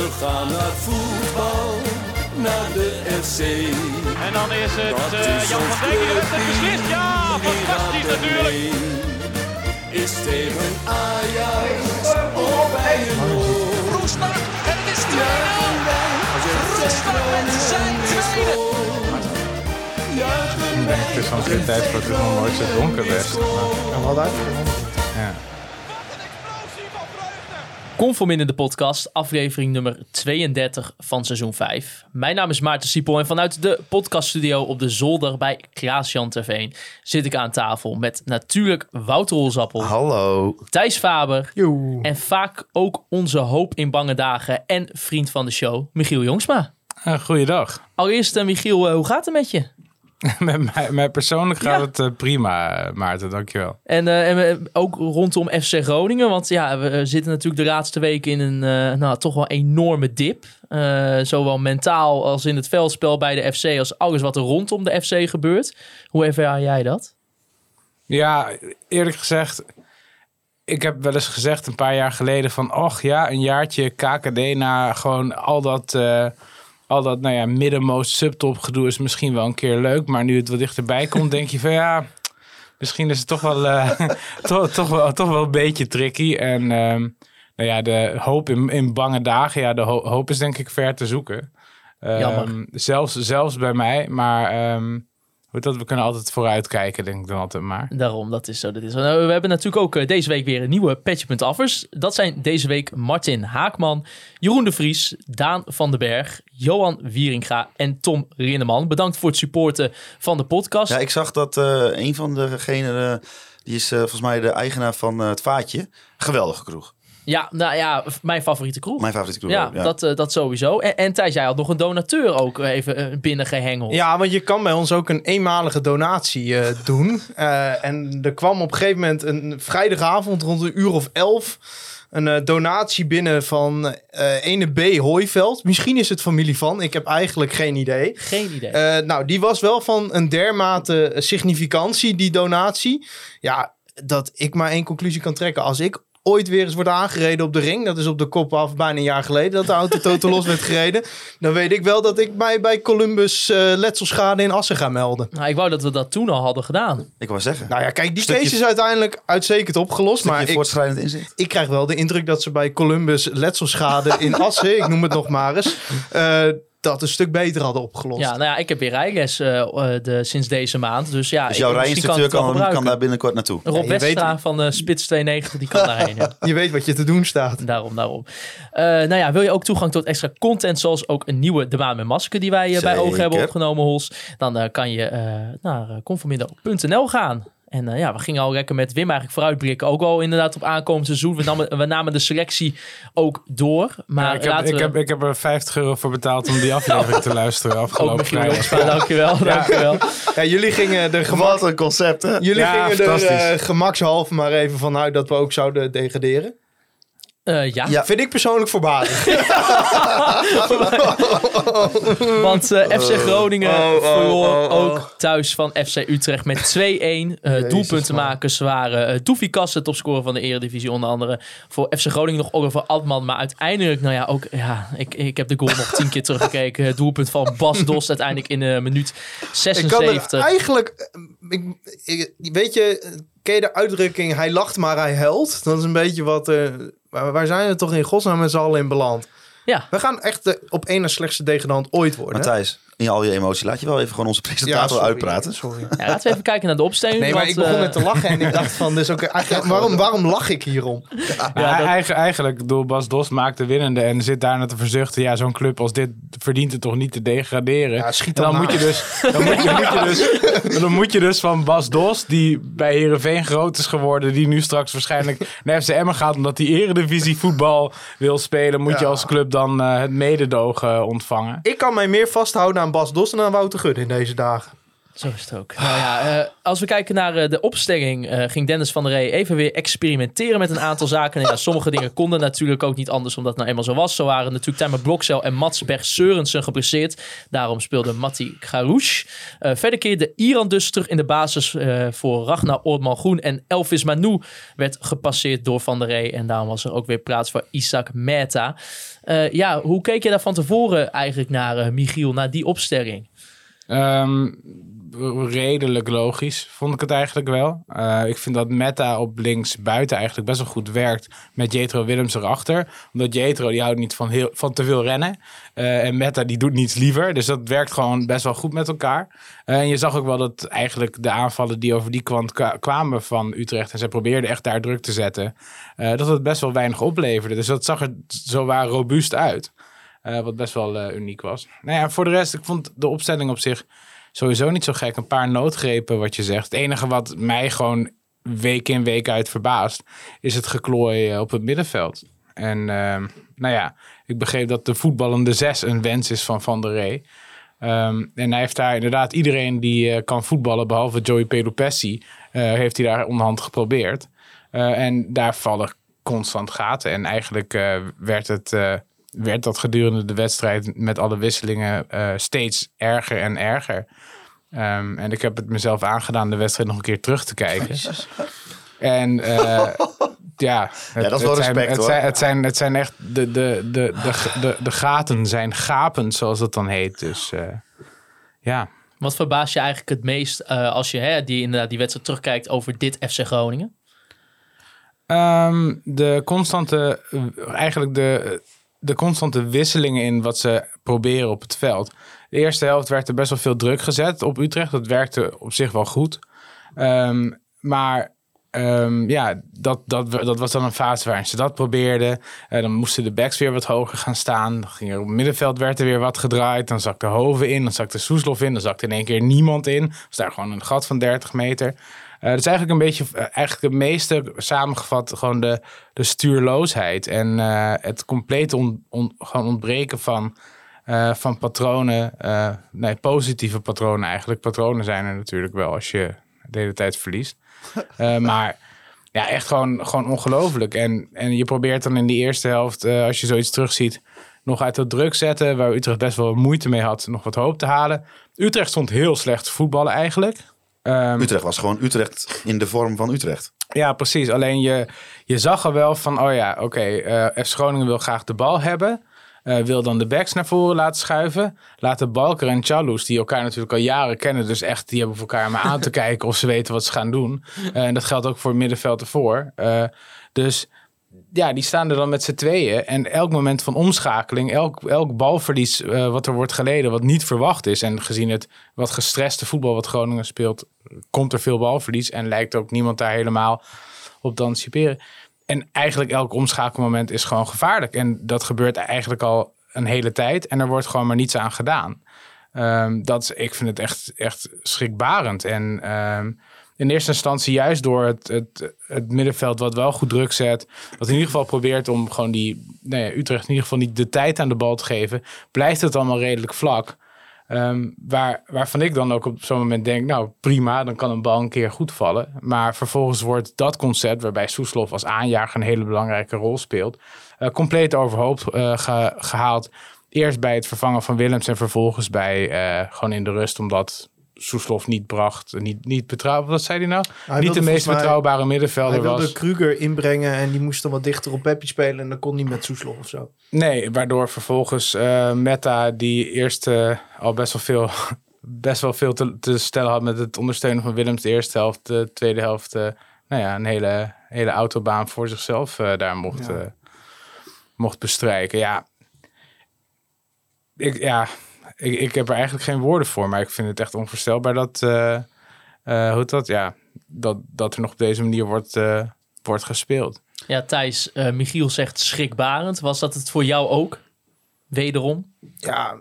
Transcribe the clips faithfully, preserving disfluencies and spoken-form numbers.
We gaan naar voetbal, naar de F C. En dan is het uh, Jan van Dijk die heeft het beslist. Ja, fantastisch natuurlijk. Is tegen Ajax of bij een oor. Roestak en het is twee nul. Roestak met zijn tweede. Het is van geen tijd voor het nog nooit zo donker werd. En wat uit? Ja. Conform in de podcast, aflevering nummer tweeëndertig van seizoen vijf. Mijn naam is Maarten Siepel en vanuit de podcaststudio op de zolder bij Klaas-Jan Terveen zit ik aan tafel met natuurlijk Wouter Holzappel. Hallo. Thijs Faber. Joe. En vaak ook onze hoop in bange dagen en vriend van de show, Michiel Jongsma. Uh, goeiedag. Allereerst, uh, Michiel, uh, hoe gaat het met je? met, mij, met persoonlijk gaat Ja. het uh, prima, Maarten, dankjewel. En, uh, en uh, ook rondom F C Groningen, want ja, we zitten natuurlijk de laatste weken in een uh, nou, toch wel enorme dip. Uh, zowel mentaal als in het veldspel bij de F C, als alles wat er rondom de F C gebeurt. Hoe ervaar jij dat? Ja, eerlijk gezegd, ik heb wel eens gezegd een paar jaar geleden van, och ja, een jaartje K K D na gewoon al dat... Uh, Al dat, nou ja, middenmost subtop gedoe is misschien wel een keer leuk. Maar nu het wat dichterbij komt, denk je van ja, misschien is het toch wel, uh, toch, toch wel, toch wel een beetje tricky. En um, nou ja, de hoop in, in bange dagen, ja, de ho- hoop is denk ik ver te zoeken. Um, Jammer. Zelfs, zelfs bij mij, maar um, dat, we kunnen altijd vooruit kijken, denk ik dan altijd maar. Daarom, dat is zo. Dat is zo. Nou, we hebben natuurlijk ook uh, deze week weer een nieuwe Petje.affers. Dat zijn deze week Martin Haakman, Jeroen de Vries, Daan van den Berg, Johan Wieringa en Tom Rinneman. Bedankt voor het supporten van de podcast. Ja, ik zag dat uh, een van degenen, uh, die is uh, volgens mij de eigenaar van uh, het Vaatje. Geweldige kroeg. Ja, nou ja, mijn favoriete kroeg. Mijn favoriete kroeg. Ja, ook, ja. Dat, uh, dat sowieso. En, en Thijs, jij had nog een donateur ook even uh, binnengehengeld. Ja, want je kan bij ons ook een eenmalige donatie uh, doen. Uh, en er kwam op een gegeven moment een vrijdagavond rond een uur of elf... een uh, donatie binnen van uh, ene B. Hooiveld. Misschien is het familie van. Ik heb eigenlijk geen idee. Geen idee. Uh, nou, die was wel van een dermate significantie, die donatie. Ja, dat ik maar één conclusie kan trekken. Als ik ooit weer eens wordt aangereden op de ring, dat is op de kop af bijna een jaar geleden dat de auto totaal los werd gereden, dan weet ik wel dat ik mij bij Columbus uh, letselschade in Assen ga melden. Nou, ik wou dat we dat toen al hadden gedaan. Ik wou zeggen. Nou ja, kijk, die Stukje- case is uiteindelijk uitstekend opgelost, maar ik, voortschrijdend inzicht. ik krijg wel de indruk dat ze bij Columbus letselschade in Assen, ik noem het nog maar eens, uh, dat een stuk beter hadden opgelost. Ja, nou ja, ik heb weer rijles uh, uh, de, sinds deze maand. Dus ja, Dus jouw ik, misschien rijinstructeur het wel kan, kan gebruiken. daar binnenkort naartoe. Rob Ja, je Westra weet- van uh, Spits tweeënnegentig, die kan daarheen. Ja. Je weet wat je te doen staat. Daarom, daarom. Uh, nou ja, wil je ook toegang tot extra content, zoals ook een nieuwe De Maan met Masker die wij uh, bij Zeker. Ogen hebben opgenomen, Hols, dan uh, kan je uh, naar uh, conforminder punt n l gaan. En uh, ja, we gingen al lekker met Wim eigenlijk vooruitblikken. Ook al inderdaad op aankomend seizoen. We namen, we namen de selectie ook door. Maar Ja, ik, heb, laten ik, we... heb, ik heb er vijftig euro voor betaald om die aflevering te luisteren ook afgelopen Michiel vrijdag. Jongsma, dankjewel. dankjewel. Ja, jullie gingen er gemak, Wat een concept, hè? jullie Ja, gingen er fantastisch. uh, gemakshalve maar even vanuit dat we ook zouden degraderen. Uh, ja, Ja. Vind ik persoonlijk voorbarig. want uh, F C Groningen Oh, oh, verloor oh, oh. ook thuis van F C Utrecht met twee-een. Uh, Jezus, doelpuntenmakers waren uh, Doefie Kassen, topscorer van de Eredivisie onder andere. Voor F C Groningen nog Oliver Adman. Maar uiteindelijk, nou ja, ook, ja, ik, ik heb de goal nog tien keer teruggekeken. Het doelpunt van Bas Dost uiteindelijk in uh, minuut Ik kan zesenzeventig. er eigenlijk... Ik, ik, weet je, ken je de uitdrukking hij lacht maar hij huilt? Dat is een beetje wat... Uh, waar, waar zijn we toch in godsnaam met z'n allen in beland? Ja, We gaan echt de op één na slechtste degradant ooit worden. Matthijs, in al je emotie, laat je wel even gewoon onze presentator sorry, uitpraten. Sorry. ja, laten we even kijken naar de opstelling. Nee, maar want, ik begon uh, net te lachen en ik dacht van... Dus ook, eigenlijk, waarom, waarom lach ik hierom? Ja, Ja, dat- eigen- eigenlijk, door Bas Dost maakt de winnende en zit daarna te verzuchten. Ja, zo'n club als dit verdient het toch niet te degraderen. Ja, schiet en dan dan moet je dus, dan moet je, moet je dus, dan moet je dus van Bas Dost, die bij Heerenveen groot is geworden, die nu straks waarschijnlijk naar F C Emmen gaat omdat hij Eredivisie voetbal wil spelen, moet je Ja. als club dan uh, het mededogen ontvangen. Ik kan mij meer vasthouden aan Bas Dost en aan Wouter Gudde in deze dagen. Zo is het ook. Nou ja, uh, als we kijken naar uh, de opstelling, uh, ging Dennis van der Rey even weer experimenteren met een aantal zaken. En ja, sommige dingen konden natuurlijk ook niet anders, omdat het nou eenmaal zo was. Zo waren natuurlijk Tijmen Blokcel en Mats Berg-Sørensen geblesseerd. Daarom speelde Matti Garouche. Uh, verder keerde Iran dus terug in de basis uh, voor Ragnar Oortman-Groen. En Elvis Manu werd gepasseerd door Van der Rey. En daarom was er ook weer plaats voor Isaac Mehta. Uh, ja, hoe keek je daar van tevoren eigenlijk naar, uh, Michiel, naar die opstelling? Um, redelijk logisch, vond ik het eigenlijk wel. Uh, ik vind dat Mehta op links buiten eigenlijk best wel goed werkt met Jetro Willems erachter. Omdat Jetro die houdt niet van, heel, van te veel rennen. Uh, en Mehta die doet niets liever. Dus dat werkt gewoon best wel goed met elkaar. Uh, en je zag ook wel dat eigenlijk de aanvallen die over die kant k- kwamen van Utrecht. En zij probeerden echt daar druk te zetten. Uh, dat het best wel weinig opleverde. Dus dat zag er zowaar robuust uit. Uh, wat best wel uh, uniek was. Nou ja, voor de rest, ik vond de opstelling op zich sowieso niet zo gek. Een paar noodgrepen wat je zegt. Het enige wat mij gewoon week in week uit verbaast, is het geklooi uh, op het middenveld. En uh, nou ja, ik begreep dat de voetballende zes een wens is van Van der Rey. Um, en hij heeft daar inderdaad iedereen die uh, kan voetballen, behalve Joey Pelupessi, uh, heeft hij daar onderhand geprobeerd. Uh, en daar vallen constant gaten. En eigenlijk uh, werd het... Uh, werd dat gedurende de wedstrijd met alle wisselingen uh, steeds erger en erger. Um, en ik heb het mezelf aangedaan de wedstrijd nog een keer terug te kijken. Jezus. En uh, ja, het, ja, dat is wel het respect, zijn, het hoor. zijn, het zijn, het zijn echt de, de, de, de, de, de gaten zijn gapend, zoals het dan heet. Dus uh, ja. Wat verbaast je eigenlijk het meest uh, als je hè, die, inderdaad die wedstrijd terugkijkt over dit F C Groningen? Um, de constante, eigenlijk de... de constante wisselingen in wat ze proberen op het veld. De eerste helft werd er best wel veel druk gezet op Utrecht. Dat werkte op zich wel goed. Um, maar um, ja, dat, dat, dat was dan een fase waarin ze dat probeerden. Uh, dan moesten de backs weer wat hoger gaan staan. Dan ging er op het middenveld werd er weer wat gedraaid. Dan zakte Hoven in, dan zakte Soeslof in. Dan zakte in één keer niemand in. Was daar gewoon een gat van dertig meter. Uh, dat is eigenlijk een beetje, uh, eigenlijk het meeste samengevat, gewoon de, de stuurloosheid. En uh, het complete on, on, gewoon ontbreken van, uh, van patronen. Uh, nee, positieve patronen eigenlijk. Patronen zijn er natuurlijk wel als je de hele tijd verliest. Uh, maar ja, echt gewoon, gewoon ongelooflijk. En, en je probeert dan in die eerste helft, uh, als je zoiets terugziet, nog uit dat druk zetten, waar Utrecht best wel moeite mee had, nog wat hoop te halen. Utrecht stond heel slecht te voetballen eigenlijk. Um, Utrecht was gewoon Utrecht in de vorm van Utrecht. Ja, precies. Alleen je, je zag er wel van, oh ja, oké, okay, uh, F C Groningen wil graag de bal hebben. Uh, wil dan de backs naar voren laten schuiven. Laten Balker en Tjalloes, die elkaar natuurlijk al jaren kennen, dus echt, die hebben voor elkaar maar aan te kijken of ze weten wat ze gaan doen. Uh, en dat geldt ook voor het middenveld ervoor. Uh, dus ja, die staan er dan met z'n tweeën. En elk moment van omschakeling, elk, elk balverlies uh, wat er wordt geleden, wat niet verwacht is. En gezien het wat gestreste voetbal wat Groningen speelt, komt er veel balverlies. En lijkt ook niemand daar helemaal op te anticiperen. En eigenlijk elk omschakelmoment is gewoon gevaarlijk. En dat gebeurt eigenlijk al een hele tijd. En er wordt gewoon maar niets aan gedaan. Um, dat, ik vind het echt, echt schrikbarend. En um, in eerste instantie juist door het, het, het middenveld wat wel goed druk zet. Wat in ieder geval probeert om gewoon die nou ja, Utrecht in ieder geval niet de tijd aan de bal te geven. Blijft het allemaal redelijk vlak. Um, waar, waarvan ik dan ook op zo'n moment denk, nou prima, dan kan een bal een keer goed vallen. Maar vervolgens wordt dat concept, waarbij Soeslof als aanjager een hele belangrijke rol speelt, uh, compleet overhoop uh, ge, gehaald. Eerst bij het vervangen van Willems en vervolgens bij uh, gewoon in de rust, omdat Soeslof niet bracht, niet, niet betrouwbaar. Wat zei hij nou? Hij niet de meest mij, betrouwbare middenvelder hij wilde was. Kruger inbrengen en die moest dan wat dichter op Peppi spelen en dan kon niet met Soeslof of zo. Nee, waardoor vervolgens uh, Mehta, die eerst uh, al best wel veel, best wel veel te, te stellen had met het ondersteunen van Willems de eerste helft, de tweede helft, uh, nou ja, een hele, hele autobaan voor zichzelf uh, daar mocht, ja. uh, mocht bestrijken. Ja, ik, ja ik, ik heb er eigenlijk geen woorden voor, maar ik vind het echt onvoorstelbaar dat, uh, uh, hoe dat, ja, dat, dat er nog op deze manier wordt, uh, wordt gespeeld. Ja, Thijs, uh, Michiel zegt schrikbarend. Was dat het voor jou ook? Wederom? Ja,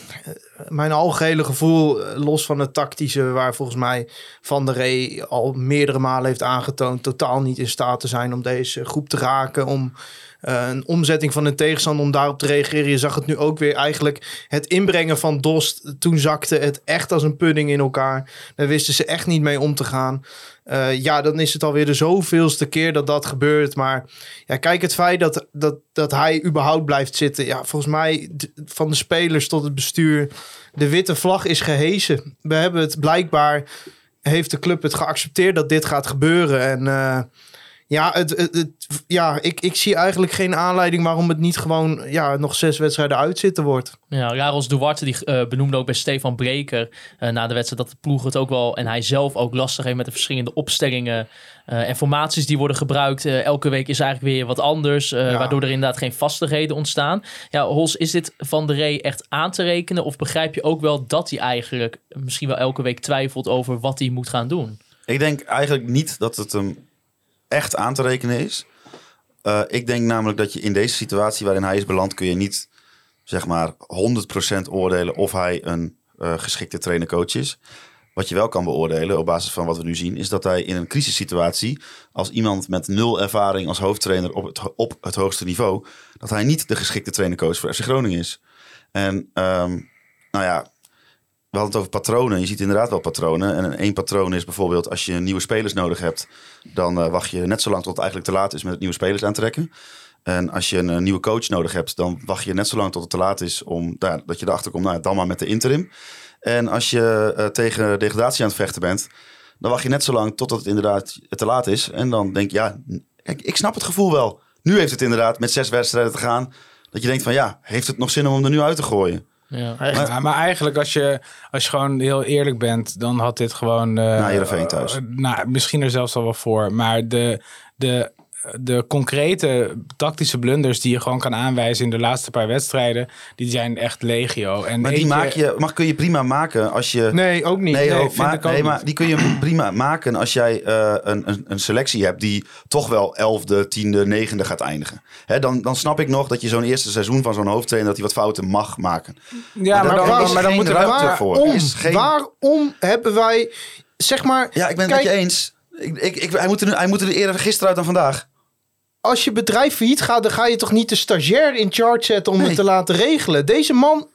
mijn algehele gevoel, los van het tactische, waar volgens mij Van der Rey al meerdere malen heeft aangetoond, totaal niet in staat te zijn om deze groep te raken, om uh, een omzetting van een tegenstander, om daarop te reageren. Je zag het nu ook weer eigenlijk, het inbrengen van Dost, toen zakte het echt als een pudding in elkaar. Daar wisten ze echt niet mee om te gaan. Uh, ja, dan is het alweer de zoveelste keer dat dat gebeurt. Maar ja, kijk, het feit dat, dat, dat hij überhaupt blijft zitten. Ja, volgens mij d- van de spelers tot het bestuur. De witte vlag is gehesen. We hebben het blijkbaar, heeft de club het geaccepteerd dat dit gaat gebeuren. En uh, ja, het, het, het, ja ik, ik zie eigenlijk geen aanleiding waarom het niet gewoon ja, nog zes wedstrijden uitzitten wordt. Ja, Raros Duarte die uh, benoemde ook bij Stefan Breker uh, na de wedstrijd dat de ploeg het ook wel en hij zelf ook lastig heeft met de verschillende opstellingen uh, en formaties die worden gebruikt. Uh, elke week is eigenlijk weer wat anders, uh, ja. waardoor er inderdaad geen vastigheden ontstaan. Ja, Hols, is dit Van der Rey echt aan te rekenen of begrijp je ook wel dat hij eigenlijk misschien wel elke week twijfelt over wat hij moet gaan doen? Ik denk eigenlijk niet dat het hem echt aan te rekenen is. Uh, ik denk namelijk dat je in deze situatie waarin hij is beland, kun je niet zeg maar honderd procent oordelen of hij een uh, geschikte trainer-coach is. Wat je wel kan beoordelen op basis van wat we nu zien, is dat hij in een crisissituatie, als iemand met nul ervaring als hoofdtrainer op het, op het hoogste niveau, dat hij niet de geschikte trainer-coach voor F C Groningen is. En um, nou ja, we hadden het over patronen. Je ziet inderdaad wel patronen. En één patroon is bijvoorbeeld als je nieuwe spelers nodig hebt, dan uh, wacht je net zo lang tot het eigenlijk te laat is met het nieuwe spelers aantrekken. En als je een, een nieuwe coach nodig hebt, dan wacht je net zo lang tot het te laat is om nou, dat je erachter komt, nou, dan maar met de interim. En als je uh, tegen degradatie aan het vechten bent, dan wacht je net zo lang totdat het inderdaad te laat is. En dan denk je, ja, ik, ik snap het gevoel wel. Nu heeft het inderdaad met zes wedstrijden te gaan, dat je denkt van ja, heeft het nog zin om hem er nu uit te gooien? Ja. Maar, ja, maar eigenlijk als je, als je gewoon heel eerlijk bent, dan had dit gewoon... Uh, Na Heerenveen thuis. Uh, nou, misschien er zelfs al wel voor. Maar de, de, de concrete tactische blunders die je gewoon kan aanwijzen in de laatste paar wedstrijden, die zijn echt legio. En maar die eentje, maak je, mag, kun je prima maken als je... Nee, ook niet. Nee, Nee, oh, vind maar, ik ook nee niet. maar die kun je prima maken als jij uh, een, een, een selectie hebt die toch wel elfde, tiende, negende gaat eindigen. Hè, dan, dan snap ik nog dat je zo'n eerste seizoen van zo'n hoofdtrainer dat hij wat fouten mag maken. Ja, maar, daar dan, is maar dan geen moet er ruimte wel... voor. Waarom? Er is geen- Waarom hebben wij, zeg maar... Ja, ik ben het kijk, met je eens. Ik, ik, ik, hij, moet er, nu- hij moet er eerder gisteren uit dan vandaag. als je bedrijf failliet gaat, dan ga je toch niet de stagiair in charge zetten om Nee. het te laten regelen. Deze man,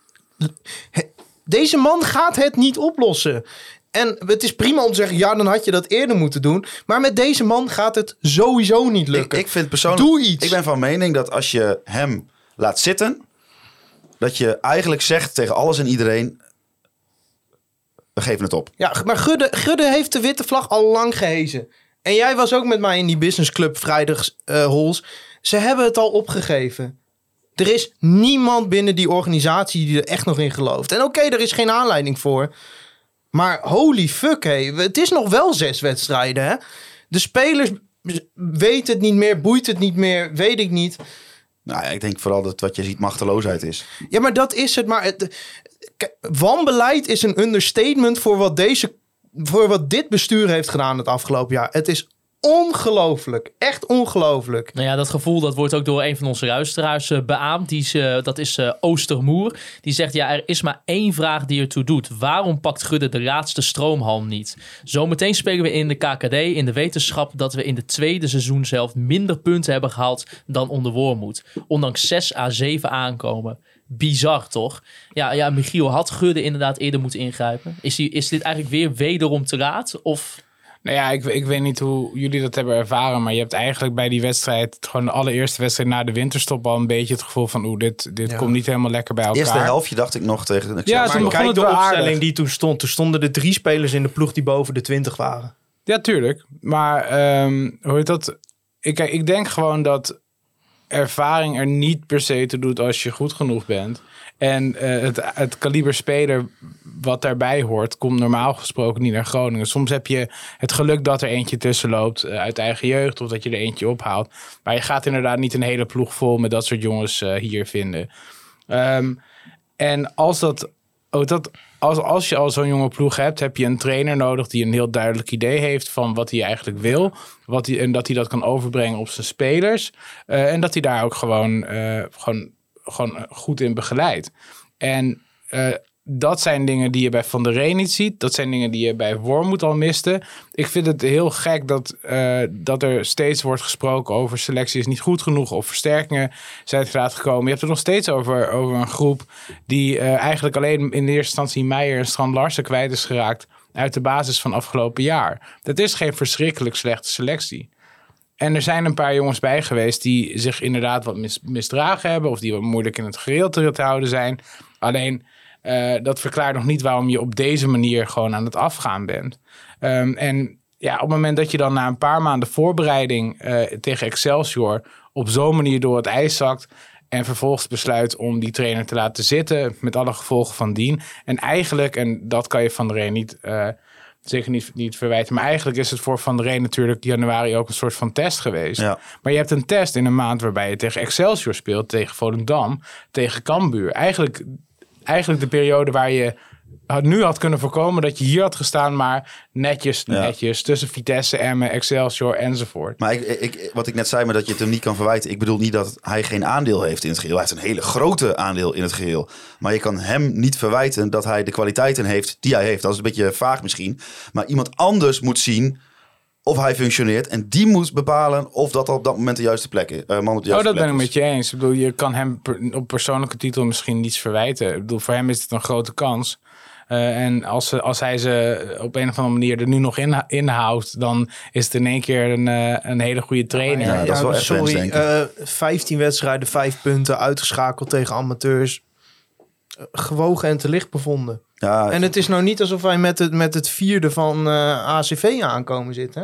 deze man gaat het niet oplossen. En het is prima om te zeggen, ja, dan had je dat eerder moeten doen. Maar met deze man gaat het sowieso niet Ik, lukken. ik vind persoonlijk... Doe iets. Ik ben van mening dat als je hem laat zitten, dat je eigenlijk zegt tegen alles en iedereen, we geven het op. Ja, maar Gudde, Gudde heeft de witte vlag al lang gehezen. En jij was ook met mij in die businessclub vrijdags, uh, Hols. Ze hebben het al opgegeven. Er is niemand binnen die organisatie die er echt nog in gelooft. En oké, okay, er is geen aanleiding voor. Maar holy fuck, hé. Het is nog wel zes wedstrijden, hè. De spelers weten het niet meer, boeit het niet meer, weet ik niet. Nou ja, ik denk vooral dat wat je ziet machteloosheid is. Ja, maar dat is het. Maar het, kijk, wanbeleid is een understatement voor wat, deze, voor wat dit bestuur heeft gedaan het afgelopen jaar. Het is ongelooflijk. Echt ongelooflijk. Nou ja, dat gevoel dat wordt ook door een van onze luisteraars uh, beaamd. Die is, uh, dat is uh, Oostermoer. Die zegt, ja, er is maar één vraag die ertoe doet. Waarom pakt Gudde de laatste stroomhalm niet? Zometeen spelen we in de K K D in de wetenschap dat we in de tweede seizoen zelf minder punten hebben gehaald dan onder Wormoed. Ondanks zes à zeven aankomen. Bizar, toch? Ja, ja, Michiel, had Gudde inderdaad eerder moeten ingrijpen? Is, die, is dit eigenlijk weer wederom te laat? Of... Nou ja, ik, ik weet niet hoe jullie dat hebben ervaren, maar je hebt eigenlijk bij die wedstrijd, gewoon de allereerste wedstrijd na de winterstop, al een beetje het gevoel van, oeh, dit, dit Ja. komt niet helemaal lekker bij elkaar. Eerste helftje dacht ik nog tegen de Ja, Maar toen begon kijk het de wel opstelling aardig. die toen stond. Toen stonden er drie spelers in de ploeg die boven de twintig waren. Ja, tuurlijk. Maar um, hoe heet dat? Ik, kijk, ik denk gewoon dat ervaring er niet per se toe doet als je goed genoeg bent. En uh, het, het kaliber speler wat daarbij hoort, komt normaal gesproken niet naar Groningen. Soms heb je het geluk dat er eentje tussen loopt uh, uit eigen jeugd, of dat je er eentje ophaalt. Maar je gaat inderdaad niet een hele ploeg vol met dat soort jongens uh, hier vinden. Um, en als dat... Oh, dat als, als je al zo'n jonge ploeg hebt, heb je een trainer nodig die een heel duidelijk idee heeft van wat hij eigenlijk wil. Wat hij, en dat hij dat kan overbrengen op zijn spelers. Uh, en dat hij daar ook gewoon, uh, gewoon, gewoon goed in begeleidt. En uh, dat zijn dingen die je bij Van der Rey niet ziet. Dat zijn dingen die je bij Wormoed al miste. Ik vind het heel gek dat, uh, dat er steeds wordt gesproken over selectie is niet goed genoeg. Of versterkingen zijn eruit gekomen. Je hebt het nog steeds over, over een groep die uh, eigenlijk alleen in de eerste instantie Meijer en Strand Larsen kwijt is geraakt uit de basis van afgelopen jaar. Dat is geen verschrikkelijk slechte selectie. En er zijn een paar jongens bij geweest die zich inderdaad wat mis, misdragen hebben. Of die wat moeilijk in het gereel te houden zijn. Alleen... Uh, dat verklaart nog niet waarom je op deze manier gewoon aan het afgaan bent. Um, en ja, op het moment dat je dan na een paar maanden voorbereiding uh, tegen Excelsior op zo'n manier door het ijs zakt en vervolgens besluit om die trainer te laten zitten met alle gevolgen van dien. En eigenlijk, en dat kan je Van der Rey niet, uh, zeker niet, niet verwijten, maar eigenlijk is het voor Van der Rey natuurlijk januari ook een soort van test geweest. Ja. Maar je hebt een test in een maand waarbij je tegen Excelsior speelt, tegen Volendam, tegen Cambuur. Eigenlijk... Eigenlijk de periode waar je nu had kunnen voorkomen dat je hier had gestaan, maar netjes, ja. netjes tussen Vitesse, Emmen, Excelsior enzovoort. Maar ik, ik, wat ik net zei, maar dat je het hem niet kan verwijten. Ik bedoel niet dat hij geen aandeel heeft in het geheel. Hij heeft een hele grote aandeel in het geheel. Maar je kan hem niet verwijten dat hij de kwaliteiten heeft die hij heeft. Dat is een beetje vaag misschien. Maar iemand anders moet zien of hij functioneert. En die moet bepalen of dat op dat moment de juiste plek is. Uh, man op de juiste oh, dat plek ben ik is. met je eens. Ik bedoel, je kan hem per, op persoonlijke titel misschien niets verwijten. Ik bedoel, voor hem is het een grote kans. Uh, en als, als hij ze op een of andere manier er nu nog in, inhoudt, dan is het in één keer een, uh, een hele goede trainer. Ja, dat is wel echt sorry, wens, denk ik. Uh, vijftien wedstrijden, vijf punten, uitgeschakeld tegen amateurs. Uh, gewogen en te licht bevonden. Ja, en het is nou niet alsof wij met het, met het vierde van uh, A C V aankomen zitten, hè?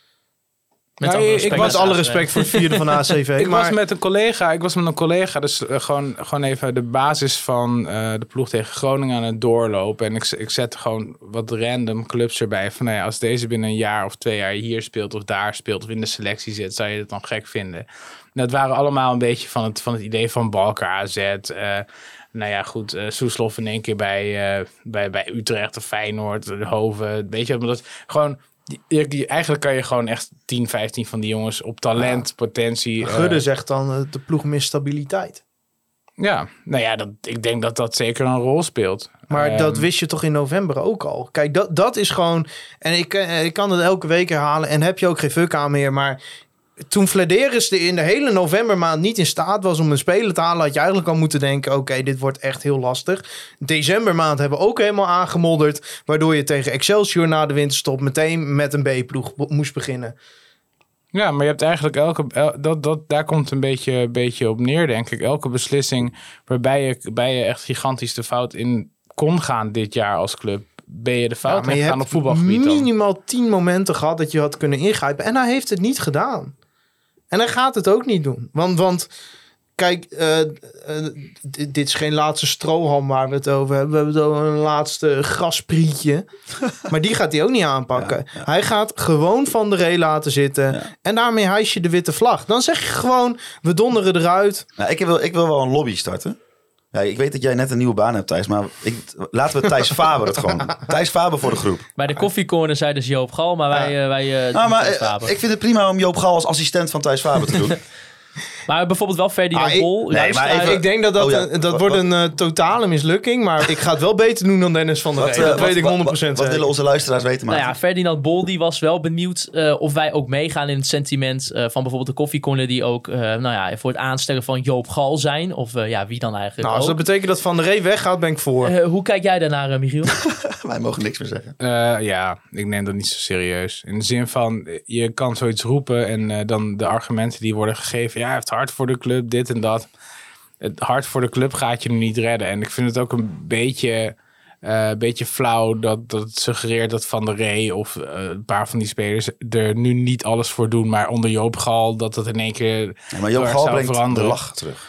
Met nou, alle ik was alle respect voor het vierde van A C V. ik maar... was met een collega, ik was met een collega, dus uh, gewoon, gewoon even de basis van uh, de ploeg tegen Groningen aan het doorlopen. En ik, ik zette gewoon wat random clubs erbij. Van nou ja, als deze binnen een jaar of twee jaar hier speelt of daar speelt of in de selectie zit, zou je het dan gek vinden. En dat waren allemaal een beetje van het, van het idee van Balker A Z. Uh, nou ja, goed, uh, Soeslof in één keer bij, uh, bij, bij Utrecht of Feyenoord, Hoven. Weet je, omdat gewoon... Je, je, eigenlijk kan je gewoon echt tien, vijftien van die jongens op talent, ja. potentie... Gudde uh, zegt dan, uh, de ploeg mist stabiliteit. Ja, nou ja, dat, ik denk dat dat zeker een rol speelt. Maar um, dat wist je toch in november ook al? Kijk, dat, dat is gewoon... En ik, ik kan het elke week herhalen en heb je ook geen fuck aan meer, maar... Toen Flederis in de hele novembermaand niet in staat was om een speler te halen, had je eigenlijk al moeten denken, oké, okay, dit wordt echt heel lastig. Decembermaand hebben we ook helemaal aangemodderd, waardoor je tegen Excelsior na de winterstop meteen met een B-ploeg moest beginnen. Ja, maar je hebt eigenlijk elke... El, dat, dat, daar komt een beetje, beetje op neer, denk ik. Elke beslissing waarbij je, waarbij je echt gigantisch de fout in kon gaan dit jaar als club, ben je de fout ja, gaan op voetbalgebied dan. Minimaal tien momenten gehad dat je had kunnen ingrijpen. En hij heeft het niet gedaan. En hij gaat het ook niet doen. Want, want kijk, uh, uh, dit, dit is geen laatste strohalm waar we het over hebben. We hebben het over een laatste grasprietje. Maar die gaat hij ook niet aanpakken. Ja, ja. Hij gaat gewoon Van der Rey laten zitten. Ja. En daarmee hijs je de witte vlag. Dan zeg je gewoon, we donderen eruit. Nou, ik, wil, ik wil wel een lobby starten. Ja, ik weet dat jij net een nieuwe baan hebt, Thijs. Maar ik, laten we Thijs Faber het gewoon. Thijs Faber voor de groep. Bij de koffiecorner zei dus Joop Gal, maar wij... Ja. Uh, wij uh, nou, maar, uh, ik vind het prima om Joop Gal als assistent van Thijs Faber te doen. Maar bijvoorbeeld wel Ferdinand ah, Bol. Nee, maar even, ik denk dat dat, oh, ja. een, dat wat, wordt wat, een uh, totale mislukking. Maar ik ga het wel beter doen dan Dennis van der Rey. Uh, dat wat, weet ik honderd procent. Wat, wat willen onze luisteraars weten? Nou ja, Ferdinand Bol die was wel benieuwd uh, of wij ook meegaan in het sentiment uh, van bijvoorbeeld de koffiecorner die ook uh, nou ja, voor het aanstellen van Joop Gal zijn. Of uh, ja, wie dan eigenlijk Nou, als ook. dat betekent dat Van der Rey weggaat, ben ik voor. Uh, hoe kijk jij daarnaar, uh, Michiel? Wij mogen niks meer zeggen. Uh, ja, ik neem dat niet zo serieus. In de zin van, je kan zoiets roepen en uh, dan de argumenten die worden gegeven. Ja, hij heeft hard voor de club, dit en dat. Het hard voor de club gaat je nu niet redden. En ik vind het ook een beetje, uh, beetje flauw dat, dat het suggereert dat Van der Rey of uh, een paar van die spelers er nu niet alles voor doen. Maar onder Joop Gal dat het in één keer ja, maar Joop Gal brengt veranderen. De lach terug.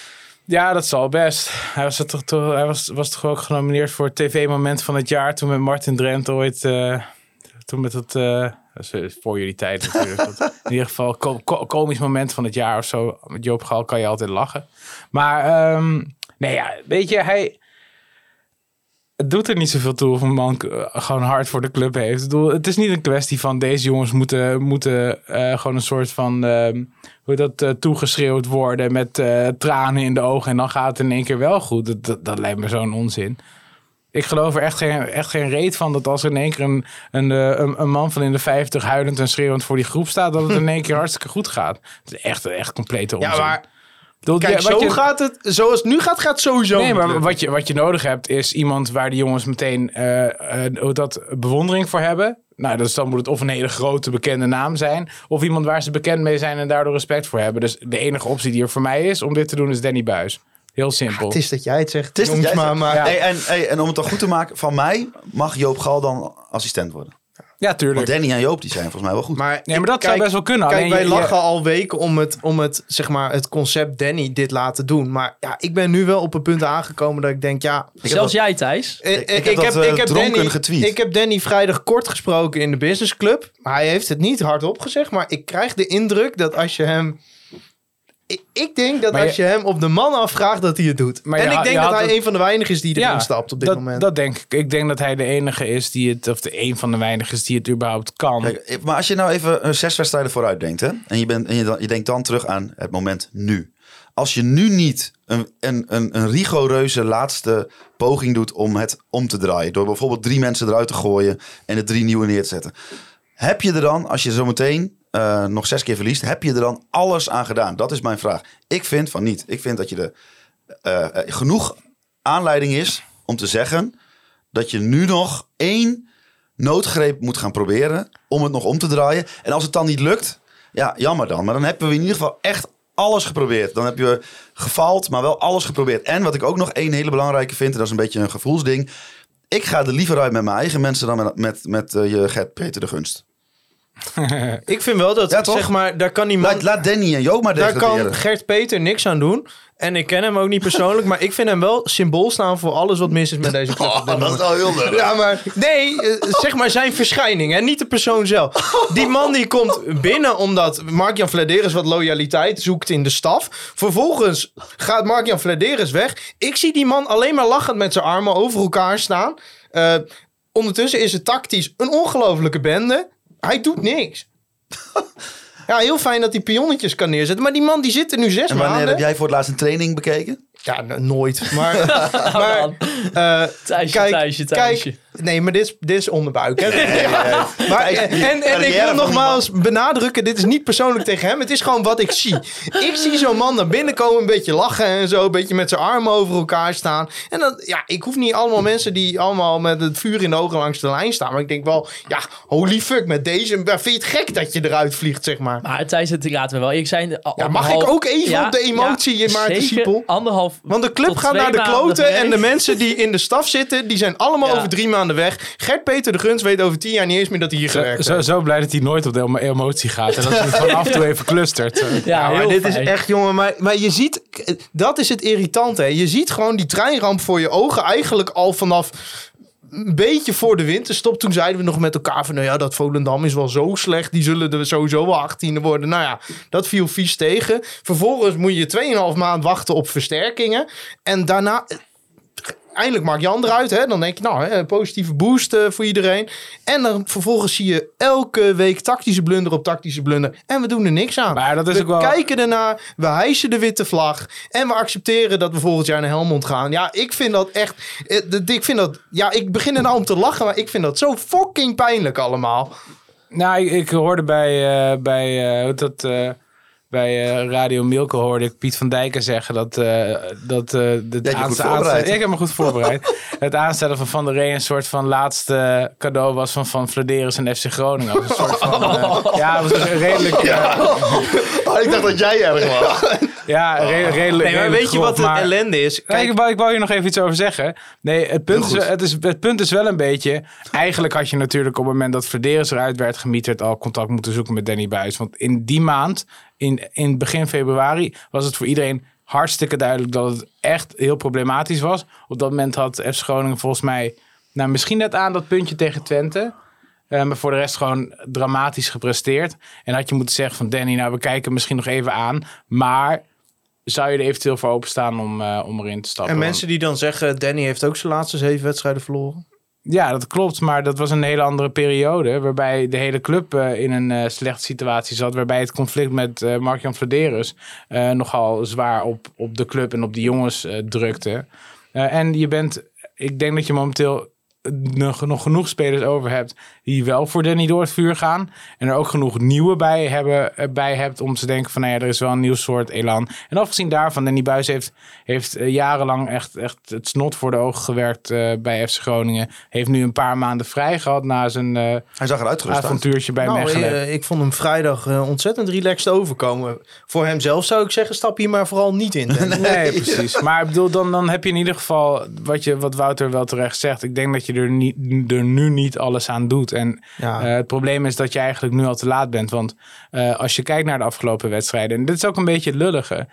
Ja, dat zal best. Hij was toch, toch, hij was, was toch ook genomineerd voor het tv-moment van het jaar toen met Martin Drent ooit, uh, toen met het, uh, dat is voor jullie tijd natuurlijk. In ieder geval ko- ko- komisch moment van het jaar of zo. Met Joop Gal kan je altijd lachen. Maar, um, nee ja, weet je, hij... Het doet er niet zoveel toe of een man uh, gewoon hard voor de club heeft. Ik bedoel, het is niet een kwestie van deze jongens moeten, moeten uh, gewoon een soort van uh, hoe dat uh, toegeschreeuwd worden met uh, tranen in de ogen en dan gaat het in één keer wel goed. Dat, dat, dat lijkt me zo'n onzin. Ik geloof er echt geen, echt geen reet van dat als er in één keer een, een, een, een man van in de vijftig huilend en schreeuwend voor die groep staat, dat het in één keer hartstikke goed gaat. Het is echt, echt complete onzin. Ja, maar bedoel, kijk, ja, wat zo je, gaat het. Zoals het nu gaat, gaat het sowieso. Nee, maar niet wat je, wat je nodig hebt is iemand waar die jongens meteen uh, uh, dat bewondering voor hebben. Nou, dus dan moet het of een hele grote bekende naam zijn, of iemand waar ze bekend mee zijn en daardoor respect voor hebben. Dus de enige optie die er voor mij is om dit te doen is Danny Buis. Heel simpel. Het is dat jij het zegt. Het is dat jij maar, zegt. maar, Ja. Hey, en, hey, en om het dan goed te maken, van mij mag Joop Gal dan assistent worden. Ja, tuurlijk. Want Danny en Joop die zijn volgens mij wel goed. maar, Nee, maar dat zou best wel kunnen. Kijk, Alleen wij je- lachen je- al weken om het, om het, zeg maar, het concept Danny dit laten doen. Maar ja, ik ben nu wel op een punt aangekomen dat ik denk, ja... Ik heb Zelfs dat- jij, Thijs. eh, ik heb dat, eh, dronken Danny, getweet. ik heb Danny vrijdag kort gesproken in de businessclub. Maar hij heeft het niet hardop gezegd. Maar ik krijg de indruk dat als je hem... Ik, ik denk dat Maar als je- je hem op de man afvraagt, dat hij het doet. Maar en je ik ha- denk je dat had hij het- een van de weinigen is die erin stapt op dit dat, moment. Dat denk ik. Ik denk dat hij de enige is die het, of de een van de weinigen is die het überhaupt kan. Kijk, maar als je nou even uh, zes wedstrijden vooruit denkt, hè, en, je, bent, en je, dan, je denkt dan terug aan het moment nu. Als je nu niet een, een, een, een rigoureuze laatste poging doet om het om te draaien, door bijvoorbeeld drie mensen eruit te gooien en de drie nieuwe neer te zetten. Heb je er dan, als je zometeen uh, nog zes keer verliest, heb je er dan alles aan gedaan? Dat is mijn vraag. Ik vind van niet. Ik vind dat je er uh, uh, genoeg aanleiding is om te zeggen dat je nu nog één noodgreep moet gaan proberen om het nog om te draaien. En als het dan niet lukt, ja, jammer dan. Maar dan hebben we in ieder geval echt alles geprobeerd. Dan heb je gefaald, maar wel alles geprobeerd. En wat ik ook nog één hele belangrijke vind, en dat is een beetje een gevoelsding. Ik ga er liever uit met mijn eigen mensen dan met, met, met uh, je Gert-Peter de Gunst. Ik vind wel dat, Ja, toch? zeg maar, daar kan iemand... Laat, laat Danny en Joop maar Daar degraderen. kan Gert-Peter niks aan doen. En ik ken hem ook niet persoonlijk. Maar ik vind hem wel symbool staan voor alles wat mis is met deze club. op dit Oh, dat is moment. wel heel leuk. Ja, maar nee, eh, zeg maar zijn verschijning. En niet de persoon zelf. Die man die komt binnen omdat Mark-Jan Vladeris wat loyaliteit zoekt in de staf. Vervolgens gaat Mark-Jan Vladeris weg. Ik zie die man alleen maar lachend met zijn armen over elkaar staan. Uh, ondertussen is het tactisch een ongelofelijke bende. Hij doet niks. Ja, heel fijn dat hij pionnetjes kan neerzetten. Maar die man die zit er nu zes En wanneer maanden. heb jij voor het laatst een training bekeken? Ja, n- nooit. Maar, maar dan. eh, Thijsje, kijk, Thijsje, Thijsje. Kijk, nee, maar dit is, dit is onderbuik. Hè? Maar, Thijs, en die en, en ik carrière wil van nogmaals benadrukken, dit is niet persoonlijk tegen hem. Het is gewoon wat ik zie. Ik zie zo'n man naar binnen komen, een beetje lachen en zo. Een beetje met zijn armen over elkaar staan. En dan, ja, ik hoef niet allemaal mensen die allemaal met het vuur in de ogen langs de lijn staan. Maar ik denk wel, ja, holy fuck, met deze. Vind je het gek dat je eruit vliegt, zeg maar? Maar Thijs, het laten we wel. Ik zijn Ja, mag ik ook even op de emotie, je Maarten zeker. Siepel? Anderhalf. Want de club tot gaat twee naar de maanden kloten werk. en de mensen die in de staf zitten, die zijn allemaal Ja. over drie maanden weg. Gert-Peter de Gunst weet over tien jaar niet eens meer dat hij hier Zo, gewerkt zo, heeft. zo blij dat hij nooit op de emo- emotie gaat. En dat hij gewoon af en toe even clustert. Ja, Ja, maar heel dit is fijn. echt, jongen, maar, maar je ziet, dat is het irritant, hè. Je ziet gewoon die treinramp voor je ogen eigenlijk al vanaf een beetje voor de winterstop. Toen zeiden we nog met elkaar van, nou ja, dat Volendam is wel zo slecht. Die zullen er sowieso wel achttiende worden. Nou ja, dat viel vies tegen. Vervolgens moet je tweeënhalf maand wachten op versterkingen. En daarna... Eindelijk maak Jan eruit. Hè? Dan denk je, nou, hè, een positieve boost uh, voor iedereen. En dan vervolgens zie je elke week tactische blunder op tactische blunder. En we doen er niks aan. Maar dat is we ook wel... kijken ernaar, we hijsen de witte vlag. En we accepteren dat we volgend jaar naar Helmond gaan. Ja, ik vind dat echt... eh, Ik vind dat... Ja, ik begin er nou om te lachen, maar ik vind dat zo fucking pijnlijk allemaal. Nou, ik, ik hoorde bij, uh, bij, uh, dat, uh, bij uh, Radio Milko hoorde ik Piet van Dijken zeggen dat... Uh, dat uh, de Ja, je goed voorbereid. Ja, ik heb me goed voorbereid. Het aanstellen van Van der Rey een soort van laatste cadeau was van Van Vladeris en F C Groningen. Een soort van, uh, ja, het was een redelijk... Uh, Oh, ik dacht dat jij erg was. ja, re- redelijk Nee, maar redelijk weet je grof, wat de maar- ellende is? Nee, Kijk, ik, wou, ik wou hier nog even iets over zeggen. Nee, het punt, Heel is, goed. het, is, het punt is wel een beetje... Eigenlijk had je natuurlijk op het moment dat Vladeris eruit werd gemieterd... al contact moeten zoeken met Danny Buis. Want in die maand, in, in begin februari... was het voor iedereen hartstikke duidelijk... dat het echt heel problematisch was. Op dat moment had F C Groningen volgens mij... Nou, misschien net aan dat puntje tegen Twente... Uh, maar voor de rest gewoon dramatisch gepresteerd. En had je moeten zeggen van Danny, nou we kijken misschien nog even aan. Maar zou je er eventueel voor openstaan om, uh, om erin te stappen. En mensen die dan zeggen, Danny heeft ook zijn laatste zeven wedstrijden verloren. Ja, dat klopt, maar dat was een hele andere periode... waarbij de hele club uh, in een uh, slechte situatie zat... waarbij het conflict met uh, Mark-Jan Flederis... Uh, nogal zwaar op, op de club en op de jongens uh, drukte. Uh, en je bent... Ik denk dat je momenteel nog, nog genoeg spelers over hebt... die wel voor Danny door het vuur gaan... en er ook genoeg nieuwe bij, hebben, bij hebt... om te denken van, nou ja, er is wel een nieuw soort elan. En afgezien daarvan, Danny Buijs heeft, heeft uh, jarenlang echt, echt het snot voor de ogen gewerkt... Uh, bij F C Groningen. Heeft nu een paar maanden vrij gehad na zijn uh, Hij zag eruit gerust avontuurtje bij nou, Mechelen. Uh, ik vond hem vrijdag uh, ontzettend relaxed overkomen. Voor hemzelf zou ik zeggen, stap hier maar vooral niet in. nee, nee, precies. Maar ik bedoel, dan, dan heb je in ieder geval... Wat, je, wat Wouter wel terecht zegt. Ik denk dat je er, niet, er nu niet alles aan doet. En ja. uh, het probleem is dat je eigenlijk nu al te laat bent. Want uh, als je kijkt naar de afgelopen wedstrijden... en dit is ook een beetje het lullige...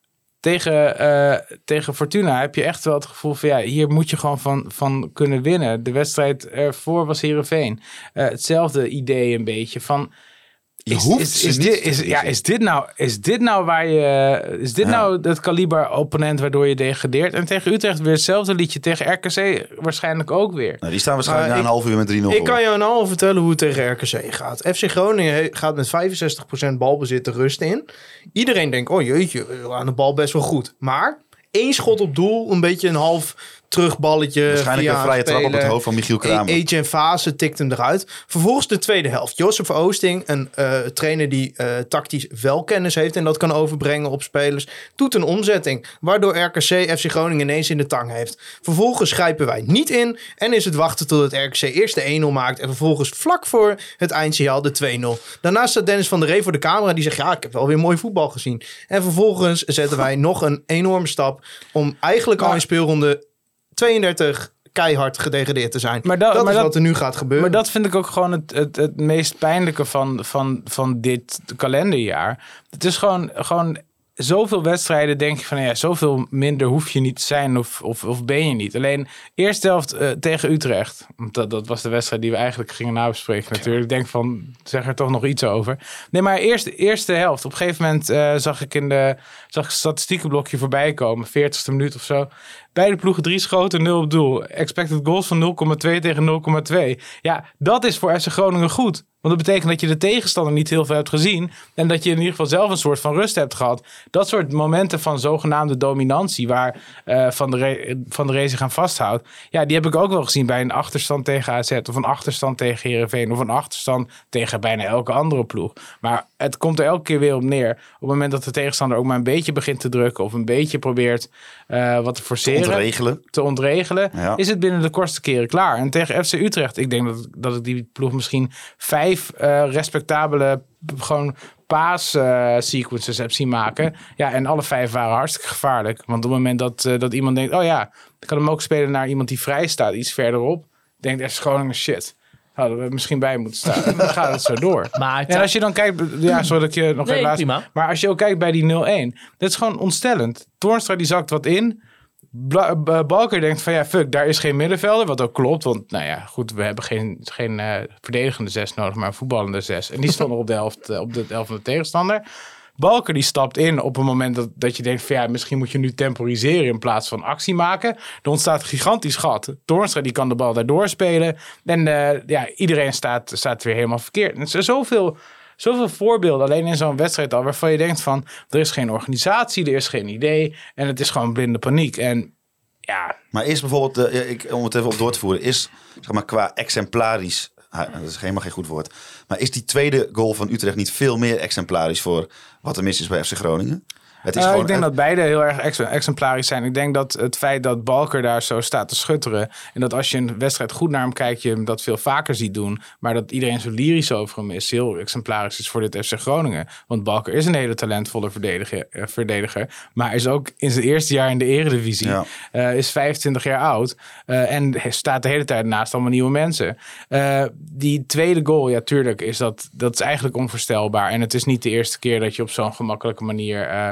Tegen, uh, tegen Fortuna heb je echt wel het gevoel van... ja, hier moet je gewoon van, van kunnen winnen. De wedstrijd ervoor was Heerenveen. Uh, hetzelfde idee een beetje van... Je Is, hoeft is, ze is, niet dit, te is, ja, verliezen. is, dit nou, is dit nou waar je... Is dit Ja. nou het kaliber opponent waardoor je degradeert? En tegen Utrecht weer hetzelfde liedje. Tegen R K C waarschijnlijk ook weer. Nou, die staan waarschijnlijk Maar na een ik- half uur met drie nul Ik voor. kan je nou al vertellen hoe het tegen R K C gaat. F C Groningen he- gaat met vijfenzestig procent balbezit de rust in. Iedereen denkt, oh jeetje, aan de bal best wel goed. Maar één schot op doel, een beetje een half terugballetje. Waarschijnlijk via een vrije trap op speler. het hoofd van Michiel Kramer. Etienne Fase tikt hem eruit. Vervolgens de tweede helft. Joseph Oosting, een uh, trainer die uh, tactisch wel kennis heeft... en dat kan overbrengen op spelers, doet een omzetting... waardoor R K C F C Groningen ineens in de tang heeft. Vervolgens grijpen wij niet in... en is het wachten tot het R K C eerst de één nul maakt... en vervolgens vlak voor het eindsignaal de twee nul. Daarna staat Dennis van der Ree voor de camera... die zegt, ja, ik heb wel weer mooi voetbal gezien. En vervolgens zetten wij nog een enorme stap... om eigenlijk al in speelronde tweeëndertig keihard gedegradeerd te zijn. Maar dat- dat maar is dat- wat er nu gaat gebeuren. Maar dat vind ik ook gewoon het, het, het meest pijnlijke van, van, van dit kalenderjaar. Het is gewoon, gewoon zoveel wedstrijden denk je van... ja, zoveel minder hoef je niet te zijn of, of, of ben je niet. Alleen eerste helft uh, tegen Utrecht. Want Dat, dat was de wedstrijd die we eigenlijk gingen nabespreken natuurlijk. Ik denk van, zeg er toch nog iets over. Nee, maar eerste, eerste helft. Op een gegeven moment uh, zag ik in de zag ik een statistiekenblokje voorbij komen. veertigste minuut of zo. Beide ploegen drie schoten, nul op doel. Expected goals van nul komma twee tegen nul komma twee. Ja, dat is voor F C Groningen goed. Want dat betekent dat je de tegenstander niet heel veel hebt gezien. En dat je in ieder geval zelf een soort van rust hebt gehad. Dat soort momenten van zogenaamde dominantie... waar uh, Van de Re- Van de Ree zich aan vasthoudt. Ja, die heb ik ook wel gezien bij een achterstand tegen A Z. Of een achterstand tegen Heerenveen. Of een achterstand tegen bijna elke andere ploeg. Maar het komt er elke keer weer op neer. Op het moment dat de tegenstander ook maar een beetje begint te drukken... of een beetje probeert uh, wat te forceren... Ontregelen. te ontregelen, Ja. is het binnen de kortste keren klaar. En tegen F C Utrecht, ik denk dat, dat ik die ploeg misschien vijf uh, respectabele gewoon paas uh, sequences heb zien maken. Ja, en alle vijf waren hartstikke gevaarlijk. Want op het moment dat, uh, dat iemand denkt, oh ja, ik kan hem ook spelen naar iemand die vrij staat, iets verderop, denkt F C Groningen, shit, hadden we misschien bij moeten staan. En dan gaat het zo door. Maar En als je dan kijkt, ja, sorry dat ik je nog Nee, even laat. prima. Maar als je ook kijkt bij die nul een, dat is gewoon ontstellend. Toornstra die zakt wat in. Bla- B- Balker denkt van ja, fuck, daar is geen middenvelder. Wat ook klopt, want nou ja, goed, we hebben geen, geen uh, verdedigende zes nodig, maar een voetballende zes. En die stond nog op de helft, uh, op de helft van de tegenstander. Balker die stapt in op een moment dat, dat je denkt van ja, misschien moet je nu temporiseren in plaats van actie maken. Er ontstaat een gigantisch gat. Toornstra die kan de bal daardoor spelen. En uh, ja, iedereen staat, staat weer helemaal verkeerd. En er zijn zoveel... Zoveel voorbeelden alleen in zo'n wedstrijd al... waarvan je denkt van, er is geen organisatie, er is geen idee... en het is gewoon blinde paniek. En ja... Maar is bijvoorbeeld, uh, ja, ik, om het even op door te voeren... is zeg maar qua exemplarisch... Uh, dat is helemaal geen goed woord... maar is die tweede goal van Utrecht niet veel meer exemplarisch... voor wat er mis is bij F C Groningen? Het is Uh, gewoon ik denk echt- dat beide heel erg ex- exemplarisch zijn. Ik denk dat het feit dat Balker daar zo staat te schutteren... en dat als je een wedstrijd goed naar hem kijkt... je hem dat veel vaker ziet doen... maar dat iedereen zo lyrisch over hem is... heel exemplarisch is voor dit F C Groningen. Want Balker is een hele talentvolle verdediger... Uh, verdediger maar is ook in zijn eerste jaar in de eredivisie. Ja. Uh, is vijfentwintig jaar oud... Uh, en staat de hele tijd naast allemaal nieuwe mensen. Uh, die tweede goal, ja tuurlijk... is dat, dat is eigenlijk onvoorstelbaar. En het is niet de eerste keer dat je op zo'n gemakkelijke manier... Uh,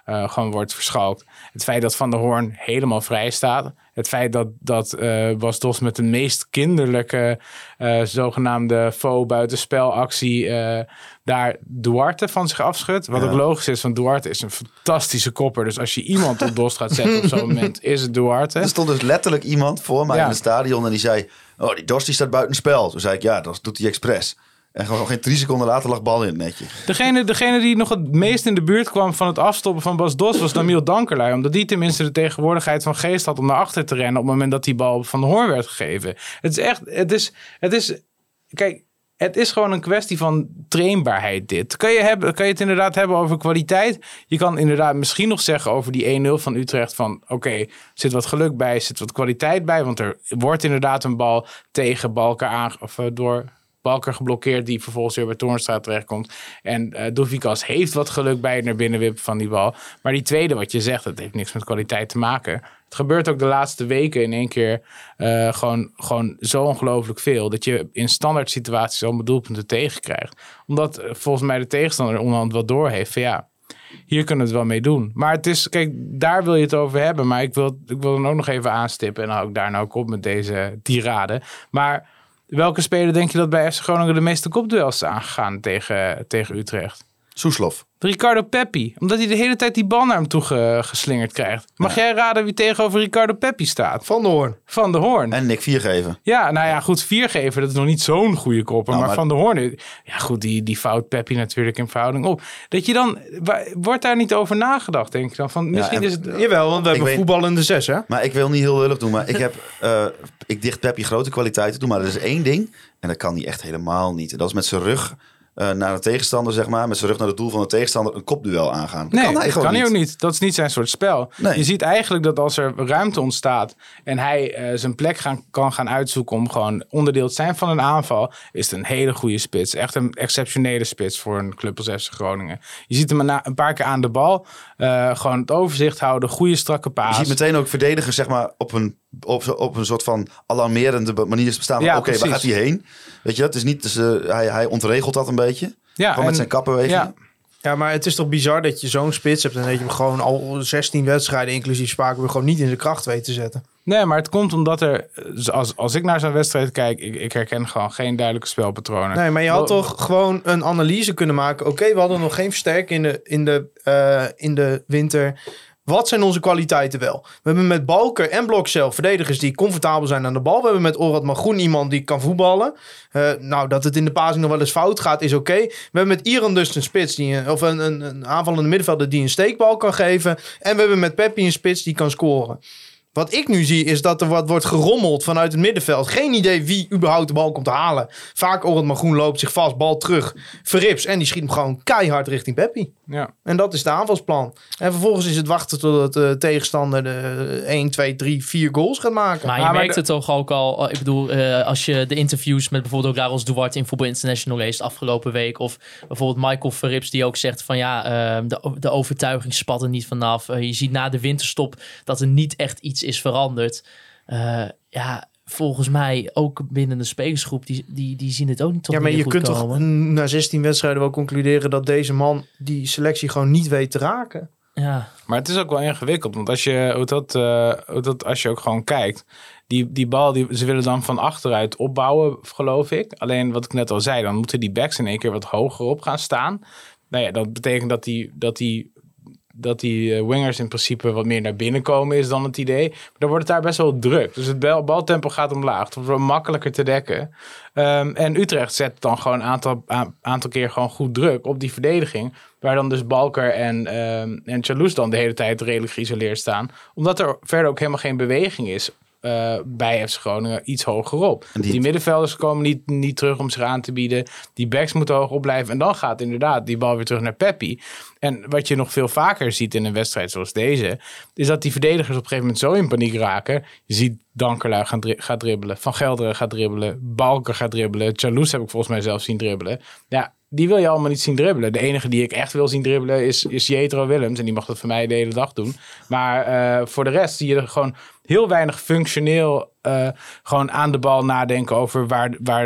uh, gewoon wordt verschalkt. Het feit dat Van der Hoorn helemaal vrij staat. Het feit dat, dat uh, Bas Dost met de meest kinderlijke uh, zogenaamde faux buitenspelactie uh, daar Duarte van zich afschudt. Wat ja. ook logisch is, want Duarte is een fantastische kopper. Dus als je iemand op Dost gaat zetten op zo'n moment, is het Duarte. Er stond dus letterlijk iemand voor mij ja. in het stadion en die zei, oh, die Dost die staat buitenspel. Toen zei ik, ja, dat doet hij expres. En gewoon geen drie seconden later lag bal in het netje. Degene, degene die nog het meest in de buurt kwam van het afstoppen van Bas Dost was Damiel Dankerlui. Omdat die tenminste de tegenwoordigheid van geest had om naar achter te rennen op het moment dat die bal Van der Hoorn werd gegeven. Het is echt, het is, het is, kijk, het is gewoon een kwestie van trainbaarheid dit. Kan je, hebben, kan je het inderdaad hebben over kwaliteit? Je kan inderdaad misschien nog zeggen over die één nul van Utrecht van oké, okay, zit wat geluk bij, zit wat kwaliteit bij. Want er wordt inderdaad een bal tegen Balker aan, of uh, door... Balker geblokkeerd, die vervolgens weer bij Toornstra terechtkomt. En uh, Doevikas heeft wat geluk bij het naar binnen wippen van die bal. Maar die tweede, wat je zegt, dat heeft niks met kwaliteit te maken. Het gebeurt ook de laatste weken in één keer uh, gewoon, gewoon zo ongelooflijk veel. Dat je in standaard situaties al doelpunten tegenkrijgt. Omdat uh, volgens mij de tegenstander onderhand wel door heeft van ja, hier kunnen we het wel mee doen. Maar het is, kijk, daar wil je het over hebben. Maar ik wil, ik wil dan ook nog even aanstippen. En dan hou ik daar nou ook op met deze tirade. Maar welke speler denk je dat bij F C Groningen de meeste kopduels is aangegaan tegen, tegen Utrecht? Soeslof. Ricardo Peppi. Omdat hij de hele tijd die bal naar hem toe ge, geslingerd krijgt. Mag ja. jij raden wie tegenover Ricardo Peppi staat? Van der Hoorn. Van der Hoorn. En Nick Viergever. Ja, nou ja, goed, Viergever, dat is nog niet zo'n goede kopper. Nou, maar, maar Van der Hoorn, ja goed, die, die fout Peppi natuurlijk in verhouding op. Dat je dan, wordt daar niet over nagedacht, denk ik dan? Van, misschien ja, en, is het, jawel, want we hebben weet, voetballende zes, hè? Maar ik wil niet heel lullig doen, maar ik heb, uh, ik dicht Peppi grote kwaliteiten toe. Maar er is één ding, en dat kan hij echt helemaal niet. En dat is met zijn rug Uh, naar de tegenstander, zeg maar, met zijn rug naar het doel van de tegenstander, een kopduel aangaan. Dat nee, kan hij dat gewoon kan niet. hij ook niet. Dat is niet zijn soort spel. Nee. Je ziet eigenlijk dat als er ruimte ontstaat en hij uh, zijn plek gaan, kan gaan uitzoeken om gewoon onderdeel te zijn van een aanval, is het een hele goede spits. Echt een exceptionele spits voor een club als F C Groningen. Je ziet hem een, een paar keer aan de bal, uh, gewoon het overzicht houden, goede strakke paas. Je ziet meteen ook verdedigers, zeg maar, op een Op, op een soort van alarmerende manier staan. Ja, oké, okay, waar gaat hij heen? Weet je, het is niet, dus, uh, hij, hij ontregelt dat een beetje. Ja, gewoon met zijn kapbeweging. Ja. ja, maar het is toch bizar dat je zo'n spits hebt en dat je hem gewoon al zestien wedstrijden, inclusief Spakenburg, gewoon niet in de kracht weet te zetten. Nee, maar het komt omdat er, als, als ik naar zo'n wedstrijd kijk, ik, ik herken gewoon geen duidelijke spelpatronen. Nee, maar je had Wel, toch gewoon een analyse kunnen maken. Oké, okay, we hadden nog geen versterking in de, in de, uh, in de winter. Wat zijn onze kwaliteiten wel? We hebben met Balker en Blokcel verdedigers die comfortabel zijn aan de bal. We hebben met Orad Magroen iemand die kan voetballen. Uh, nou, dat het in de passing nog wel eens fout gaat, is oké. Okay. We hebben met Iran dus een spits, die, of een, een, een aanvallende middenvelder die een steekbal kan geven. En we hebben met Peppi een spits die kan scoren. Wat ik nu zie is dat er wat wordt gerommeld vanuit het middenveld. Geen idee wie überhaupt de bal komt te halen. Vaak Orad Magroen loopt zich vast, bal terug. Verrips en die schiet hem gewoon keihard richting Peppi. Ja. En dat is de aanvalsplan. En vervolgens is het wachten tot de tegenstander de één, twee, drie, vier goals gaat maken. Maar je ah, merkt maar de... het toch ook al. Ik bedoel, uh, als je de interviews met bijvoorbeeld ook Laros Duarte in Voetbal International leest afgelopen week. Of bijvoorbeeld Michael Verrips die ook zegt van ja, uh, de, de overtuiging spat er niet vanaf. Uh, je ziet na de winterstop dat er niet echt iets is veranderd. Uh, ja, volgens mij ook binnen de spelersgroep, die, die, die zien het ook niet tot ja, maar je goed kunt komen. toch na zestien wedstrijden wel concluderen dat deze man die selectie gewoon niet weet te raken. Ja. Maar het is ook wel ingewikkeld, want als je, hoe dat, uh, hoe dat, als je ook gewoon kijkt, die, die bal, die, ze willen dan van achteruit opbouwen, geloof ik. Alleen wat ik net al zei, dan moeten die backs in één keer wat hoger op gaan staan. Nou ja, dat betekent dat die, dat die dat die wingers in principe wat meer naar binnen komen is dan het idee. Maar dan wordt het daar best wel druk. Dus het bal, baltempo gaat omlaag. Het wordt wel makkelijker te dekken. Um, en Utrecht zet dan gewoon een aantal, a- aantal keer gewoon goed druk op die verdediging. Waar dan dus Balker en, um, en Chalous dan de hele tijd redelijk geïsoleerd staan. Omdat er verder ook helemaal geen beweging is. Uh, bij F C Groningen iets hogerop. Die, die middenvelders komen niet, niet terug om zich aan te bieden. Die backs moeten hoog op blijven. En dan gaat inderdaad die bal weer terug naar Peppi. En wat je nog veel vaker ziet in een wedstrijd zoals deze, is dat die verdedigers op een gegeven moment zo in paniek raken. Je ziet Dankerlui gaan dri- gaat dribbelen. Van Gelderen gaat dribbelen. Balker gaat dribbelen. Chalous heb ik volgens mij zelf zien dribbelen. Ja, die wil je allemaal niet zien dribbelen. De enige die ik echt wil zien dribbelen is, is Jetro Willems. En die mag dat voor mij de hele dag doen. Maar uh, voor de rest zie je er gewoon heel weinig functioneel uh, gewoon aan de bal nadenken over waar, waar,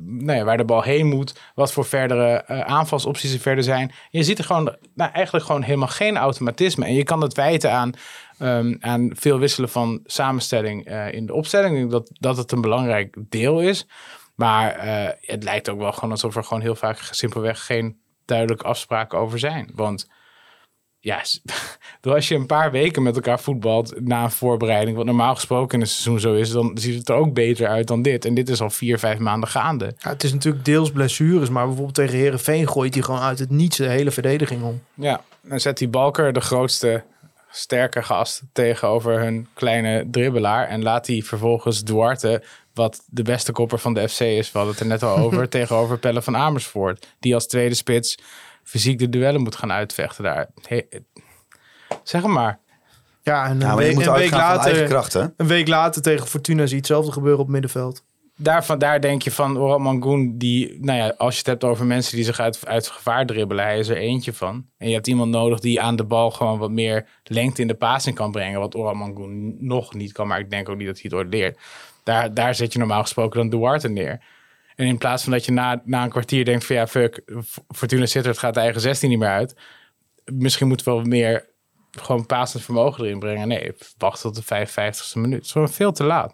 nou ja, waar de bal heen moet. Wat voor verdere uh, aanvalsopties er verder zijn. En je ziet er gewoon nou, eigenlijk gewoon helemaal geen automatisme. En je kan het wijten aan, um, aan veel wisselen van samenstelling uh, in de opstelling. Ik denk dat, dat het een belangrijk deel is. Maar uh, het lijkt ook wel gewoon alsof er gewoon heel vaak simpelweg geen duidelijke afspraken over zijn. Want ja, als je een paar weken met elkaar voetbalt na een voorbereiding, wat normaal gesproken in een seizoen zo is, dan ziet het er ook beter uit dan dit. En dit is al vier, vijf maanden gaande. Ja, het is natuurlijk deels blessures, maar bijvoorbeeld tegen Heerenveen gooit hij gewoon uit het niets de hele verdediging om. Ja, dan zet die Balker, de grootste, sterke gast, tegenover hun kleine dribbelaar en laat hij vervolgens Duarte, wat de beste kopper van de F C is, we hadden het er net al over, tegenover Pelle van Amersfoort, die als tweede spits fysiek de duellen moet gaan uitvechten daar. Hey, zeg hem maar. Ja, en een, Ja, maar je week, moet een, week uitgaan van later, eigen kracht, hè? een week later tegen Fortuna zie je hetzelfde gebeuren op middenveld. Daarvan, daar denk je van Orhan Mangoen, die, nou ja, als je het hebt over mensen die zich uit, uit gevaar dribbelen, hij is er eentje van. En je hebt iemand nodig die aan de bal gewoon wat meer lengte in de passing kan brengen, wat Orhan Mangoen nog niet kan, maar ik denk ook niet dat hij het ooit leert. Daar, daar zet je normaal gesproken dan Duarte neer. En in plaats van dat je na, na een kwartier denkt van ja, fuck, Fortuna Sittard gaat de eigen zestien niet meer uit. Misschien moeten we wel meer gewoon passend vermogen erin brengen. Nee, wacht tot de vijfenvijftigste minuut. Het is gewoon veel te laat.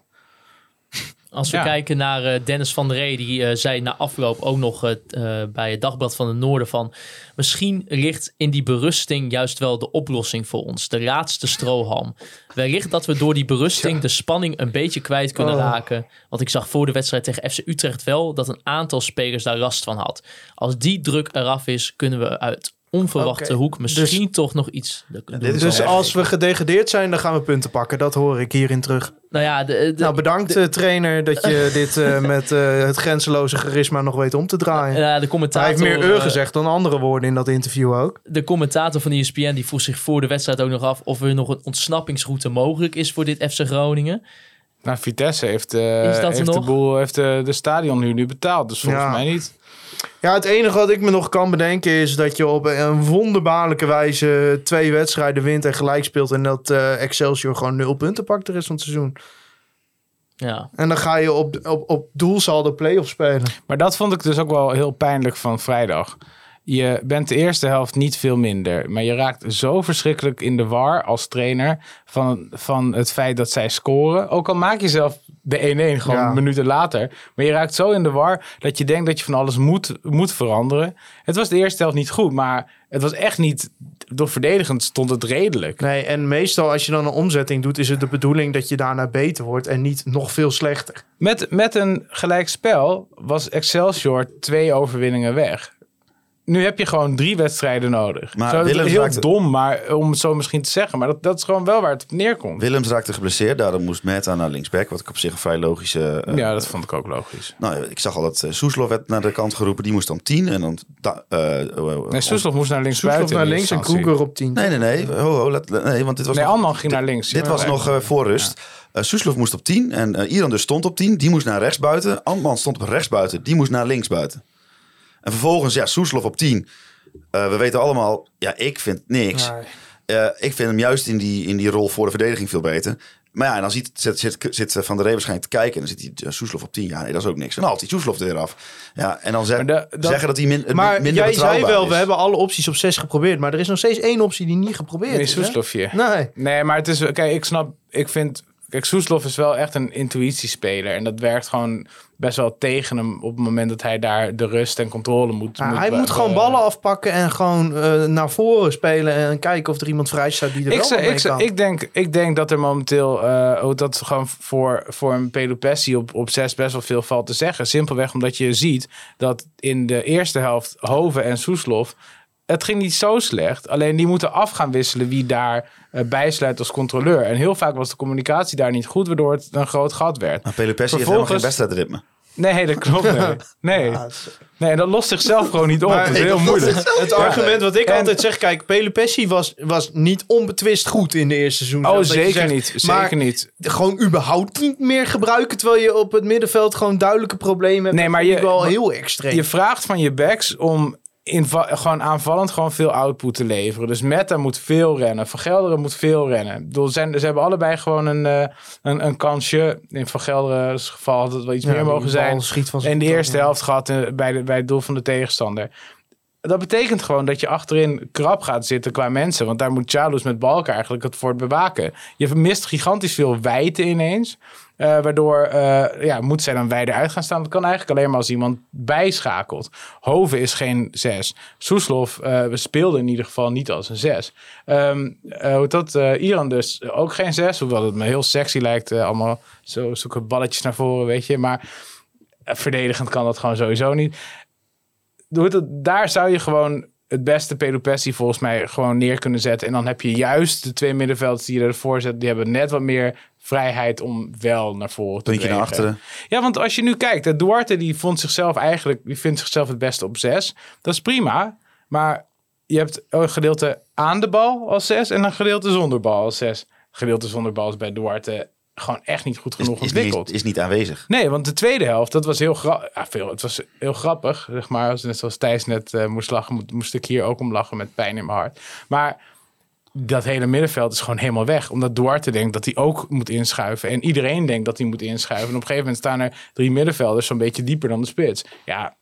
Als we Ja. kijken naar uh, Dennis van der Ree, die uh, zei na afloop ook nog uh, uh, bij het Dagblad van het Noorden van, misschien ligt in die berusting juist wel de oplossing voor ons. De laatste strohalm. Wellicht dat we door die berusting de spanning een beetje kwijt kunnen Oh. raken. Want ik zag voor de wedstrijd tegen F C Utrecht wel dat een aantal spelers daar last van had. Als die druk eraf is, kunnen we uit onverwachte Oké, hoek misschien toch nog iets doen. dit is Dus wel als we gedegradeerd zijn, dan gaan we punten pakken. Dat hoor ik hierin terug. Nou ja, de, de, Nou, bedankt uh, trainer dat je dit uh, met uh, het grenzeloze charisma nog weet om te draaien. ja, de commentator... Hij heeft meer eur uh, gezegd dan andere woorden in dat interview ook. De commentator van E S P N die vroeg zich voor de wedstrijd ook nog af of er nog een ontsnappingsroute mogelijk is voor dit F C Groningen. Nou, Vitesse heeft, uh, Is dat er heeft, de, nog? boel, heeft de, de stadionhuur nu betaald. Dus volgens Ja. mij niet. Ja, het enige wat ik me nog kan bedenken is dat je op een wonderbaarlijke wijze twee wedstrijden wint en gelijk speelt. En dat uh, Excelsior gewoon nul punten pakt de rest van het seizoen. Ja. En dan ga je op, op, op doelsaldo play-off spelen. Maar dat vond ik dus ook wel heel pijnlijk van vrijdag. Je bent de eerste helft niet veel minder. Maar je raakt zo verschrikkelijk in de war als trainer van, van het feit dat zij scoren. Ook al maak je zelf de één-één gewoon Ja. minuten later. Maar je raakt zo in de war dat je denkt dat je van alles moet, moet veranderen. Het was de eerste helft niet goed, maar het was echt niet... Door verdedigend stond het redelijk. Nee, en meestal als je dan een omzetting doet, is het de bedoeling dat je daarna beter wordt en niet nog veel slechter. Met, met een gelijk spel was Excelsior twee overwinningen weg. Nu heb je gewoon drie wedstrijden nodig. Maar Zo, dat is Willems heel raakte- dom, maar om het zo misschien te zeggen. Maar dat, dat is gewoon wel waar het op neerkomt. Willems raakte geblesseerd, daarom moest Meta naar linksback. Wat ik op zich een vrij logische... uh, Ja, dat vond ik ook logisch. Nou, ik zag al dat uh, Soeslof werd naar de kant geroepen. Die moest dan tien. En dan... Da, uh, uh, Nee, Soeslof moest naar links Soeslof buiten. naar in links en eerste instantie. Kruger op tien. Nee, nee, nee. Ho, ho, let, let- nee, want dit was Nee, nog, Alman ging naar links. dit Ja, was ja. nog uh, voor rust. Uh, Soeslof moest op tien. En uh, Iran dus stond op tien. Die moest naar rechts buiten. Alman stond op rechts buiten. Die moest naar links buiten. En vervolgens, ja, Soeslof op tien. Uh, we weten allemaal, ja, ik vind niks. Nee. Uh, ik vind hem juist in die, in die rol voor de verdediging veel beter. Maar ja, en dan ziet, zit, zit, zit Van der Ree waarschijnlijk te kijken. En dan zit hij uh, Soeslof op tien. Ja, nee, dat is ook niks. En dan haalt hij Soeslof er weer af. Ja, en dan zeg, Maar de- dat- zeggen dat hij min, Maar minder jij betrouwbaar zei wel, is. we hebben alle opties op zes geprobeerd. Maar er is nog steeds één optie die niet geprobeerd Nee, is. hè? Soeslofje. Nee. Nee, maar het is... Kijk, ik snap... Ik vind... Kijk, Soeslof is wel echt een intuïtiespeler. En dat werkt gewoon best wel tegen hem op het moment dat hij daar de rust en controle moet... Ja, moet hij be- moet gewoon be- ballen afpakken en gewoon uh, naar voren spelen. En kijken of er iemand vrij staat die er Ik, wel zeg- mee ik, zeg- kan. ik, denk, ik denk dat er momenteel uh, ook dat gewoon voor, voor een Pelupessi op, op zes best wel veel valt te zeggen. Simpelweg omdat je ziet dat in de eerste helft Hoven en Soeslof... Het ging niet zo slecht. Alleen die moeten af gaan wisselen wie daar uh, bijsluit als controleur. En heel vaak was de communicatie daar niet goed, waardoor het een groot gat werd. Maar Pelupessi heeft helemaal geen Vervolgens- wedstrijdritme. Nee, dat klopt. Nee, nee. Ja, het is- nee dat lost zichzelf gewoon niet op. Maar dat is ik- heel moeilijk. Het argument wat ik En- altijd zeg, kijk, Pelupessi was, was niet onbetwist goed in de eerste seizoen. Oh, Dat je zeker zegt, niet. maar Zeker niet. gewoon überhaupt niet meer gebruiken, terwijl je op het middenveld gewoon duidelijke problemen hebt. Nee, maar Dat vind je- ik wel heel extreem. Je vraagt van je backs om inva- gewoon aanvallend gewoon veel output te leveren. Dus Meta moet veel rennen. Van Gelderen moet veel rennen. Ik bedoel, zijn, ze hebben allebei gewoon een, uh, een, een kansje. In Van Gelderen's geval had het wel iets Ja, meer mogen zijn. In de eerste ja. helft gehad uh, bij, de, bij het doel van de tegenstander. Dat betekent gewoon dat je achterin krap gaat zitten qua mensen. Want daar moet Tjalus met Balken eigenlijk het voor bewaken. Je mist gigantisch veel wijdte ineens. Uh, waardoor uh, ja, moet zij dan wijder uit gaan staan. Dat kan eigenlijk alleen maar als iemand bijschakelt. Hoven is geen zes. Soeslof uh, speelde in ieder geval niet als een zes. Um, uh, hoe dat? Uh, Iran dus ook geen zes. Hoewel het me heel sexy lijkt. Uh, allemaal zo zoeken balletjes naar voren, weet je. Maar uh, verdedigend kan dat gewoon sowieso niet. Daar zou je gewoon het beste Pelopessi volgens mij gewoon neer kunnen zetten. En dan heb je juist de twee middenvelders die je ervoor zet. Die hebben net wat meer vrijheid om wel naar voren te Puntje naar achteren. Ja, want als je nu kijkt. Duarte die vond zichzelf eigenlijk. Die vindt zichzelf het beste op zes. Dat is prima. Maar je hebt een gedeelte aan de bal als zes. En een gedeelte zonder bal als zes. Gedeelte zonder bal is bij Duarte gewoon echt niet goed genoeg is, is ontwikkeld. Niet, is niet aanwezig. Nee, want de tweede helft, dat was heel, gra- ja, veel, het was heel grappig. Zeg maar, net zoals Thijs net uh, moest lachen, moest, moest ik hier ook om lachen met pijn in mijn hart. Maar dat hele middenveld is gewoon helemaal weg. Omdat Duarte denkt dat hij ook moet inschuiven. En iedereen denkt dat hij moet inschuiven. En op een gegeven moment staan er drie middenvelders zo'n beetje dieper dan de spits. Ja,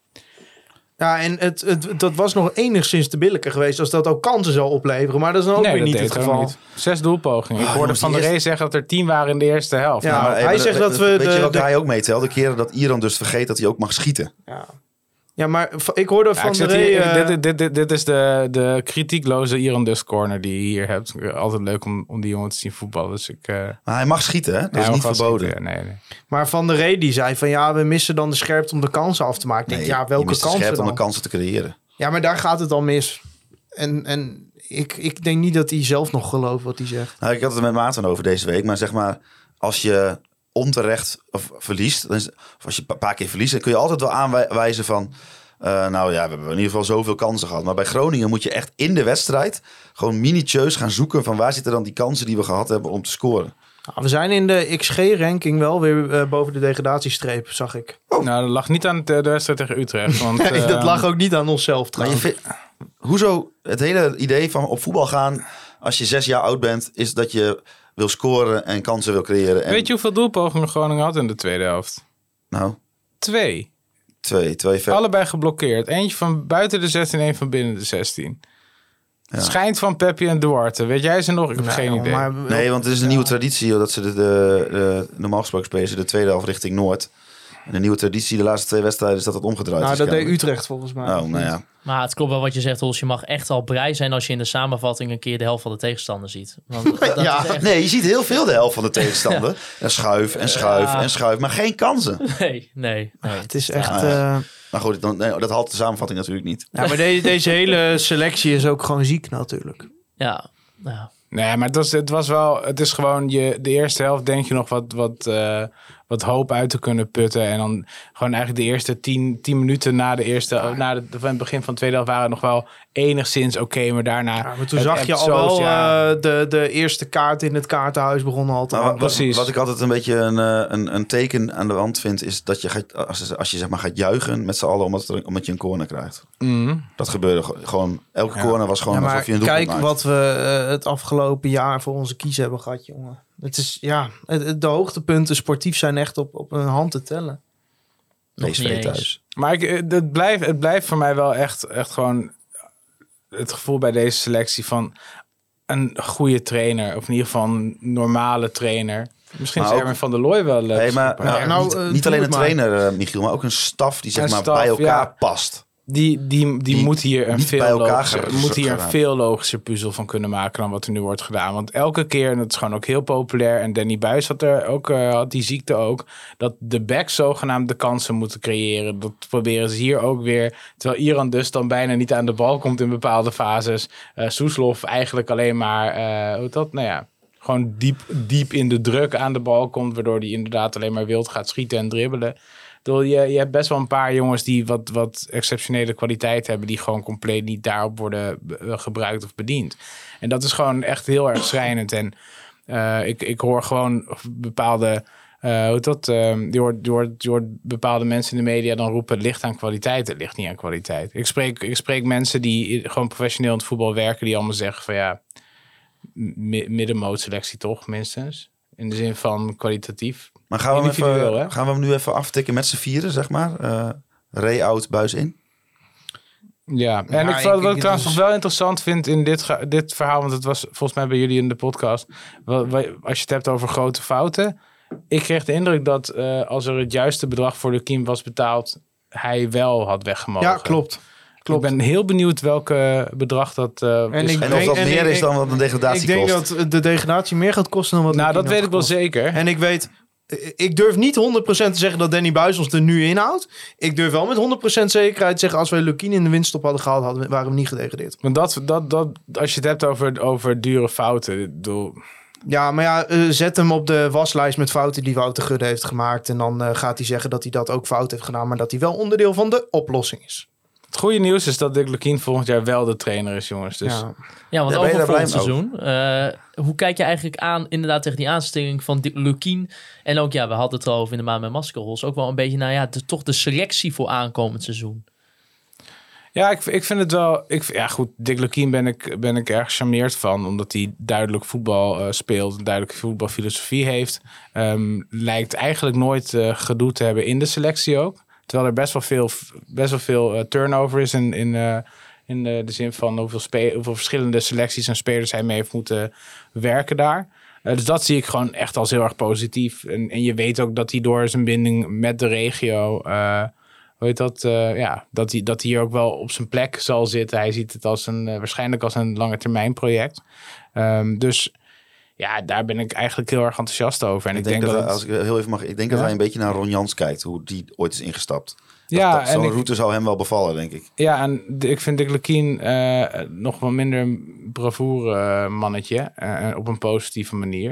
Ja, en het, het, dat was nog enigszins te billijker geweest als dat ook kansen zou opleveren. Maar dat is dan ook nee, weer dat niet het deed ook geval. niet. Zes doelpogingen. Ik Ah, hoorde jongens, Van der die Ree zeggen dat er tien waren in de eerste helft. Ja, Nou, hij maar, zegt maar, dat we Weet de- je welke de- hij ook meetelt? De keren dat Iran dus vergeet dat hij ook mag schieten. Ja. ja, maar v- ik hoorde ja, van ik de zit hier- Ree... uh, dit, dit, dit, dit is de, de kritiekloze Iran Dus corner die je hier hebt. Altijd leuk om, om die jongen te zien voetballen. Dus ik, uh, Maar hij mag schieten, hè? Dat is niet verboden. Ja, nee, nee. Maar Van der Ree die zei van ja, we missen dan de scherpte om de kansen af te maken. Ik denk, Nee, ja, je welke mist de kansen scherpte om dan? de kansen te creëren. Ja, maar daar gaat het al mis. En, en ik, ik denk niet dat hij zelf nog gelooft wat hij zegt. Nou, ik had het er met Maarten over deze week. Maar zeg maar, als je onterecht of verliest... Dan is, of als je een paar keer verliest... dan kun je altijd wel aanwijzen van... Uh, nou ja, we hebben in ieder geval zoveel kansen gehad. Maar bij Groningen moet je echt in de wedstrijd... gewoon minutieus gaan zoeken... van waar zitten dan die kansen die we gehad hebben om te scoren. Nou, we zijn in de X G-ranking wel weer uh, boven de degradatiestreep, zag ik. Nou, dat lag niet aan de, de wedstrijd tegen Utrecht. Want, Nee, uh, dat lag ook niet aan onszelf Maar je trouwens. vindt, hoezo het hele idee van op voetbal gaan... als je zes jaar oud bent... is dat je wil scoren en kansen wil creëren. En, Weet je hoeveel doelpogingen Groningen had in de tweede helft? Nou, Twee. twee. twee ver... Allebei geblokkeerd. Eentje van buiten de zestien, één van binnen de zestien. Ja. Schijnt van Peppi en Duarte. Weet jij ze nog? Ik heb Nou, geen idee. maar- Nee, want het is een nieuwe traditie... joh, dat ze de, de, de normaal gesproken spelen ze de tweede helft richting Noord... En de nieuwe traditie, de laatste twee wedstrijden, is dat het omgedraaid Nou, is. dat deed kennelijk. Utrecht volgens mij. Oh, nou ja. Maar het klopt wel wat je zegt, Hols. Je mag echt al blij zijn als je in de samenvatting een keer de helft van de tegenstander ziet. Want dat Ja. is echt... Nee, je ziet heel veel de helft van de tegenstander. En schuif en schuif Ja. en schuif, maar geen kansen. Nee, nee, nee. Het is echt... Ja, ja. uh, Maar goed, dan, nee, dat haalt de samenvatting natuurlijk niet. ja, maar de- deze hele selectie is ook gewoon ziek natuurlijk. Ja, ja. Nee, maar het was, het was wel... Het is gewoon... Je, de eerste helft denk je nog wat, wat, uh, wat hoop uit te kunnen putten. En dan gewoon eigenlijk de eerste tien, tien minuten na de eerste... Ja. Na de, van het begin van de tweede helft waren nog wel enigszins oké. Okay, maar daarna... Ja, maar toen het, zag het je al zo, wel ja, uh, de, de eerste kaart in het kaartenhuis begonnen al te Maar wat, hangen. wat, Precies. wat ik altijd een beetje een, uh, een, een teken aan de wand vind... is dat je, gaat, als, als je zeg maar gaat juichen met z'n allen omdat, er, omdat je een corner krijgt. mm. Dat gebeurde ge- gewoon. Elke Ja. corner was gewoon Ja, maar alsof je een doelpunt kijk maakt. wat we uh, het afgelopen jaar voor onze kies hebben gehad, jongen. Het is, ja, het, het- de hoogtepunten sportief zijn echt op, op een hand te tellen. Nog P S niet V eens. thuis. Maar ik, het, blijft, het blijft voor mij wel echt, echt gewoon het gevoel bij deze selectie van een goede trainer. Of in ieder geval een normale trainer. Misschien Maar is ook- Erwin van der Looy wel leuk. Nee, maar nou, Ja, nou, niet, uh, niet doe alleen een het maar. trainer, uh, Michiel, maar ook een staf die zeg Een maar staf, bij elkaar ja. past. Die, die, die, Die moet hier een niet veel bij elkaar logischer, gaan- moet hier een gaan. veel logischer puzzel van kunnen maken dan wat er nu wordt gedaan. Want elke keer, en dat is gewoon ook heel populair, en Danny Buijs had er ook, uh, had die ziekte ook, dat de backs zogenaamd de kansen moeten creëren. Dat proberen ze hier ook weer. Terwijl Iran dus dan bijna niet aan de bal komt in bepaalde fases. Uh, Soeslof eigenlijk alleen maar, uh, hoe heet dat? Nou ja, gewoon diep, diep in de druk aan de bal komt, waardoor hij inderdaad alleen maar wild gaat schieten en dribbelen. Je, je hebt best wel een paar jongens die wat, wat exceptionele kwaliteit hebben, die gewoon compleet niet daarop worden be- gebruikt of bediend. En dat is gewoon echt heel erg schrijnend. En uh, ik, ik hoor gewoon bepaalde Uh, hoe dat, um, die, hoort, die, hoort, die hoort bepaalde mensen in de media dan roepen... het ligt aan kwaliteit, het ligt niet aan kwaliteit. Ik spreek, ik spreek mensen die gewoon professioneel in het voetbal werken... die allemaal zeggen van ja, mi- middenmoot selectie toch minstens. In de zin van kwalitatief. Maar gaan we, hem Individueel, even, hè? gaan we hem nu even aftikken met z'n vieren, zeg maar? Uh, Ray-out, buis in. Ja, en Ja, ik, wat, ik- wat ik ik- trouwens dus- nog wel interessant vind in dit, ge- dit verhaal... want het was volgens mij bij jullie in de podcast... Wel, wel, als je het hebt over grote fouten... ik kreeg de indruk dat uh, als er het juiste bedrag voor Lukien was betaald... hij wel had weggemogen. Ja, klopt. klopt. Ik ben heel benieuwd welke bedrag dat uh, En is. ik En denk- of dat en meer ik- is dan wat een degradatie Ik denk kost. dat de degradatie meer gaat kosten dan wat nou, Lukien dat weet had ik wel gekost. zeker. En ik weet... Ik durf niet honderd procent te zeggen dat Danny Buis ons er nu inhoudt. Ik durf wel met honderd procent zekerheid te zeggen... als wij Lukien in de winststop hadden gehaald... Hadden, waren we niet gedegradeerd. Want dat, dat, dat, als je het hebt over, over dure fouten... Ik bedoel, Ja, maar ja, uh, zet hem op de waslijst met fouten die Wouter Gudde heeft gemaakt. En dan uh, gaat hij zeggen dat hij dat ook fout heeft gedaan... maar dat hij wel onderdeel van de oplossing is. het goede nieuws is dat Dick Lukien volgend jaar wel de trainer is, jongens. Dus Ja. Ja, want Ja, ben je over daar volgend blij seizoen. Uh, hoe kijk je eigenlijk aan inderdaad tegen die aanstelling van Dick Lukien? En ook, ja, we hadden het al over in de maand met Maskerhols. Ook wel een beetje, nou ja, de, toch de selectie voor aankomend seizoen. Ja, ik, ik vind het wel... Ik, ja, goed, Dick Lukien ben ik, ben ik erg gecharmeerd van... omdat hij duidelijk voetbal uh, speelt... een duidelijke voetbalfilosofie heeft. Um, lijkt eigenlijk nooit uh, gedoe te hebben in de selectie ook. Terwijl er best wel veel, best wel veel uh, turnover is... in, in, uh, in uh, de zin van hoeveel, spe- hoeveel verschillende selecties... en spelers hij mee heeft moeten werken daar. Uh, dus dat zie ik gewoon echt als heel erg positief. En, en je weet ook dat hij door zijn binding met de regio... Uh, Hoe heet dat? Uh, ja, dat hij, dat hij hier ook wel op zijn plek zal zitten. Hij ziet het als een, uh, waarschijnlijk als een lange termijn project. Um, dus ja, daar ben ik eigenlijk heel erg enthousiast over. En Ik ik, denk, denk dat, dat, hij, als ik heel even mag, ik denk Ja? dat hij een beetje naar Ron Jans kijkt, hoe die ooit is ingestapt. ja, dat, dat, zo'n en ik, route zou hem wel bevallen, denk ik. ja, en de, ik vind Dick Lukien uh, nog wel minder een bravoure uh, mannetje. Uh, op een positieve manier.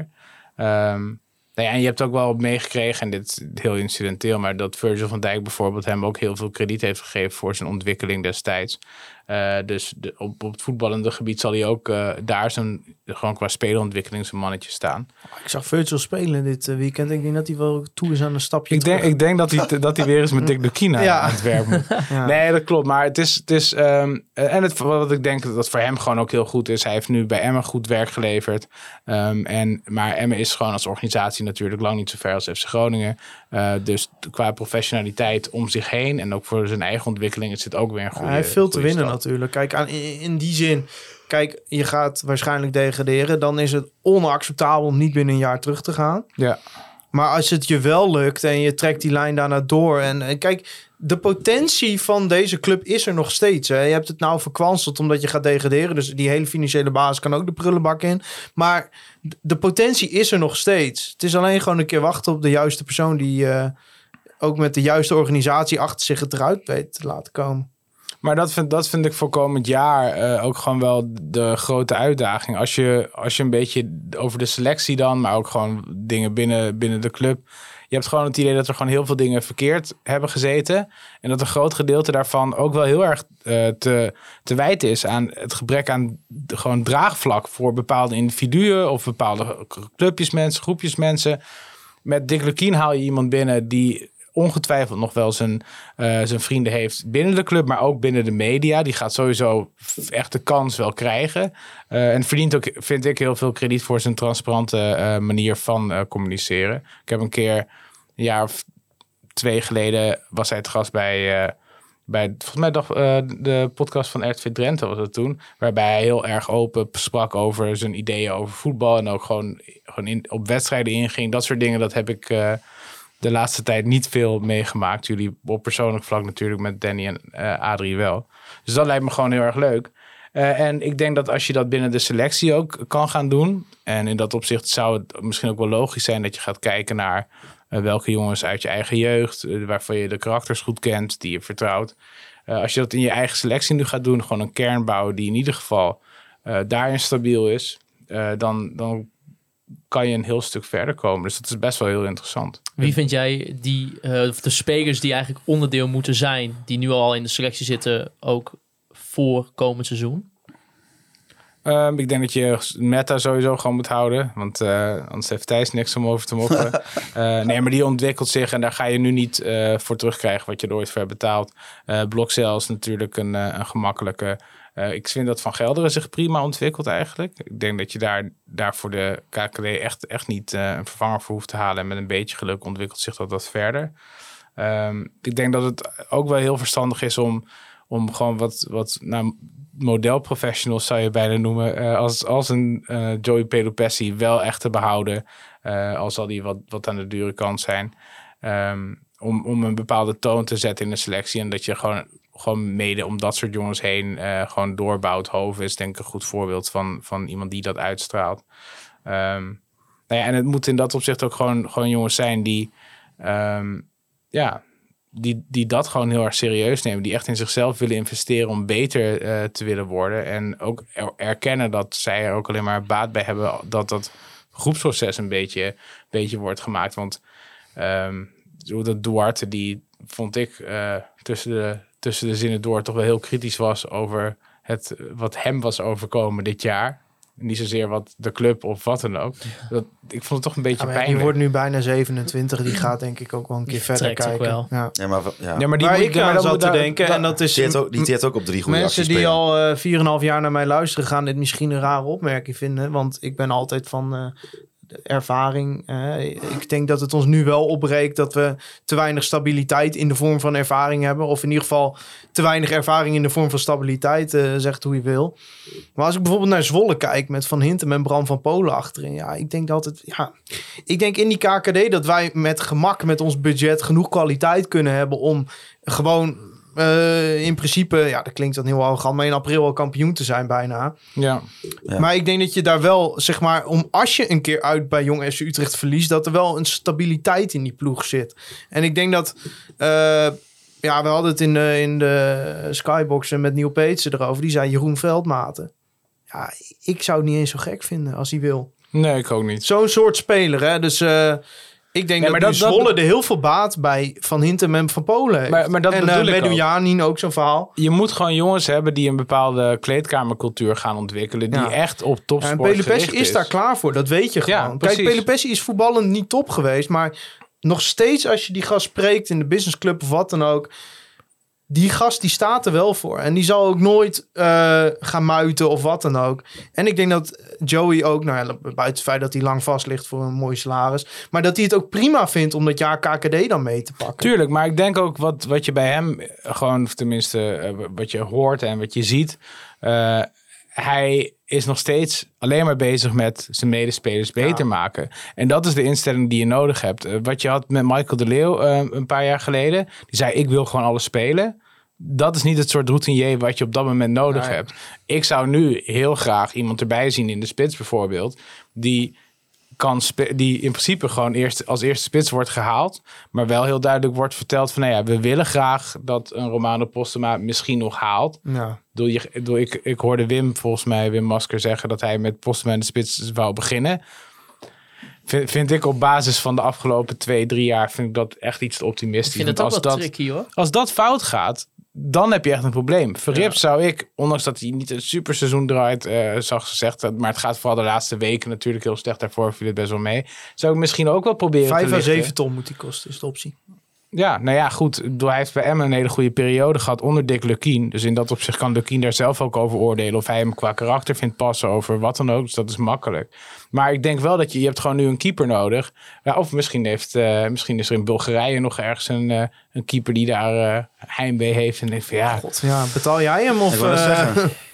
Um, Nou ja, en je hebt ook wel meegekregen, en dit is heel incidenteel, maar dat Virgil van Dijk bijvoorbeeld hem ook heel veel krediet heeft gegeven voor zijn ontwikkeling destijds. Uh, dus de, op, op het voetballende gebied zal hij ook uh, daar zijn, gewoon qua spelontwikkeling zijn mannetje staan. Ik zag Virgil spelen dit uh, weekend. Ik denk dat hij wel toe is aan een stapje Ik denk, terug. ik denk dat hij, dat hij weer eens met Dick Lukien aan, Ja. aan het werk moet. Ja. Nee, dat klopt. Maar het is... Het is um, en het, wat ik denk dat voor hem gewoon ook heel goed is. Hij heeft nu bij Emmen goed werk geleverd. Um, en, maar Emmen is gewoon als organisatie natuurlijk lang niet zo ver als F C Groningen. Uh, dus qua professionaliteit om zich heen en ook voor zijn eigen ontwikkeling is het ook weer een goede. Hij heeft veel te goede winnen stap. natuurlijk. Kijk, aan, in, in die zin... Kijk, je gaat waarschijnlijk degraderen. Dan is het onacceptabel om niet binnen een jaar terug te gaan. Ja. Maar als het je wel lukt en je trekt die lijn daarna door... En, en kijk, de potentie van deze club is er nog steeds. Hè. Je hebt het nou verkwanseld omdat je gaat degraderen. Dus die hele financiële basis kan ook de prullenbak in. Maar de potentie is er nog steeds. Het is alleen gewoon een keer wachten op de juiste persoon... die uh, ook met de juiste organisatie achter zich het eruit weet te laten komen. Maar dat vind, dat vind ik voor komend jaar uh, ook gewoon wel de grote uitdaging. Als je, als je een beetje over de selectie dan, maar ook gewoon dingen binnen, binnen de club. Je hebt gewoon het idee dat er gewoon heel veel dingen verkeerd hebben gezeten. En dat een groot gedeelte daarvan ook wel heel erg uh, te, te wijten is aan het gebrek aan de, gewoon draagvlak voor bepaalde individuen of bepaalde clubjes mensen, groepjes mensen. Met Dick Lukien haal je iemand binnen die ongetwijfeld nog wel zijn, uh, zijn vrienden heeft binnen de club, maar ook binnen de media. Die gaat sowieso echt de kans wel krijgen. Uh, en verdient ook, vind ik, heel veel krediet voor zijn transparante uh, manier van uh, communiceren. Ik heb een keer, een jaar of twee geleden, was hij het gast bij, uh, bij volgens mij dacht, uh, de podcast van R T V Drenthe was het toen, waarbij hij heel erg open sprak over zijn ideeën over voetbal en ook gewoon, gewoon in, op wedstrijden inging. Dat soort dingen, dat heb ik... Uh, de laatste tijd niet veel meegemaakt. Jullie op persoonlijk vlak natuurlijk met Danny en uh, Adrie wel. Dus dat lijkt me gewoon heel erg leuk. Uh, en ik denk dat als je dat binnen de selectie ook kan gaan doen... en in dat opzicht zou het misschien ook wel logisch zijn... dat je gaat kijken naar uh, welke jongens uit je eigen jeugd... Uh, waarvan je de karakters goed kent, die je vertrouwt. Uh, als je dat in je eigen selectie nu gaat doen... gewoon een kern bouwen die in ieder geval uh, daarin stabiel is... Uh, dan... dan kan je een heel stuk verder komen. Dus dat is best wel heel interessant. Wie vind jij die, uh, of de spelers die eigenlijk onderdeel moeten zijn... die nu al in de selectie zitten, ook voor komend seizoen? Um, ik denk dat je Meta sowieso gewoon moet houden. Want uh, anders heeft Thijs niks om over te mopperen. uh, nee, maar die ontwikkelt zich. En daar ga je nu niet uh, voor terugkrijgen wat je er ooit voor hebt betaald. Uh, Blockcel is natuurlijk een, uh, een gemakkelijke. Uh, ik vind dat Van Gelderen zich prima ontwikkelt eigenlijk. Ik denk dat je daar, daar voor de K K D echt, echt niet uh, een vervanger voor hoeft te halen. En met een beetje geluk ontwikkelt zich dat wat verder. Um, ik denk dat het ook wel heel verstandig is om, om gewoon wat... wat nou, modelprofessionals zou je bijna noemen, uh, als, als een uh, Joey Pelupessy wel echt te behouden, uh, al zal die wat, wat aan de dure kant zijn, um, om, om een bepaalde toon te zetten in de selectie en dat je gewoon, gewoon mede om dat soort jongens heen uh, gewoon doorbouwt. Hoven is denk ik een goed voorbeeld van, van iemand die dat uitstraalt. Um, nou ja, en het moet in dat opzicht ook gewoon, gewoon jongens zijn die um, ja, Die, die dat gewoon heel erg serieus nemen. Die echt in zichzelf willen investeren om beter uh, te willen worden. En ook er, erkennen dat zij er ook alleen maar baat bij hebben dat dat groepsproces een beetje, beetje wordt gemaakt. Want um, dat Duarte, die vond ik uh, tussen, de, tussen de zinnen door toch wel heel kritisch was over het, wat hem was overkomen dit jaar. Niet zozeer wat de club of wat dan ook. Dat, ik vond het toch een beetje ja, pijnlijk. Die wordt nu bijna zevenentwintig. Die gaat denk ik ook wel een keer verder kijken. Wel. Ja. Ja, maar, ja. Ja, maar die maar ik aan ja, zat te denken. Da, en dat is, die heeft ook, die heeft ook op drie goede mensen die al vier en een half jaar naar mij luisteren... gaan dit misschien een rare opmerking vinden. Want ik ben altijd van... Uh, ervaring. Uh, ik denk dat het ons nu wel opbreekt dat we te weinig stabiliteit in de vorm van ervaring hebben. Of in ieder geval te weinig ervaring in de vorm van stabiliteit, uh, zegt hoe je wil. Maar als ik bijvoorbeeld naar Zwolle kijk met Van Hintem en Bram van Polen achterin. Ja, ik denk dat het... Ja, ik denk in die K K D dat wij met gemak met ons budget genoeg kwaliteit kunnen hebben om gewoon... Uh, in principe, ja, dat klinkt dan heel arrogant, maar in april al kampioen te zijn bijna. Ja. ja. Maar ik denk dat je daar wel, zeg maar, om als je een keer uit bij Jong F C Utrecht verliest, dat er wel een stabiliteit in die ploeg zit. En ik denk dat, uh, ja, we hadden het in de, in de Skyboxen met Neil Peetsen erover. Die zei Jeroen Veldmaten. Ja, ik zou het niet eens zo gek vinden als hij wil. Nee, ik ook niet. Zo'n soort speler, hè. Dus... Uh, Ik denk nee, dat, dat Zwolle dat... er heel veel baat bij Van Hintem en Van Polen heeft. Maar, maar dat en uh, Medunjanin ook zo'n verhaal. Je moet gewoon jongens hebben die een bepaalde kleedkamercultuur gaan ontwikkelen. Die ja. echt op topsport ja, en Pelupessy is. is daar klaar voor. Dat weet je gewoon. Ja, Kijk, Pelupessy is voetballend niet top geweest. Maar nog steeds als je die gast spreekt in de businessclub of wat dan ook... Die gast die staat er wel voor. En die zal ook nooit uh, gaan muiten of wat dan ook. En ik denk dat Joey ook... Nou ja, buiten het feit dat hij lang vast ligt voor een mooi salaris. Maar dat hij het ook prima vindt om dat jaar K K D dan mee te pakken. Tuurlijk, maar ik denk ook wat, wat je bij hem... Gewoon, of tenminste, uh, wat je hoort en wat je ziet... Uh, hij is nog steeds alleen maar bezig met zijn medespelers beter ja. maken. En dat is de instelling die je nodig hebt. Uh, wat je had met Michael de Leeuw uh, een paar jaar geleden. Die zei, ik wil gewoon alles spelen. Dat is niet het soort routinier wat je op dat moment nodig nee. hebt. Ik zou nu heel graag iemand erbij zien in de spits bijvoorbeeld. Die... Kan spe- die in principe gewoon eerst als eerste spits wordt gehaald. Maar wel heel duidelijk wordt verteld van... nou ja, we willen graag dat een Romano Postema misschien nog haalt. Ja. Doe je, doe ik, ik hoorde Wim, volgens mij, Wim Masker zeggen... dat hij met Postema in de spits wou beginnen. Vind, vind ik op basis van de afgelopen twee, drie jaar... vind ik dat echt iets te optimistisch. Ik vind het ook wel dat, tricky, hoor. Als dat fout gaat... dan heb je echt een probleem. Verrips ja. zou ik, ondanks dat hij niet een super seizoen draait, uh, zag gezegd, maar het gaat vooral de laatste weken natuurlijk heel slecht. Daarvoor viel het best wel mee. Zou ik misschien ook wel proberen Vijf te à zeven ton moet die kosten, is de optie. Ja, nou ja, goed. Hij heeft bij Emmen een hele goede periode gehad onder Dick Lukien. Dus in dat opzicht kan Lukien daar zelf ook over oordelen. Of hij hem qua karakter vindt passen over wat dan ook. Dus dat is makkelijk. Maar ik denk wel dat je, je hebt gewoon nu een keeper nodig. Ja, of misschien, heeft, uh, misschien is er in Bulgarije nog ergens een, uh, een keeper die daar uh, heimwee heeft. En denkt van ja... God, ja, betaal jij hem of... Uh...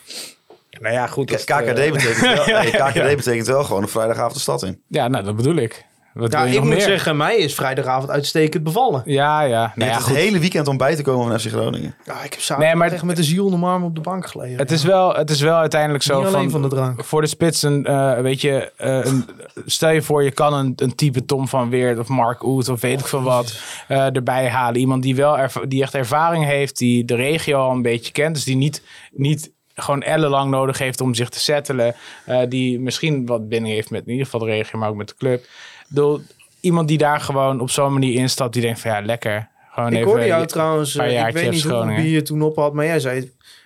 nou ja, goed. K K D betekent wel, ja, ja, K K D ja. betekent wel gewoon een vrijdagavond de stad in. Ja, nou dat bedoel ik. Wat ja, ik moet meer? zeggen, mij is vrijdagavond uitstekend bevallen. Ja, ja. Nou ja, het hele weekend om bij te komen van F C Groningen. Ja, ik heb zaterdag nee, maar echt met de ziel onder mijn arm op de bank gelegen. Het, ja. is, wel, het is wel uiteindelijk zo Niet van, van de drank. Voor de spitsen, uh, weet je, uh, een, stel je voor je kan een, een type Tom van Weert of Mark Oet of weet ik veel wat uh, erbij halen. Iemand die wel erva- die echt ervaring heeft, die de regio al een beetje kent, dus die niet... niet gewoon ellenlang nodig heeft om zich te settelen. Uh, die misschien wat binding heeft met in ieder geval de regio, maar ook met de club. Door iemand die daar gewoon op zo'n manier instapt, die denkt van ja, lekker. Gewoon ik even hoorde jou trouwens, ik weet niet hoeveel bier je toen op had, maar jij zei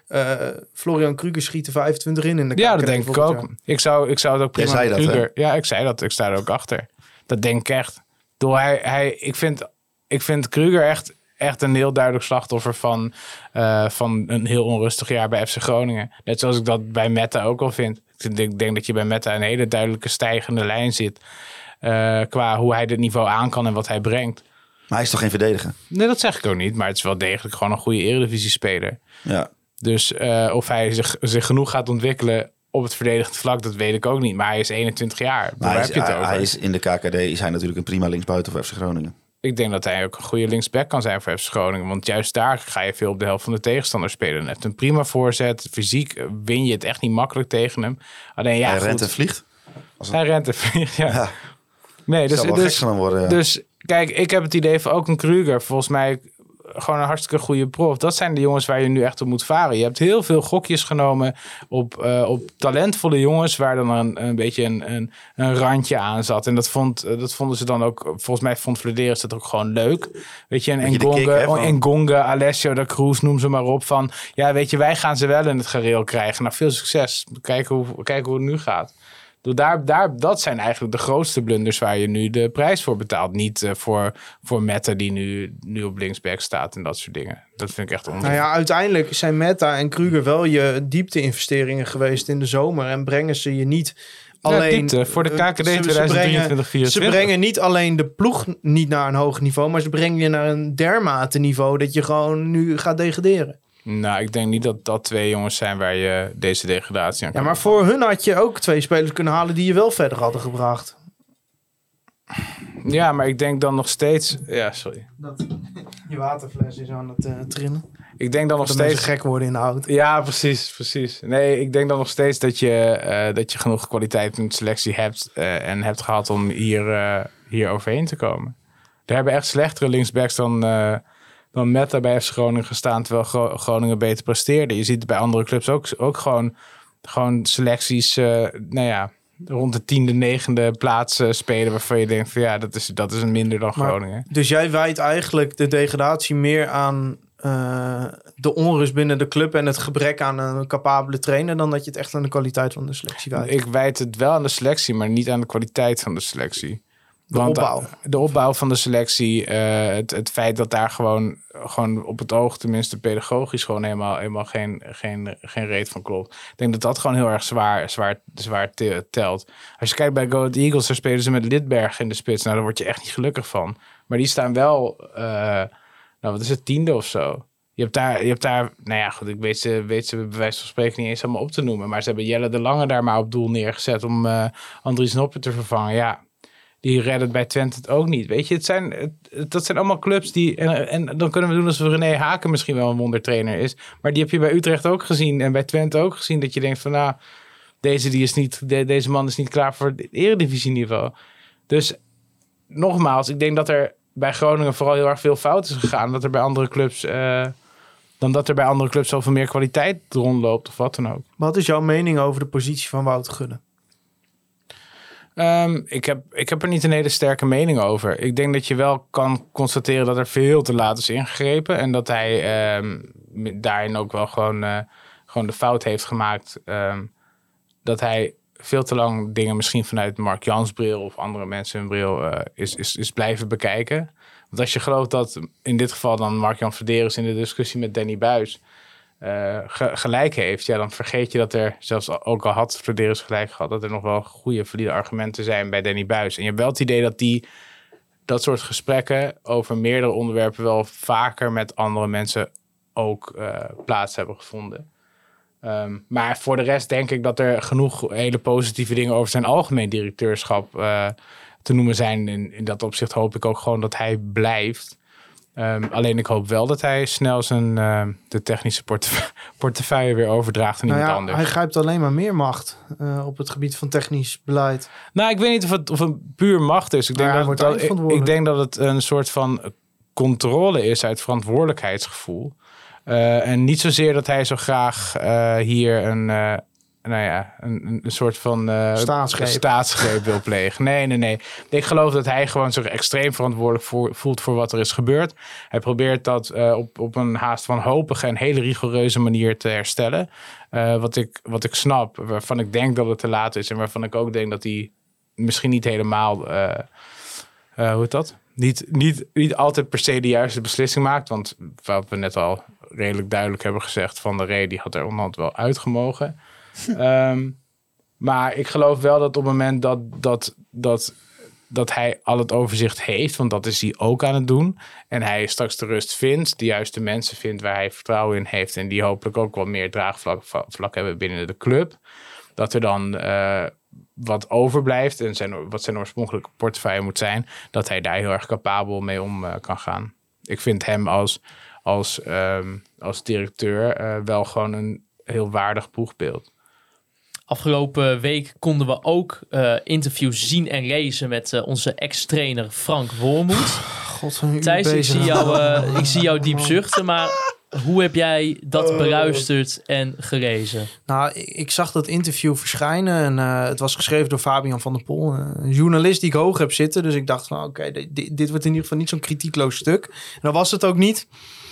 Uh, Florian Krüger schiet er vijfentwintig in in de Ja, dat denk ik ook. Ik zou, ik zou het ook prima Jij zei met dat, Krüger. Ja, ik zei dat. Ik sta er ook achter. Dat denk ik echt. Door hij, hij, ik vind, ik vind Krüger echt, echt een heel duidelijk slachtoffer van, uh, van een heel onrustig jaar bij F C Groningen. Net zoals ik dat bij Meta ook al vind. Ik denk, denk dat je bij Meta een hele duidelijke stijgende lijn zit. Uh, qua hoe hij dit niveau aan kan en wat hij brengt. Maar hij is toch geen verdediger? Nee, dat zeg ik ook niet. Maar het is wel degelijk gewoon een goede Eredivisie-speler. Ja. Dus uh, of hij zich, zich genoeg gaat ontwikkelen op het verdedigend vlak, dat weet ik ook niet. Maar hij is eenentwintig jaar. Maar Waar hij, heb je het is, over? hij is in de K K D is hij natuurlijk een prima linksbuiten voor F C Groningen. Ik denk dat hij ook een goede linksback kan zijn voor F C Groningen. Want juist daar ga je veel op de helft van de tegenstander spelen. Hij heeft een prima voorzet. Fysiek win je het echt niet makkelijk tegen hem. Alleen ja, hij goed. rent en vliegt. Hij rent en vliegt, ja. Ja. Nee, dus, Zou wel dus, gek van hem worden, ja. dus kijk, ik heb het idee van ook een Krüger. Volgens mij gewoon een hartstikke goede prof. Dat zijn de jongens waar je nu echt op moet varen. Je hebt heel veel gokjes genomen op, uh, op talentvolle jongens, waar dan een, een beetje een, een, een randje aan zat. En dat, vond, dat vonden ze dan ook, volgens mij vond Flederis dat ook gewoon leuk. Weet je, en Engonga, Engonga, Alessio da Cruz, noem ze maar op. Van, ja, weet je, wij gaan ze wel in het gareel krijgen. Nou, veel succes. Kijken hoe, kijken hoe het nu gaat. Daar, daar, dat zijn eigenlijk de grootste blunders waar je nu de prijs voor betaalt. Niet uh, voor, voor Meta die nu, nu op linksback staat en dat soort dingen. Dat vind ik echt onzin. Nou ja, uiteindelijk zijn Meta en Krüger wel je diepte-investeringen geweest in de zomer. En brengen ze je niet alleen... Ja, diepte. Voor de K K D tweeduizend drieëntwintig vierentwintig. Ze brengen niet alleen de ploeg niet naar een hoog niveau, maar ze brengen je naar een dermate niveau dat je gewoon nu gaat degraderen. Nou, ik denk niet dat dat twee jongens zijn waar je deze degradatie aan kan. Ja, maar voor hun had je ook twee spelers kunnen halen die je wel verder hadden gebracht. Ja, maar ik denk dan nog steeds... Ja, sorry. Dat, je waterfles is aan het uh, trillen. Ik denk dan nog dat steeds... mensen gek worden in de auto. Ja, precies, precies. Nee, ik denk dan nog steeds dat je, uh, dat je genoeg kwaliteit in de selectie hebt uh, en hebt gehad om hier, uh, hier overheen te komen. Er hebben echt slechtere linksbacks dan... Uh, dan Meta bij F C Groningen gestaan, terwijl Gro- Groningen beter presteerde. Je ziet bij andere clubs ook, ook gewoon, gewoon selecties, uh, nou ja, rond de tiende, negende plaats uh, spelen, waarvan je denkt van ja, dat is, dat is een minder dan maar, Groningen. Dus jij wijt eigenlijk de degradatie meer aan uh, de onrust binnen de club en het gebrek aan een capabele trainer, dan dat je het echt aan de kwaliteit van de selectie wijt? Ik wijd het wel aan de selectie, maar niet aan de kwaliteit van de selectie. De Want opbouw. De opbouw van de selectie, uh, het, het feit dat daar gewoon, gewoon op het oog, tenminste pedagogisch, gewoon helemaal, helemaal geen, geen, geen reet van klopt. Ik denk dat dat gewoon heel erg zwaar, zwaar, zwaar te, telt. Als je kijkt bij Go Ahead Eagles, daar spelen ze met Lidberg in de spits. Nou, daar word je echt niet gelukkig van. Maar die staan wel, uh, nou wat is het, tiende of zo. Je hebt daar, je hebt daar, nou ja goed, ik weet ze, weet ze bij wijze van spreken niet eens allemaal op te noemen. Maar ze hebben Jelle de Lange daar maar op doel neergezet om uh, Andries Noppen te vervangen. Ja. Die redden het bij Twente het ook niet. Weet je, het zijn, het, dat zijn allemaal clubs die... En, en dan kunnen we doen alsof René Haken misschien wel een wondertrainer is. Maar die heb je bij Utrecht ook gezien. En bij Twente ook gezien. Dat je denkt van, nou, deze, die is niet, de, deze man is niet klaar voor het eredivisieniveau. Dus nogmaals, ik denk dat er bij Groningen vooral heel erg veel fout is gegaan. Dat er bij andere clubs... Uh, dan dat er bij andere clubs zoveel meer kwaliteit rondloopt of wat dan ook. Wat is jouw mening over de positie van Wouter Gudde? Um, ik, heb, ik heb er niet een hele sterke mening over. Ik denk dat je wel kan constateren dat er veel te laat is ingegrepen. En dat hij um, daarin ook wel gewoon, uh, gewoon de fout heeft gemaakt. Um, dat hij veel te lang dingen misschien vanuit Mark Jans bril of andere mensen hun bril uh, is, is, is blijven bekijken. Want als je gelooft dat in dit geval dan Mark-Jan Flederis in de discussie met Danny Buijs Uh, ge- gelijk heeft, ja, dan vergeet je dat er, zelfs ook al had Flederis gelijk gehad, dat er nog wel goede, valide argumenten zijn bij Danny Buijs. En je hebt wel het idee dat die dat soort gesprekken over meerdere onderwerpen wel vaker met andere mensen ook uh, plaats hebben gevonden. Um, maar voor de rest denk ik dat er genoeg hele positieve dingen over zijn algemeen directeurschap uh, te noemen zijn. In, in dat opzicht hoop ik ook gewoon dat hij blijft. Um, alleen ik hoop wel dat hij snel zijn uh, de technische portef- portefeuille weer overdraagt aan nou iemand ja, anders. Hij grijpt alleen maar meer macht uh, op het gebied van technisch beleid. Nou, ik weet niet of het, of het puur macht is. Ik denk, nou ja, dat, dat, ik, ik denk dat het een soort van controle is uit verantwoordelijkheidsgevoel. Uh, en niet zozeer dat hij zo graag uh, hier een, uh, nou ja, een, een soort van uh, Staatsgreep. staatsgreep wil plegen. Nee, nee, nee. Ik geloof dat hij gewoon zich extreem verantwoordelijk voor, voelt voor wat er is gebeurd. Hij probeert dat uh, op, op een haast wanhopige en hele rigoureuze manier te herstellen. Uh, wat, ik, wat ik snap, waarvan ik denk dat het te laat is en waarvan ik ook denk dat hij misschien niet helemaal, uh, uh, hoe heet dat? Niet, niet, niet altijd per se de juiste beslissing maakt. Want wat we net al redelijk duidelijk hebben gezegd, Van der Rey, die had er onderhand wel uitgemogen. um, maar ik geloof wel dat op het moment dat, dat, dat, dat hij al het overzicht heeft, want dat is hij ook aan het doen, en hij straks de rust vindt, de juiste mensen vindt waar hij vertrouwen in heeft en die hopelijk ook wat meer draagvlak vlak hebben binnen de club, dat er dan uh, wat overblijft en zijn, wat zijn oorspronkelijke portefeuille moet zijn, dat hij daar heel erg capabel mee om uh, kan gaan. Ik vind hem als, als, um, als directeur uh, wel gewoon een heel waardig boegbeeld. Afgelopen week konden we ook uh, interviews zien en lezen met uh, onze ex-trainer Frank Wormoed. God, een uur Thijs, ik bezig. zie, jou, uh, ik zie jou diep zuchten, maar hoe heb jij dat beluisterd en gelezen? Nou, ik, ik zag dat interview verschijnen en uh, het was geschreven door Fabian van der Pol, een journalist die ik hoog heb zitten. Dus ik dacht van, oké, okay, dit, dit wordt in ieder geval niet zo'n kritiekloos stuk. En dat was het ook niet.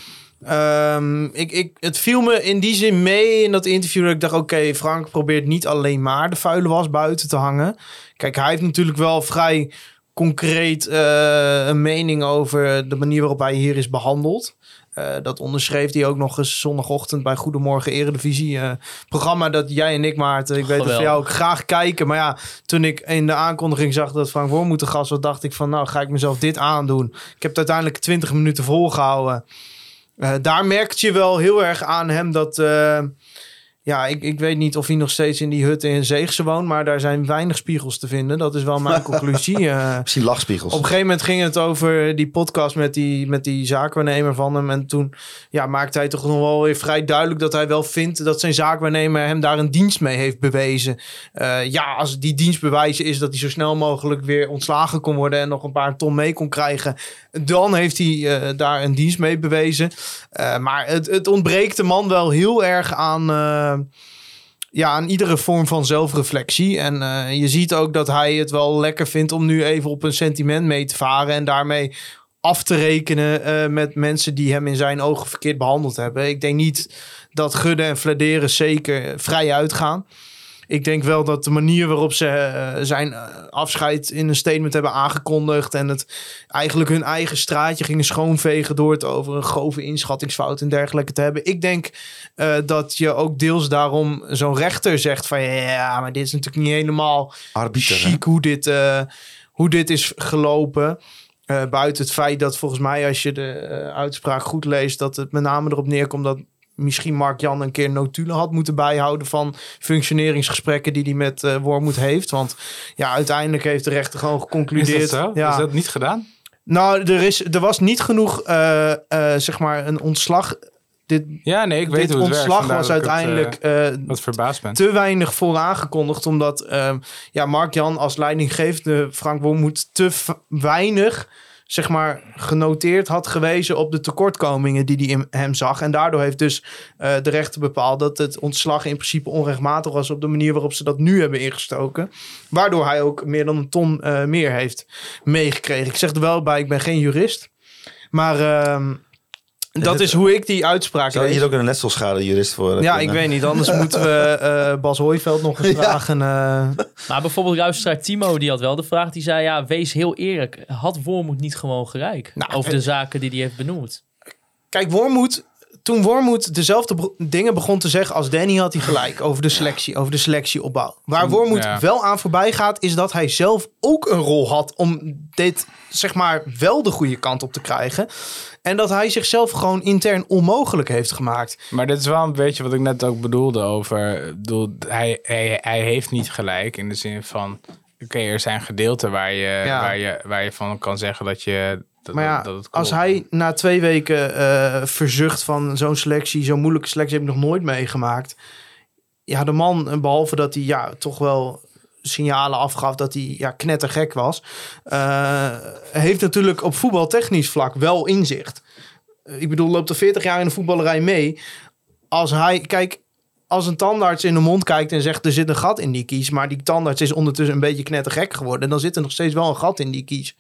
Um, ik, ik, het viel me in die zin mee in dat interview dat ik dacht, oké, okay, Frank probeert niet alleen maar de vuile was buiten te hangen. Kijk, hij heeft natuurlijk wel vrij concreet uh, een mening over de manier waarop hij hier is behandeld. Uh, dat onderschreef hij ook nog eens zondagochtend bij Goedemorgen Eredivisie. Uh, programma dat jij en ik, Maarten, ik weet dat voor jou ook graag kijken. Maar ja, toen ik in de aankondiging zag dat Frank Wormoed de gast was, dacht ik van, nou ga ik mezelf dit aandoen. Ik heb het uiteindelijk twintig minuten volgehouden. Uh, daar merkt je wel heel erg aan hem dat... Uh, ja, ik, ik weet niet of hij nog steeds in die hut in Zeegse woont, maar daar zijn weinig spiegels te vinden. Dat is wel mijn conclusie. Uh, Misschien lachspiegels. Op een gegeven moment ging het over die podcast met die, met die zaakwaarnemer van hem. En toen ja, maakte hij toch nog wel weer vrij duidelijk dat hij wel vindt dat zijn zaakwaarnemer hem daar een dienst mee heeft bewezen. Uh, ja, als die dienst bewijzen is dat hij zo snel mogelijk weer ontslagen kon worden en nog een paar ton mee kon krijgen, dan heeft hij uh, daar een dienst mee bewezen. Uh, maar het, het ontbreekt de man wel heel erg aan... Uh, Ja, aan iedere vorm van zelfreflectie. En uh, je ziet ook dat hij het wel lekker vindt om nu even op een sentiment mee te varen en daarmee af te rekenen uh, met mensen die hem in zijn ogen verkeerd behandeld hebben. Ik denk niet dat Gudde en Vladeren zeker vrij uitgaan. Ik denk wel dat de manier waarop ze uh, zijn afscheid in een statement hebben aangekondigd en het eigenlijk hun eigen straatje gingen schoonvegen door het over een grove inschattingsfout en dergelijke te hebben. Ik denk uh, dat je ook deels daarom zo'n rechter zegt van ja, maar dit is natuurlijk niet helemaal arbiter, chic hoe dit, uh, hoe dit is gelopen. Uh, buiten het feit dat volgens mij als je de uh, uitspraak goed leest, dat het met name erop neerkomt dat misschien Mark-Jan een keer notulen had moeten bijhouden van functioneringsgesprekken die hij met uh, Wormoed heeft. Want ja, uiteindelijk heeft de rechter gewoon geconcludeerd. Is dat zo? Ja. Is dat niet gedaan? Nou, er, is, er was niet genoeg, uh, uh, zeg maar, een ontslag. Dit, ja, nee, ik weet dit hoe het ontslag werkt. was uiteindelijk Het, uh, uh, wat verbaasd ben. te weinig vooraangekondigd. Omdat uh, ja, Mark-Jan als leidinggevende Frank Wormoed te v- weinig... zeg maar, genoteerd had gewezen op de tekortkomingen die hij in hem zag. En daardoor heeft dus uh, de rechter bepaald dat het ontslag in principe onrechtmatig was op de manier waarop ze dat nu hebben ingestoken. Waardoor hij ook meer dan een ton uh, meer heeft meegekregen. Ik zeg er wel bij, ik ben geen jurist. Maar uh, dat is hoe ik die uitspraak Zou je lees. hier ook een letselschade jurist voor? Ja, kunnen? ik weet niet. Anders moeten we uh, Bas Hooiveld nog eens vragen. Uh, Maar bijvoorbeeld luisteraar Timo, die had wel de vraag. Die zei, ja, wees heel eerlijk. Had Wormoed niet gewoon gelijk? Nou, over de zaken die hij heeft benoemd. Kijk, Wormoed... Toen Wormoed dezelfde bro- dingen begon te zeggen als Danny, had hij gelijk over de selectie, over de selectieopbouw. Waar Wormoed Ja. wel aan voorbij gaat, is dat hij zelf ook een rol had om dit, zeg maar, wel de goede kant op te krijgen. En dat hij zichzelf gewoon intern onmogelijk heeft gemaakt. Maar dit is wel een beetje wat ik net ook bedoelde over... Ik bedoel, hij, hij, hij heeft niet gelijk in de zin van... Oké, okay, er zijn gedeelten waar je, Ja. waar, je, waar je van kan zeggen dat je... Dat, Maar ja, dat, dat het als klopt. hij na twee weken uh, verzucht van zo'n selectie, zo'n moeilijke selectie heb ik nog nooit meegemaakt. Ja, de man, behalve dat hij ja, toch wel signalen afgaf dat hij ja, knettergek was, uh, heeft natuurlijk op voetbaltechnisch vlak wel inzicht. Uh, ik bedoel, loopt er veertig jaar in de voetballerij mee. Als hij, kijk, als een tandarts in de mond kijkt en zegt er zit een gat in die kies, maar die tandarts is ondertussen een beetje knettergek geworden, dan zit er nog steeds wel een gat in die kies.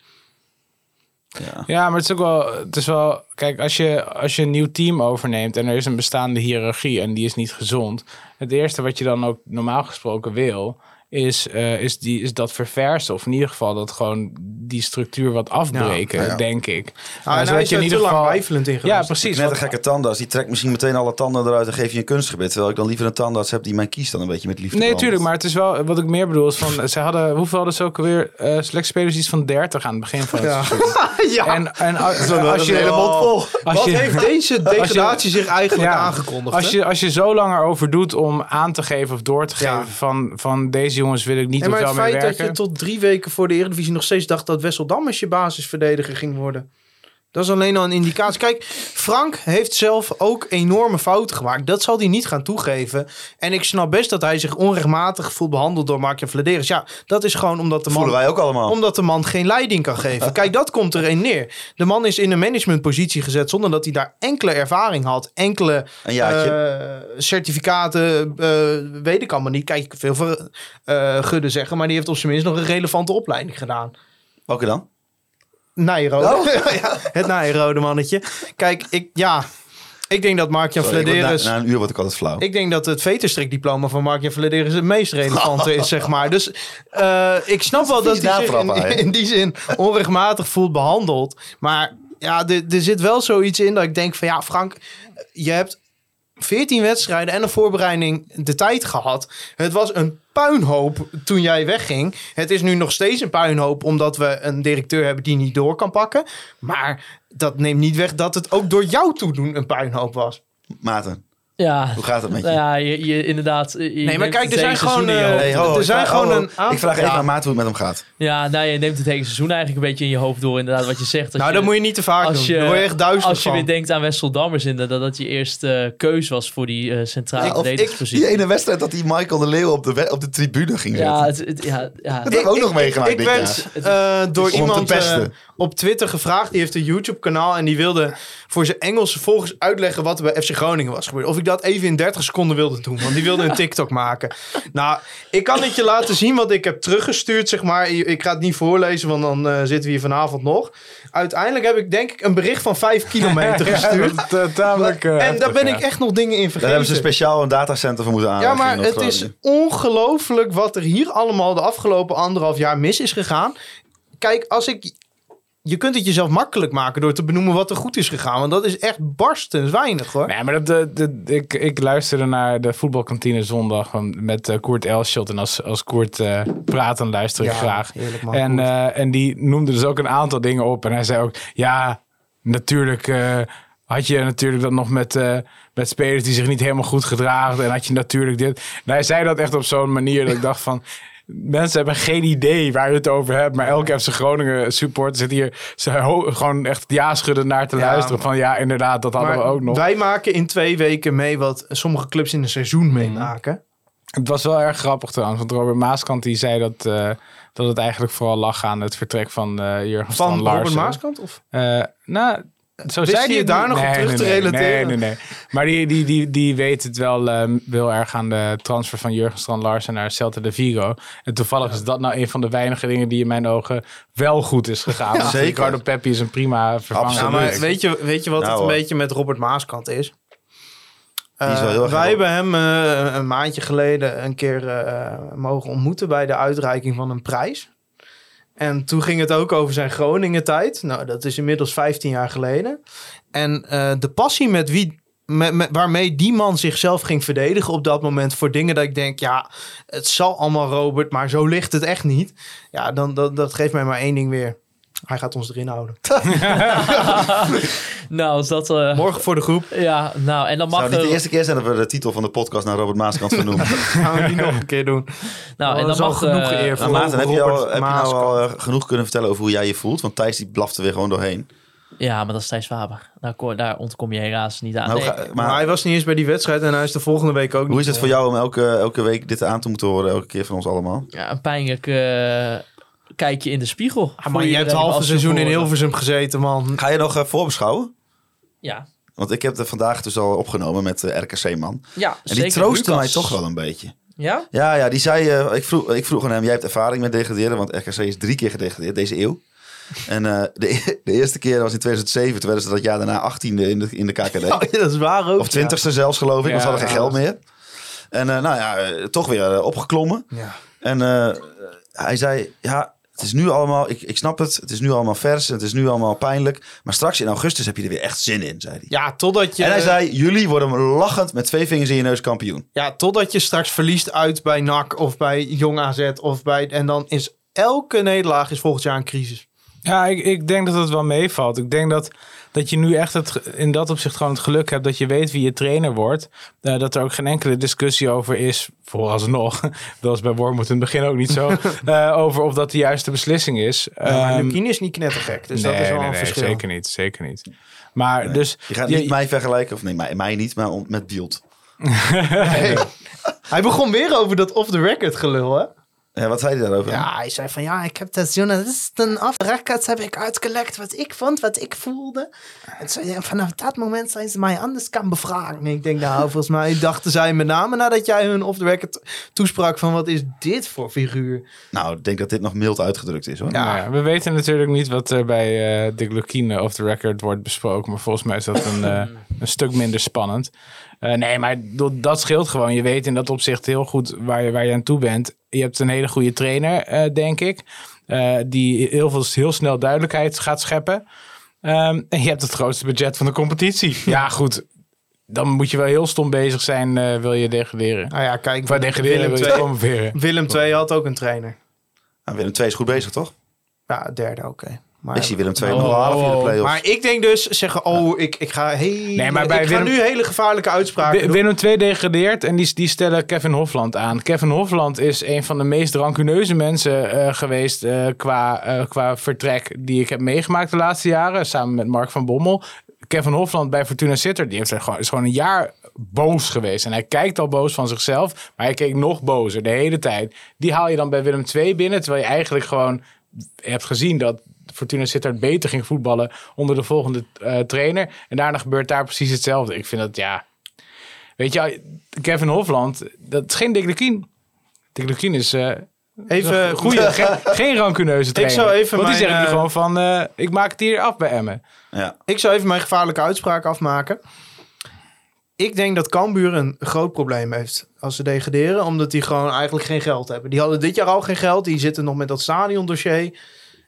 Ja. Ja, maar het is ook wel, het is wel, kijk, als je, als je een nieuw team overneemt en er is een bestaande hiërarchie en die is niet gezond, het eerste wat je dan ook normaal gesproken wil, is, uh, is, die, is dat verversen. Of in ieder geval dat gewoon die structuur wat afbreken, Ja, ja. denk ik. Ah, en zodat hij is je er in te ieder lang geval weifelend in geweest. Ja, precies. Net een want- gekke tandarts, die trekt misschien meteen alle tanden eruit en geeft je een kunstgebit. Terwijl ik dan liever een tandarts heb die mijn kies dan een beetje met liefde Nee, behandelt. tuurlijk, maar het is wel, wat ik meer bedoel is van, ze hadden, hoeveel hadden ze ook alweer, uh, selectiespelers iets van dertig aan het begin van het Ja. seizoen. ja. En, en als, Dat is als een je, hele mond vol. als Wat je, heeft deze degradatie zich eigenlijk Ja, aangekondigd? Als hè? je, als je zo lang erover doet om aan te geven of door te geven Ja. van, van deze jongens wil ik niet Nee, of maar wel het mee feit werken. dat je tot drie weken voor de Eredivisie nog steeds dacht dat Wessel Dammers je basisverdediger ging worden. Dat is alleen al een indicatie. Kijk, Frank heeft zelf ook enorme fouten gemaakt. Dat zal hij niet gaan toegeven. En ik snap best dat hij zich onrechtmatig voelt behandeld door Mark Vladeris. Ja, dat is gewoon omdat de man... Voelen wij ook allemaal. Omdat de man geen leiding kan geven. Kijk, dat komt er een neer. De man is in een managementpositie gezet zonder dat hij daar enkele ervaring had. Enkele Een jaartje. eh, certificaten, eh, weet ik allemaal niet. Kijk, ik veel voor uh, Gudde zeggen, maar die heeft op zijn minst nog een relevante opleiding gedaan. Welke dan? Nijrode. Oh. ja, het Nijrode mannetje. Kijk, ik, ja, ik denk dat Mark-Jan Sorry, ik word Vladeris... na, na een uur word ik altijd flauw. Ik denk dat het veterstrikdiploma van Mark-Jan Vladeris het meest relevante is, zeg maar. Dus uh, ik snap wel dat hij zich in, in, in die zin onrechtmatig voelt behandeld. Maar ja, er, er zit wel zoiets in dat ik denk van ja, Frank, je hebt veertien wedstrijden en een voorbereiding de tijd gehad. Het was een puinhoop toen jij wegging. Het is nu nog steeds een puinhoop omdat we een directeur hebben die niet door kan pakken. Maar dat neemt niet weg dat het ook door jou toedoen een puinhoop was. Maarten, Ja, hoe gaat het met je? nou ja, je, je inderdaad. Je Nee, maar neemt kijk, het er zijn hele gewoon, seizoen in je uh, hoofd. Hey, ho, er ik zijn vraag- gewoon ho, een aantal... Ik vraag even Ja. aan Maarten hoe het met hem gaat. Ja, nou, je neemt het hele seizoen eigenlijk een beetje in je hoofd door. Inderdaad, wat je zegt. Als Nou, je, dat moet je niet te vaak als doen. je, Daar word je echt duizelig Als je van. weer denkt aan Wessel Dammers, inderdaad, dat je eerste uh, keus was voor die uh, centrale Ja, of ik, verdedigingspositie. die ene wedstrijd dat die Michael de Leeuw op de, we- op de tribune ging Ja, zitten. het, het, ja, ja. Dat heb ik ook nog meegemaakt Ik dit werd jaar. uh, door Om hem iemand te pesten. uh, op Twitter gevraagd. Die heeft een YouTube-kanaal. En die wilde voor zijn Engelse volgers uitleggen wat er bij F C Groningen was gebeurd. Of ik dat even in dertig seconden wilde doen. Want die wilde een TikTok maken. Nou, ik kan het je laten zien wat ik heb teruggestuurd, zeg maar. Ik ga het niet voorlezen, want dan uh, zitten we hier vanavond nog. Uiteindelijk heb ik denk ik een bericht van vijf kilometer gestuurd. Ja, dat, uh, tamelijk, uh, en daar heftig, ben ja. ik echt nog dingen in Daar vergeten. hebben ze speciaal een datacenter voor moeten Ja, aanleggen. maar in het is Groningen. ongelooflijk wat er hier allemaal de afgelopen anderhalf jaar mis is gegaan. Kijk, als ik... Je kunt het jezelf makkelijk maken door te benoemen wat er goed is gegaan. Want dat is echt barstens weinig, hoor. Nee, maar dat, de, de, ik, ik luisterde naar de voetbalkantine zondag met uh, Koert Elschot. En als, als Koert uh, praat, dan luister ik Ja, graag. heerlijk man, En, Koert. uh, en die noemde dus ook een aantal dingen op. En hij zei ook, ja, natuurlijk uh, had je natuurlijk dat nog met, uh, met spelers die zich niet helemaal goed gedragen. En had je natuurlijk dit. En hij zei dat echt op zo'n manier dat ik dacht van... Mensen hebben geen idee waar je het over hebt. Maar elke F C Groningen supporter zit hier ze ho- gewoon echt ja schudden naar te Ja, luisteren. Van ja, inderdaad, dat hadden Maar we ook nog. wij maken in twee weken mee wat sommige clubs in een seizoen meemaken. Het was wel erg grappig trouwens. Want Robert Maaskant die zei dat, uh, dat het eigenlijk vooral lag aan het vertrek van uh, Jurgen Van Strand Larsen. Robert Maaskant? Of? Uh, nou, zo Wist zei hij hij het daar nog op terug te nee, relateren? Nee, nee, nee. Maar die, die, die, die weet het wel uh, heel erg aan de transfer van Jurgen Strand Larsen naar Celta de Vigo. En toevallig is dat nou een van de weinige dingen die in mijn ogen wel goed is gegaan. Ja, Want zeker. Ricardo Pepi is een prima vervanger. Absoluut. Ja, maar weet je, weet je wat Nou, het een hoor. beetje met Robert Maaskant is? Die is wel heel Uh, erg wij goed. hebben hem uh, een maandje geleden een keer uh, mogen ontmoeten bij de uitreiking van een prijs. En toen ging het ook over zijn Groningen-tijd. Nou, dat is inmiddels vijftien jaar geleden. En uh, de passie met wie, met, met, waarmee die man zichzelf ging verdedigen op dat moment voor dingen dat ik denk, ja, het zal allemaal Robert, maar zo ligt het echt niet. Ja, dan, dat, dat geeft mij maar één ding weer. Hij gaat ons erin houden. Nou, als dat... Uh, Morgen voor de groep. Ja, nou, en dan mag... Zou niet de er- eerste keer zijn dat we de titel van de podcast naar Robert Maaskant vernoemen. Gaan we die nog een keer doen. nou, en Oh, dan dat is al mag... genoeg uh, eer voor Nou, Maarten, heb je, Robert al, heb je nou Maaskant. al uh, genoeg kunnen vertellen over hoe jij je voelt? Want Thijs die blafte weer gewoon doorheen. Ja, maar dat is Thijs Faber. Daar, ko- daar ontkom je helaas niet aan. Nou, Nee. ga- Maar maar hij was niet eens bij die wedstrijd en hij is de volgende week ook niet. hoe is het voor jou om elke, elke week dit aan te moeten horen? Elke keer van ons allemaal? Ja, een pijnlijk uh, kijkje in de spiegel. Ah, maar je hebt het halve seizoen in Hilversum gezeten, man. Ga je nog uh, voorbeschouwen? Ja. Want ik heb het vandaag dus al opgenomen met de R K C-man. Ja, En zeker. die troostte Lucas. mij toch wel een beetje. Ja? Ja, ja die zei... Uh, ik, vroeg, ik vroeg aan hem, jij hebt ervaring met degraderen. Want R K C is drie keer gedegradeerd deze eeuw. En uh, de, de eerste keer was in tweeduizend zeven. Toen werden ze dat jaar daarna achttiende in de, in de K K D. Oh, ja, dat is waar ook. Of twintigste zelfs, geloof ik. Ja, want ze hadden geen ja, geld meer. En uh, nou ja, uh, toch weer uh, opgeklommen. Ja. En uh, hij zei, ja, het is nu allemaal... Ik, ik snap het. Het is nu allemaal vers. En het is nu allemaal pijnlijk. Maar straks in augustus heb je er weer echt zin in, zei hij. Ja, totdat je... En hij zei, jullie worden lachend met twee vingers in je neus kampioen. Ja, totdat je straks verliest uit bij N A C of bij Jong A Z of bij... En dan is elke nederlaag is volgend jaar een crisis. Ja, ik, ik denk dat het wel meevalt. Ik denk dat, dat je nu echt het, in dat opzicht gewoon het geluk hebt dat je weet wie je trainer wordt. Uh, dat er ook geen enkele discussie over is, vooralsnog. Dat was bij Wormoed in het begin ook niet zo. uh, over of dat de juiste beslissing is. Ja, maar Um, Lukien is niet knettergek, dus nee, dat is wel nee, een nee, verschil. zeker niet. Zeker niet. Maar Nee. dus... Je gaat je- niet mij vergelijken. Of nee, mij, mij niet, maar om- met Bielt. Nee. Hij begon weer over dat off-the-record gelul, hè? Ja, wat zei hij daarover? Ja, hij zei van ja, ik heb dat journalisten off the records heb ik uitgelekt wat ik vond, wat ik voelde. En zei, ja, vanaf dat moment zijn ze mij anders kan bevragen. En ik denk nou, volgens mij dachten zij met name nadat jij hun off the record toesprak van wat is dit voor figuur? Nou, ik denk dat dit nog mild uitgedrukt is, hoor. Ja. Nou ja, we weten natuurlijk niet wat er bij uh, Dick Lukien off the record wordt besproken. Maar volgens mij is dat een, uh, een stuk minder spannend. Uh, nee, maar dat, dat scheelt gewoon. Je weet in dat opzicht heel goed waar je, waar je aan toe bent. Je hebt een hele goede trainer, uh, denk ik. Uh, die heel, veel, heel snel duidelijkheid gaat scheppen. Um, en je hebt het grootste budget van de competitie. Ja, goed. Dan moet je wel heel stom bezig zijn, uh, wil je degraderen. Nou ja, kijk, Of degraderen Willem wil je twee, promoveren. Willem twee had ook een trainer. Nou, Willem twee is goed bezig, toch? Ja, derde, oké. Maar, Ik zie Willem twee Oh, nog wel halen via de oh, play-offs. maar ik denk dus zeggen, oh, ik, ik ga, hey, Nee, maar bij ik Willem- ga nu hele gevaarlijke uitspraken Wi- doen. Willem twee degradeert en die, die stellen Kevin Hofland aan. Kevin Hofland is een van de meest rancuneuze mensen uh, geweest uh, qua, uh, qua vertrek die ik heb meegemaakt de laatste jaren. Samen met Mark van Bommel. Kevin Hofland bij Fortuna Sittard, die heeft er gewoon, is gewoon een jaar boos geweest. En hij kijkt al boos van zichzelf, maar hij keek nog bozer de hele tijd. Die haal je dan bij Willem twee binnen, terwijl je eigenlijk gewoon hebt gezien dat Fortuna Sittard beter ging voetballen onder de volgende uh, trainer. En daarna gebeurt daar precies hetzelfde. Ik vind dat, ja... Weet je, Kevin Hofland, dat is geen Dick Lukien. Dick Lukien is... Uh, Even, goeie, geen, geen rancuneuze trainer. zou even Want die mijn, zeggen nu uh, gewoon van... Uh, ik maak het hier af bij Emmen. Ja. Ik zou even mijn gevaarlijke uitspraak afmaken. Ik denk dat Cambuur een groot probleem heeft als ze degraderen. Omdat die gewoon eigenlijk geen geld hebben. Die hadden dit jaar al geen geld. Die zitten nog met dat stadiondossier.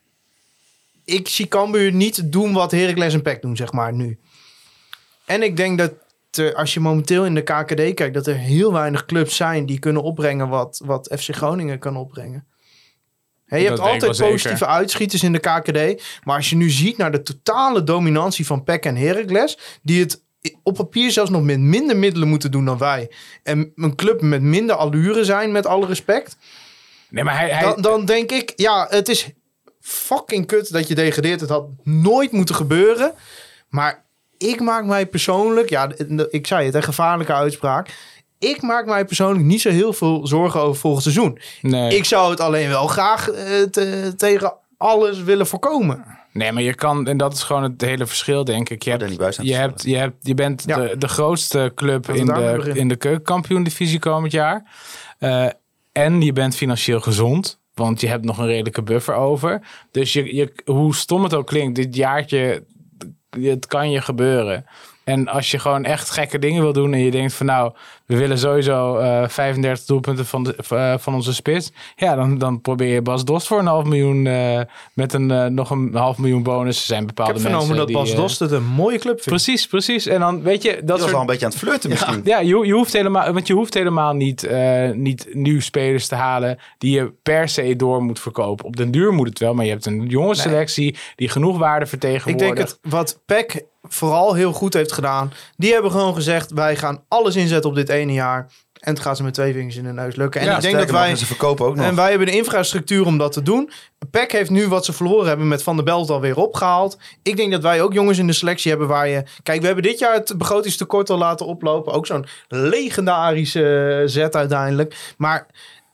Ik zie Cambuur niet doen wat Heracles en P E C doen, zeg maar, nu. En ik denk dat er, als je momenteel in de K K D kijkt... dat er heel weinig clubs zijn die kunnen opbrengen wat, wat F C Groningen kan opbrengen. He, je Dat hebt weet ik altijd wel positieve zeker. uitschieters in de K K D. Maar als je nu ziet naar de totale dominantie van P E C en Heracles... die het op papier zelfs nog met minder middelen moeten doen dan wij... en een club met minder allure zijn, met alle respect... Nee, maar hij... hij Dan, dan denk ik, ja, het is fucking kut dat je degradeert. Het had nooit moeten gebeuren. Maar ik maak mij persoonlijk... Ja, ik zei het, een gevaarlijke uitspraak. Ik maak mij persoonlijk niet zo heel veel zorgen over volgend seizoen. nee. Ik zou het alleen wel graag eh, te- tegen alles willen voorkomen. Nee, maar je kan, en dat is gewoon het hele verschil, denk ik. Je, Oh, hebt, Danny Buis aan je, het hebt, je, hebt, je bent Ja. de, de grootste club Laten we in daarmee de, beginnen. in de keukenkampioen-divisie komend jaar. Uh, en je bent financieel gezond, want je hebt nog een redelijke buffer over. Dus je, je, hoe stom het ook klinkt, dit jaartje, het kan je gebeuren. En als je gewoon echt gekke dingen wil doen en je denkt van nou, we willen sowieso uh, vijfendertig doelpunten van, de, uh, van onze spits. Ja, dan, dan probeer je Bas Dost voor een half miljoen uh, met een, uh, nog een half miljoen bonus. Er zijn Ik bepaalde heb mensen vernomen dat die, Bas uh, Dost het een mooie club vindt. Precies, precies. En dan weet je, dat Dat was soort... wel een beetje aan het flirten misschien. Ja, je, je hoeft helemaal, want je hoeft helemaal niet, uh, niet nieuw spelers te halen die je per se door moet verkopen. Op den duur moet het wel, maar je hebt een jonge selectie die genoeg waarde Ik vertegenwoordigt. denk het, wat P E C vooral heel goed heeft gedaan. Die hebben gewoon gezegd, wij gaan alles inzetten op dit ene jaar. En het gaat ze met twee vingers in de neus lukken. En Ja, ik denk Sterker dat nog, wij... en ze verkopen ook nog. En wij hebben de infrastructuur om dat te doen. P E C heeft nu wat ze verloren hebben met Van der Belt alweer opgehaald. Ik denk dat wij ook jongens in de selectie hebben waar je... Kijk, we hebben dit jaar het begrotingstekort al laten oplopen. Ook zo'n legendarische uh, zet uiteindelijk. Maar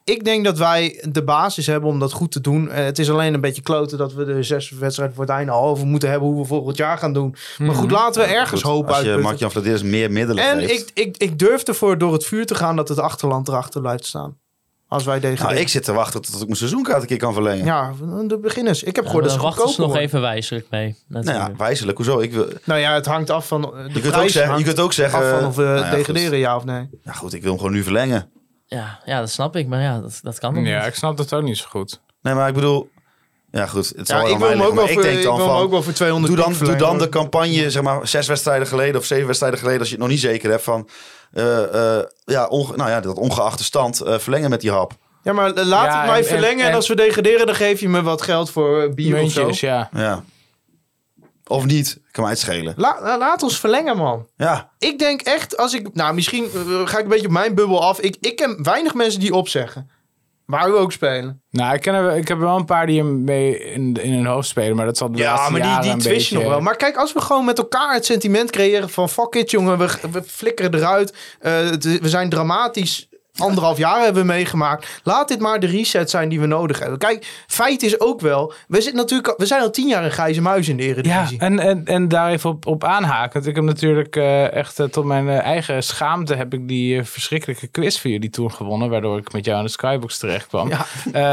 ik denk dat wij de basis hebben om dat goed te doen. Uh, het is alleen een beetje kloten dat we de zes wedstrijden voor het einde al over moeten hebben hoe we volgend jaar gaan doen. Maar goed, laten we ergens Goed, hoop als je uitputten. Mark-Jan Vladeres meer middelen En geeft. ik, ik, ik durf ervoor door het vuur te gaan dat het achterland erachter blijft staan. Als wij degraderen. Nou, ik zit te wachten tot ik mijn seizoenkaart een keer kan verlengen. Ja, de beginners. Ik heb Ja, gehoord dat daar ze wachten ze goedkoper nog worden. even wijzelijk mee. Nou natuurlijk. ja, wijzelijk. Hoezo? Ik wil, Nou ja, het hangt af van de je, kunt prijs ook zeggen, je hangt kunt ook zeggen... af van of we nou ja, degraderen, goed. ja of nee. Ja goed, ik wil hem gewoon nu verlengen. Ja, ja, dat snap ik. Maar ja, dat, dat kan nog Ja, niet. ik snap dat ook niet zo goed. Nee, maar ik bedoel... Ja goed, het zal Ja, wel ik aan wil mij hem ook liggen, wel maar voor, ik ik denk wil dan hem van... ook wel voor tweehonderd Doe dan, piek doe dan verlengen. de campagne, zeg maar, zes wedstrijden geleden of zeven wedstrijden geleden, als je het nog niet zeker hebt van, uh, uh, ja, onge, nou ja, dat ongeachte stand uh, verlengen met die hap. Ja, maar laat Ja, het mij en- verlengen. En, en- als we degraderen, dan geef je me wat geld voor uh, bier of zo. Muntjes, ja. Ja. Of niet, kan mij het schelen. La, la- laat ons verlengen, man. Ja, Ik denk echt, als ik... Nou, misschien uh, ga ik een beetje op mijn bubbel af. Ik, ik ken weinig mensen die opzeggen. Waar we ook spelen. Nou, ik, ken er, ik heb wel een paar die hem mee in, in hun hoofd spelen, maar dat zal de Ja, laatste maar die, jaren die een twist je beetje... nog wel. Maar kijk, als we gewoon met elkaar het sentiment creëren van... Fuck it, jongen, we, we flikkeren eruit. Uh, het, we zijn dramatisch... Anderhalf jaar hebben we meegemaakt. Laat dit maar de reset zijn die we nodig hebben. Kijk, feit is ook wel... We, zitten natuurlijk, al- we zijn al tien jaar een grijze muis in de Ja, Eredivisie. en, en, en daar even op, op aanhakend. Ik heb natuurlijk uh, echt uh, tot mijn uh, eigen schaamte... heb ik die uh, verschrikkelijke quiz voor jullie toen gewonnen... waardoor ik met jou in de Skybox terecht kwam. Ja.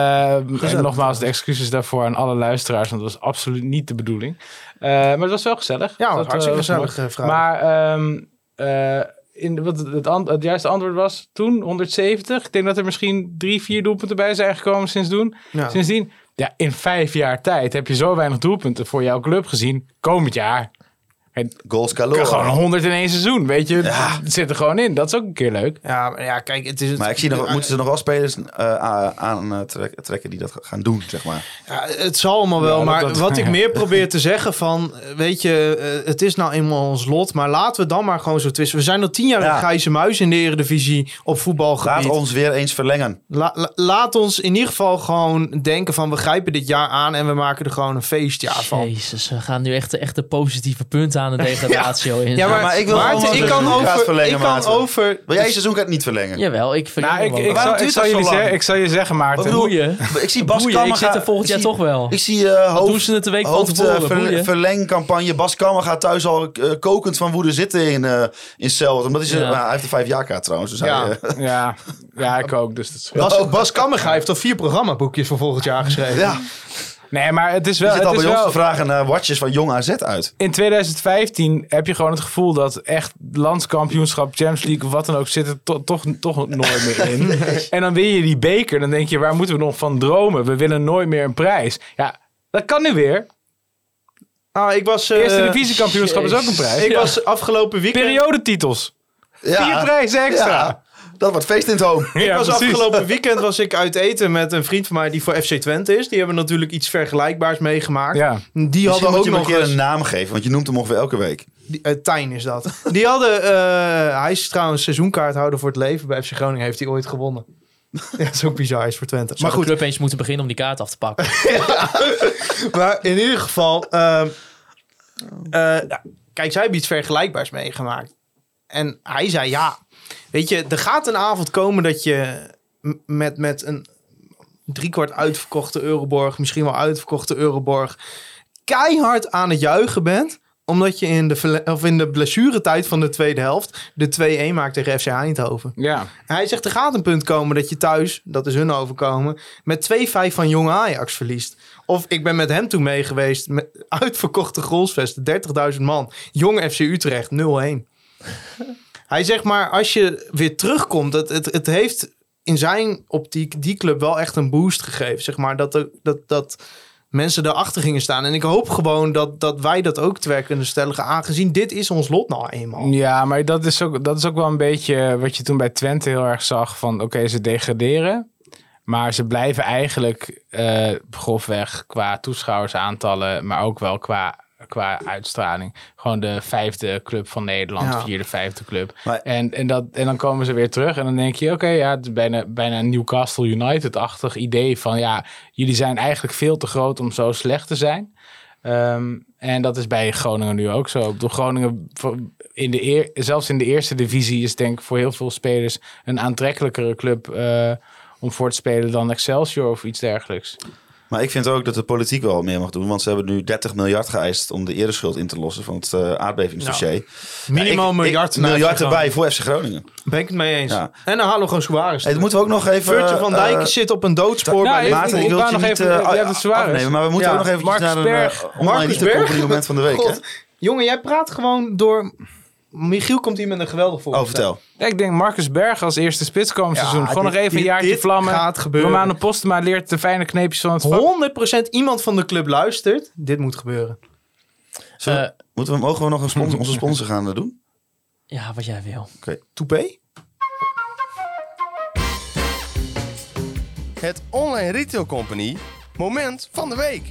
Uh, en nogmaals, de excuses daarvoor aan alle luisteraars... want dat was absoluut niet de bedoeling. Uh, maar het was wel gezellig. Ja, dat, hartstikke uh, was gezellig, mooi. uh, vrouw. Maar... Um, uh, in, wat het, ant- het juiste antwoord was toen honderdzeventig. Ik denk dat er misschien drie, vier doelpunten bij zijn gekomen sindsdien. Ja. Sindsdien, ja, in vijf jaar tijd heb je zo weinig doelpunten voor jouw club gezien. Komend jaar. Het goals kan galore. gewoon honderd in één seizoen, weet je. Ja. Het zit er gewoon in. Dat is ook een keer leuk. Ja, maar ja, kijk, het is... Het, Maar ik zie nog, moeten ze nog wel spelers uh, aan uh, trek, trekken die dat gaan doen, zeg maar. Ja, het zal allemaal wel, Ja, dat- maar dat- wat ik ja. meer probeer te zeggen van... Weet je, uh, het is nou eenmaal ons lot, maar laten we dan maar gewoon zo twisten. We zijn al tien jaar Ja. een grijze muis in de Eredivisie op voetbalgebied. Laat ons weer eens verlengen. La- la- laat ons in ieder geval gewoon denken van... we grijpen dit jaar aan en we maken er gewoon een feestjaar van. Jezus, we gaan nu echt, de- echt de positieve punten aan de degradatie in. Ja, maar, maar ik wil Maarten, gewoon ik een kan seizoenkaart over... verlengen, Ik kan Maarten. over Wil jij je seizoenkaart niet verlengen? Jawel, ik verlang Nou, ik, hem ik, wel. Waarom zal, ik, duurt zal dat zo jullie lang? zeggen, ik zal je zeggen, Maarten. Wat bedoel Boeien. Ik zie Bas Boeien, Kammer ik zit er volgend jaar ik zie- toch wel. Ik zie uh, doen hoofd, ze het de week van hoofd tevoren, uh, ver- boeien. verlengcampagne. Bas Kammer gaat thuis al uh, kokend van woede zitten in, uh, in Celtic. Omdat hij, ze- Ja. nou, hij heeft een vijfjaarkaart trouwens. Dus Ja. hij, uh, Ja, ja, ik ook. Dus dat is Bas, Bas Kammerga heeft al vier programmaboekjes voor volgend jaar geschreven. ja. Nee, maar het is Je wel... zit Het al is bij ons wel te vragen naar watjes van Jong A Z uit. in twintig vijftien heb je gewoon het gevoel dat echt landskampioenschap, Champions League, wat dan ook, zit er to- toch, toch nooit meer in. En dan win je die beker. Dan denk je, waar moeten we nog van dromen? We winnen nooit meer een prijs. Ja, dat kan nu weer. Ah, ik was... uh, Eerste divisiekampioenschap is ook een prijs. Ik Ja. was afgelopen weekend... Periodetitels. Ja. Vier prijzen extra. Ja, dat wordt feest in het home. Ik Ja, was precies. afgelopen weekend was ik uit eten met een vriend van mij die voor F C Twente is. Die hebben natuurlijk iets vergelijkbaars meegemaakt. Ja. Die Misschien hadden moet ook je hem een nog keer eens... een naam geven, want je noemt hem ongeveer elke week. Die, eh, Tijn is dat. Die hadden... eh, hij is trouwens seizoenkaarthouder voor het leven. Bij F C Groningen heeft hij ooit gewonnen. Ja, dat is ook bizar is voor Twente. Maar Maar de goed, club eens moeten beginnen om die kaart af te pakken. maar in ieder geval... ehm, eh, ja, kijk, zij hebben iets vergelijkbaars meegemaakt. En hij zei, ja... Weet je, er gaat een avond komen dat je m- met, met een driekwart uitverkochte Euroborg... misschien wel uitverkochte Euroborg... keihard aan het juichen bent... omdat je in de, verle- of in de blessuretijd van de tweede helft... de twee-een maakt tegen F C Eindhoven. Ja. En hij zegt, er gaat een punt komen dat je thuis... dat is hun overkomen... met twee vijf van Jong Ajax verliest. Of ik ben met hem toen mee geweest... met uitverkochte Grolsvesten, dertigduizend man. Jong F C Utrecht, nul-een. Hij zegt maar, als je weer terugkomt... Het, het, het heeft in zijn optiek die club wel echt een boost gegeven. Zeg maar, dat, er, dat, dat mensen erachter gingen staan. En ik hoop gewoon dat, dat wij dat ook te werk kunnen stellen... aangezien dit is ons lot nou eenmaal. Ja, maar dat is, ook, dat is ook wel een beetje wat je toen bij Twente heel erg zag. Van oké, ze degraderen. Maar ze blijven eigenlijk uh, grofweg qua toeschouwersaantallen... maar ook wel qua, qua uitstraling. Gewoon de vijfde club van Nederland. Ja. Vierde, vijfde club. Maar- En, en, dat, en dan komen ze weer terug. En dan denk je, oké, ja, het is bijna, bijna een Newcastle United-achtig idee. Van ja, jullie zijn eigenlijk veel te groot om zo slecht te zijn. Um, en dat is bij Groningen nu ook zo. Ik bedoel, Groningen, voor- in de eer, zelfs in de eerste divisie... is denk ik voor heel veel spelers een aantrekkelijkere club... Uh, om voor te spelen dan Excelsior of iets dergelijks. Maar ik vind ook dat de politiek wel meer mag doen. Want ze hebben nu dertig miljard geëist om de ereschuld in te lossen van het uh, aardbevingsdossier. Nou, minimaal ja, ik, miljard. Ik, miljard erbij voor F C Groningen. Ben ik het mee eens. Ja. En dan halen we gewoon Suarez. Hey, dat moeten we ook nog even... Virgil van Dijk uh, zit op een doodspoor. Nou, bij even- Maarten, ik ik wil wou je nog niet even- uh, je hebt het Suarez. afnemen. Maar we moeten Ja, ook nog even Marcus naar een Berg. uh, online Marcus Retail Berg. Company moment van de week. God. Jongen, jij praat gewoon door... Michiel komt hier met een geweldig Hè? voorbeeld. Oh, vertel. Ja, ik denk Marcus Berg als eerste spits komend Ja, seizoen. Gewoon dit- nog even een dit- jaartje dit vlammen. gaat gebeuren. Romano Postema leert de fijne kneepjes van het vak. honderd procent iemand van de club luistert. Dit moet gebeuren. Zullen we- Uh, moeten we, mogen we nog een sponsor, onze sponsor gaan uh, doen? Ja, wat jij wil. Toupé? Het Online Retail Company moment van de week.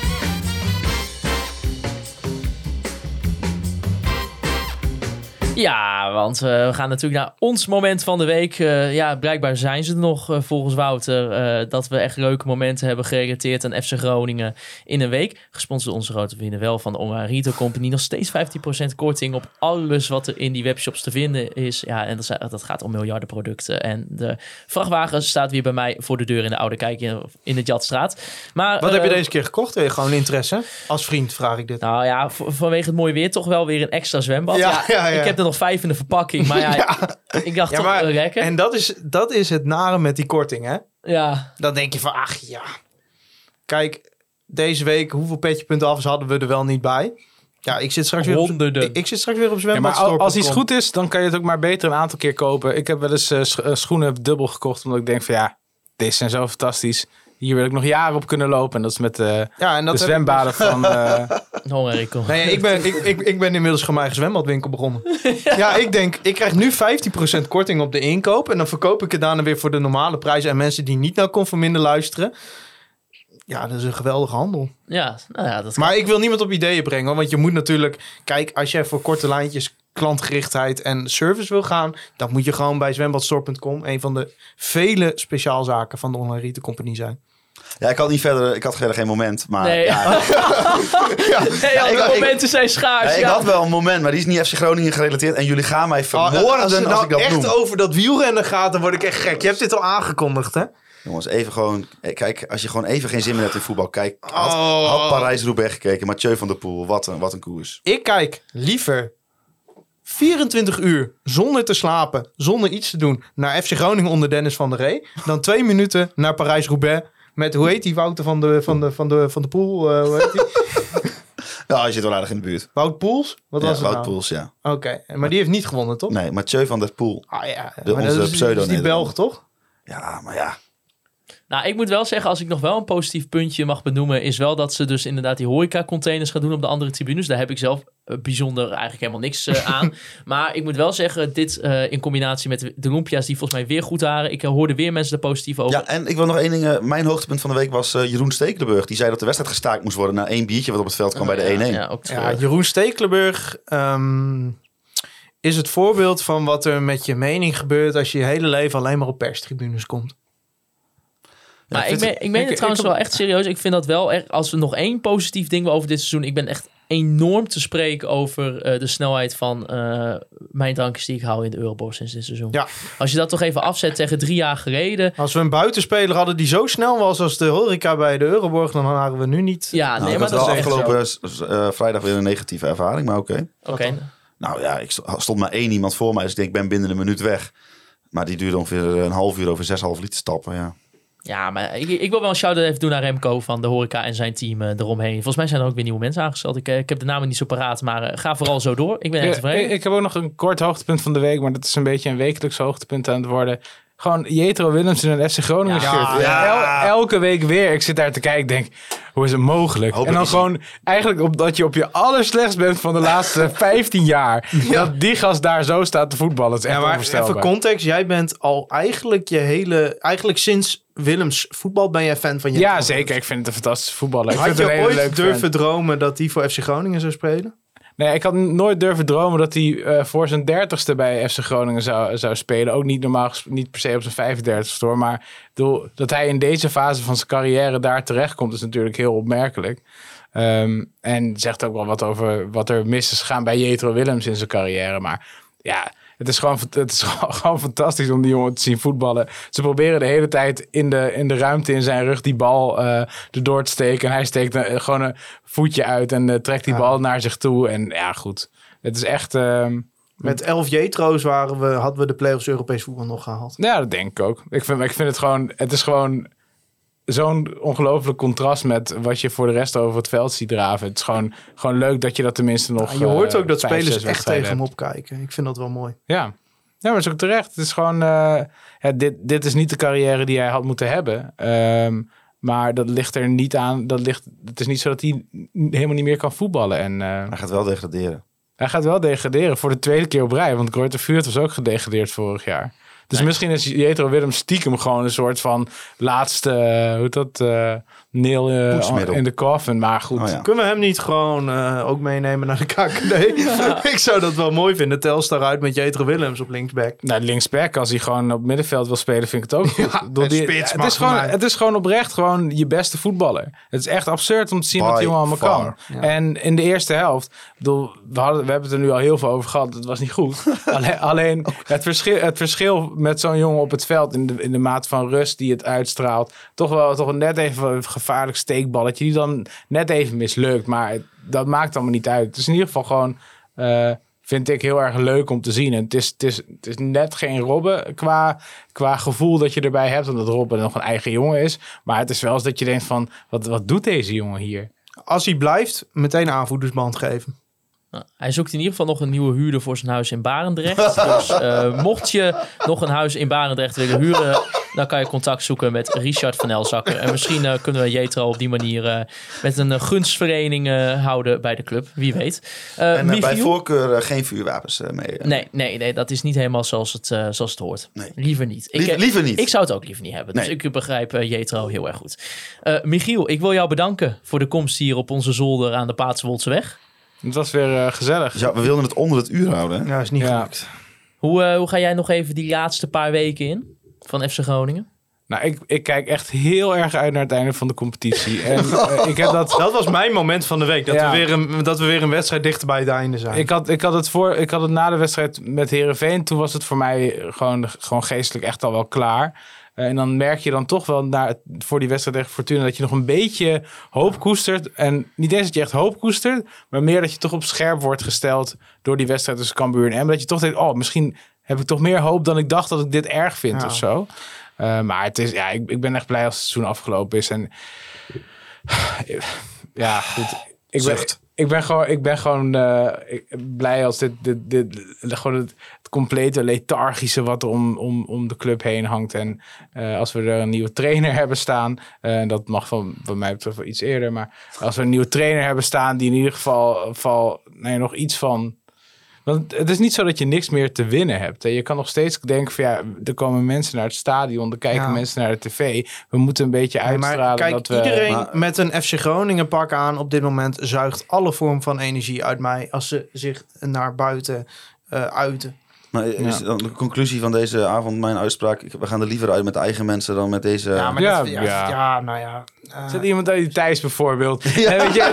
Ja, want uh, we gaan natuurlijk naar ons moment van de week. Uh, ja, blijkbaar zijn ze er nog, uh, volgens Wouter. Uh, dat we echt leuke momenten hebben gerelateerd aan F C Groningen in een week. Gesponsord door onze grote vrienden wel van de Online Retail Company. Nog steeds vijftien procent korting op alles wat er in die webshops te vinden is. Ja, en dat, dat gaat om miljarden producten. En de vrachtwagen staat weer bij mij voor de deur in de Oude Kijk in, in de Jatstraat. Maar, Wat uh, heb je deze keer gekocht? Heb je gewoon interesse? Als vriend vraag ik dit. Nou ja, v- vanwege het mooie weer toch wel weer een extra zwembad. Ja, Ja, ja, ja. Ik heb er nog vijf in de verpakking. Maar ja, Ja. ik dacht Ja, toch maar- uh, lekker. En dat is, dat is het nare met die korting, hè? Ja, Dan denk je van, ach ja. Kijk, deze week, hoeveel petje af hadden we er wel niet bij? Ja, ik zit straks weer op, Honderden. ik, ik zit straks weer op Ja, maar zwembadstore al- als punt iets com. goed is, dan kan je het ook maar beter een aantal keer kopen. Ik heb wel eens uh, sch- uh, schoenen dubbel gekocht, omdat ik denk van ja, deze zijn zo fantastisch. Hier wil ik nog jaren op kunnen lopen. En dat is met uh, Ja, en dat de heb ik zwembaden van... Uh, hongerikkel. Nee, ik ben, ik, ik, ik ben inmiddels gewoon mijn eigen zwembadwinkel begonnen. Ja, ik denk, ik krijg nu vijftien procent korting op de inkoop. En dan verkoop ik het daarna weer voor de normale prijzen. En mensen die niet naar Conforminder luisteren. Ja, dat is een geweldige handel. Ja, nou ja, dat Maar ik wil niemand op ideeën brengen. hoor. Want je moet natuurlijk... Kijk, als jij voor korte lijntjes, klantgerichtheid en service wil gaan... dan moet je gewoon bij zwembadstore punt com... een van de vele speciaalzaken van de Online Retail Company zijn. Ja, ik had niet verder... Ik had verder geen moment, maar... Nee. Ja, Hey, Ja, alle ik- ik- momenten zijn schaars. Ja, ik ja. had wel een moment, maar die is niet F C Groningen gerelateerd. En jullie gaan mij vermoorden als als, het nou ik dat echt noem. over dat wielrennen gaat, dan word ik echt gek. Je hebt dit al aangekondigd, hè? Jongens, even gewoon... eh, Kijk, als je gewoon even geen zin meer hebt in voetbal... Kijk, had, Oh. had Parijs-Roubaix gekeken. Mathieu van der Poel, wat een, wat een koers. Ik kijk liever vierentwintig uur zonder te slapen, zonder iets te doen... naar F C Groningen onder Dennis van der Ree... dan twee minuten naar Parijs-Roubaix... met, hoe heet die, Wouter van de, van de, van de, van de Poel? Uh, hoe heet die? Ja, je zit wel aardig in de buurt. Wout Poels? Wat Ja, was het Wout nou? Poels, ja. Oké, maar die heeft niet gewonnen, toch? Nee, Mathieu van der Poel. Ah ja, De- maar onze dat is, pseudo is die Belg, Nederlander. toch? Ja, maar ja. Nou, ik moet wel zeggen, als ik nog wel een positief puntje mag benoemen... is wel dat ze dus inderdaad die horeca-containers gaan doen op de andere tribunes. Daar heb ik zelf uh, bijzonder eigenlijk helemaal niks uh, aan. Maar ik moet wel zeggen, dit uh, in combinatie met de Lumpia's... die volgens mij weer goed waren. Ik uh, hoorde weer mensen er positief over. Ja, en ik wil nog één ding. uh, mijn hoogtepunt van de week was uh, Jeroen Stekelenburg. Die zei dat de wedstrijd gestaakt moest worden... na één biertje wat op het veld kwam bij de één-één. Ja, ja, ook Ja, treurig. Jeroen Stekelenburg um, is het voorbeeld van wat er met je mening gebeurt... als je je hele leven alleen maar op perstribunes komt. Maar Ja, ik, vind- ben, ik meen ik- het trouwens ik- wel echt serieus. Ik vind dat wel echt, als we nog één positief ding over dit seizoen... Ik ben echt enorm te spreken over uh, de snelheid van uh, mijn drankjes die ik hou in de Euroborg sinds dit seizoen. Ja. Als je dat toch even afzet tegen drie jaar geleden... Als we een buitenspeler hadden die zo snel was als de horeca bij de Euroborg... dan waren we nu niet... Ja, Nou, nee, ik maar had dat wel is echt zo. afgelopen s- uh, vrijdag weer een negatieve ervaring, maar oké. Oké. Nou ja, ik st- stond maar één iemand voor mij, dus ik denk, ik ben binnen een minuut weg. Maar die duurde ongeveer een half uur over zes komma vijf liter stappen, ja. Ja, maar ik, ik wil wel een shout-out even doen naar Remco van de horeca en zijn team uh, eromheen. Volgens mij zijn er ook weer nieuwe mensen aangesteld. Ik, uh, ik heb de namen niet zo paraat, maar uh, ga vooral zo door. Ik ben echt Ja, tevreden. ik, ik heb ook nog een kort hoogtepunt van de week, maar dat is een beetje een wekelijks hoogtepunt aan het worden. Gewoon Jetro Willems in een F C Groningen Ja, shirt. ja. El- elke week weer. Ik zit daar te kijken, denk, hoe is het mogelijk? Hopelijk en dan is gewoon, eigenlijk omdat je op je allerslechtst bent van de laatste vijftien jaar. Dat die gast daar zo staat te voetballen. Het is echt Ja, maar onvoorstelbaar. even context. Jij bent al eigenlijk je hele... Eigenlijk sinds Willems voetbal ben jij fan van je. Ja, zeker. Ik vind het een fantastische voetballer. Ik Had vind het je een hele ooit leuke durven fan. dromen dat hij voor F C Groningen zou spelen? Nee, ik had nooit durven dromen dat hij uh, voor zijn dertigste bij F C Groningen zou, zou spelen. Ook niet normaal, ges- niet per se op zijn vijfendertigste hoor. Maar bedoel, dat hij in deze fase van zijn carrière daar terechtkomt is natuurlijk heel opmerkelijk. Um, en zegt ook wel wat over wat er mis is gegaan bij Jetro Willems in zijn carrière. Maar ja, het is, gewoon, het is gewoon, gewoon fantastisch om die jongen te zien voetballen. Ze proberen de hele tijd in de, in de ruimte in zijn rug die bal uh, erdoor te steken. En hij steekt uh, gewoon een voetje uit en uh, trekt die ja. bal naar zich toe. En ja, goed. Het is echt... Uh, Met elf Jetro's waren we, hadden we de play-offs Europees voetbal nog gehaald. Ja, dat denk ik ook. Ik vind, ik vind het gewoon... Het is gewoon zo'n ongelooflijk contrast met wat je voor de rest over het veld ziet draven. Het is gewoon, gewoon leuk dat je dat tenminste nog... Ja, je hoort ook uh, dat vijf, spelers echt tegen hem hebt. opkijken. Ik vind dat wel mooi. Ja, ja maar het is ook terecht. Het is gewoon... Uh, ja, dit, dit is niet de carrière die hij had moeten hebben. Um, maar dat ligt er niet aan. Dat ligt, het is niet zo dat hij helemaal niet meer kan voetballen. En, uh, hij gaat wel degraderen. Hij gaat wel degraderen voor de tweede keer op rij. Want Greuther Fürth was ook gedegradeerd vorig jaar. Dus nee. misschien is Jetro Willems stiekem gewoon een soort van laatste, uh, hoe heet dat, uh, nail uh, in de coffin. Maar goed. Oh, ja. Kunnen we hem niet gewoon uh, ook meenemen naar de K K D? Ja. Ik zou dat wel mooi vinden. Telstar uit met Jetro Willems op linksback. Nou, linksback, als hij gewoon op middenveld wil spelen, vind ik het ook goed. Ja, Door die, spits, het, is gewoon, het is gewoon oprecht gewoon je beste voetballer. Het is echt absurd om te zien By wat die jongen allemaal far. kan. Ja. En in de eerste helft, bedoel, we, hadden, we hebben het er nu al heel veel over gehad. Het was niet goed. alleen alleen het, verschil, het verschil met zo'n jongen op het veld in de, in de mate van rust die het uitstraalt. Toch wel toch net even een gevaarlijk steekballetje die dan net even mislukt. Maar dat maakt allemaal niet uit. Het is in ieder geval gewoon, uh, vind ik, heel erg leuk om te zien. En het is, het is, het is net geen Robben qua, qua gevoel dat je erbij hebt. Omdat Robben nog een eigen jongen is. Maar het is wel eens dat je denkt van, wat, wat doet deze jongen hier? Als hij blijft, meteen aanvoerdersband geven. Nou, hij zoekt in ieder geval nog een nieuwe huurder voor zijn huis in Barendrecht. Dus uh, mocht je nog een huis in Barendrecht willen huren, dan kan je contact zoeken met Richard van Elzakker. En misschien uh, kunnen we Jetro op die manier uh, met een uh, gunstvereniging uh, houden bij de club. Wie weet. Uh, en uh, bij voorkeur uh, geen vuurwapens uh, mee. Uh. Nee, nee, nee, dat is niet helemaal zoals het, uh, zoals het hoort. Nee. Liever niet. Lief, ik, liever niet. Ik zou het ook liever niet hebben. Dus nee. ik begrijp uh, Jetro heel erg goed. Uh, Michiel, ik wil jou bedanken voor de komst hier op onze zolder aan de Paterwoldse. Het was weer uh, gezellig. Ja, we wilden het onder het uur houden. Ja, is niet ja. gelukt. Hoe, uh, hoe ga jij nog even die laatste paar weken in van F C Groningen? Nou, ik, ik kijk echt heel erg uit naar het einde van de competitie. En, uh, ik heb dat... dat was mijn moment van de week. Dat, ja. we, weer een, dat we weer een wedstrijd dichter bij het einde zijn. Ik had, ik had, het, voor, ik had het na de wedstrijd met Heerenveen. Toen was het voor mij gewoon, gewoon geestelijk echt al wel klaar. Uh, en dan merk je dan toch wel naar, voor die wedstrijd tegen Fortuna dat je nog een beetje hoop koestert. En niet eens dat je echt hoop koestert, maar meer dat je toch op scherp wordt gesteld door die wedstrijd tussen Cambuur en Emmen. Dat je toch denkt, oh, misschien heb ik toch meer hoop dan ik dacht dat ik dit erg vind ja. of zo. Uh, maar het is, ja, ik, ik ben echt blij als het seizoen afgelopen is. En ja, goed. Ik ben, ik ben gewoon, ik ben gewoon uh, ik, blij als dit, dit, dit, dit gewoon het, het complete lethargische wat er om, om, om de club heen hangt. En uh, als we er een nieuwe trainer hebben staan, uh, dat mag van, van mij betreft wel iets eerder, maar als we een nieuwe trainer hebben staan die in ieder geval, geval nee, nog iets van... Want het is niet zo dat je niks meer te winnen hebt. Je kan nog steeds denken van ja, er komen mensen naar het stadion, er kijken ja. mensen naar de tv. We moeten een beetje uitstralen. Maar kijk, dat we, iedereen maar, met een F C Groningen pak aan op dit moment zuigt alle vorm van energie uit mij als ze zich naar buiten uh, uiten. Maar is ja. dan de conclusie van deze avond mijn uitspraak? We gaan er liever uit met eigen mensen dan met deze... Ja, maar ja, dat, ja, ja. ja nou ja. Uh... Zit iemand uit die Thijs bijvoorbeeld? Ja. Nee, weet je,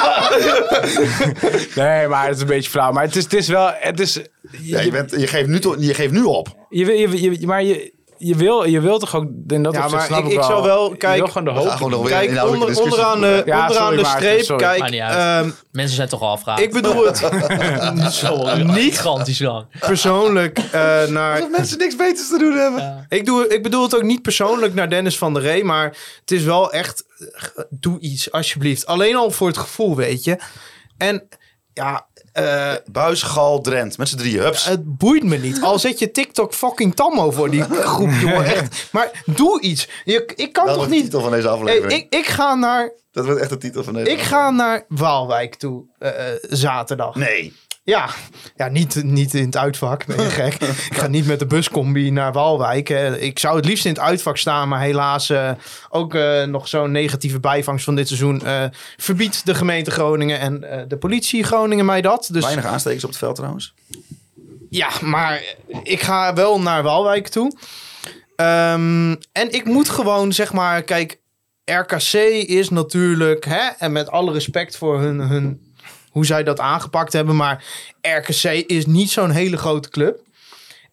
nee, maar het is een beetje flauw. Maar het is, het is wel... Het is, je, ja, je, bent, je, geeft nu to, je geeft nu op. Je, je, je, maar je... Je wil, je wil toch ook... En dat ja, maar snap ik, ik, ik wel, zou wel... Kijk, gewoon de hoop. Gewoon kijk onder, onderaan de, ja, onderaan sorry, de streep... Sorry. Kijk, um, mensen zijn toch al afvragen. Ik bedoel het... sorry, niet gigantisch lang. Persoonlijk uh, naar... Alsof mensen niks beters te doen hebben. Ja. Ik, doe, ik bedoel het ook niet persoonlijk naar Dennis van der Ree... maar het is wel echt... Doe iets, alsjeblieft. Alleen al voor het gevoel, weet je. En ja... Uh, Buis, Gal, Drent. Met z'n drieën, hups. Ja, het boeit me niet. Al zet je TikTok fucking tammo voor die groep, jongen. Echt. Maar doe iets. Je, ik kan dat toch niet... Dat is de titel van deze aflevering. Hey, ik, ik ga naar... Dat wordt echt de titel van deze Ik aflevering. ga naar Waalwijk toe. Uh, zaterdag. Nee. Ja, ja niet, niet in het uitvak. Ben je gek? Ik ga niet met de buscombi naar Waalwijk. Hè. Ik zou het liefst in het uitvak staan. Maar helaas uh, ook uh, nog zo'n negatieve bijvangst van dit seizoen. Uh, verbiedt de gemeente Groningen en uh, de politie Groningen mij dat. Dus... Weinig aanstekers op het veld trouwens. Ja, maar ik ga wel naar Waalwijk toe. Um, en ik moet gewoon, zeg maar... Kijk, R K C is natuurlijk... Hè, en met alle respect voor hun... hun hoe zij dat aangepakt hebben. Maar R K C is niet zo'n hele grote club.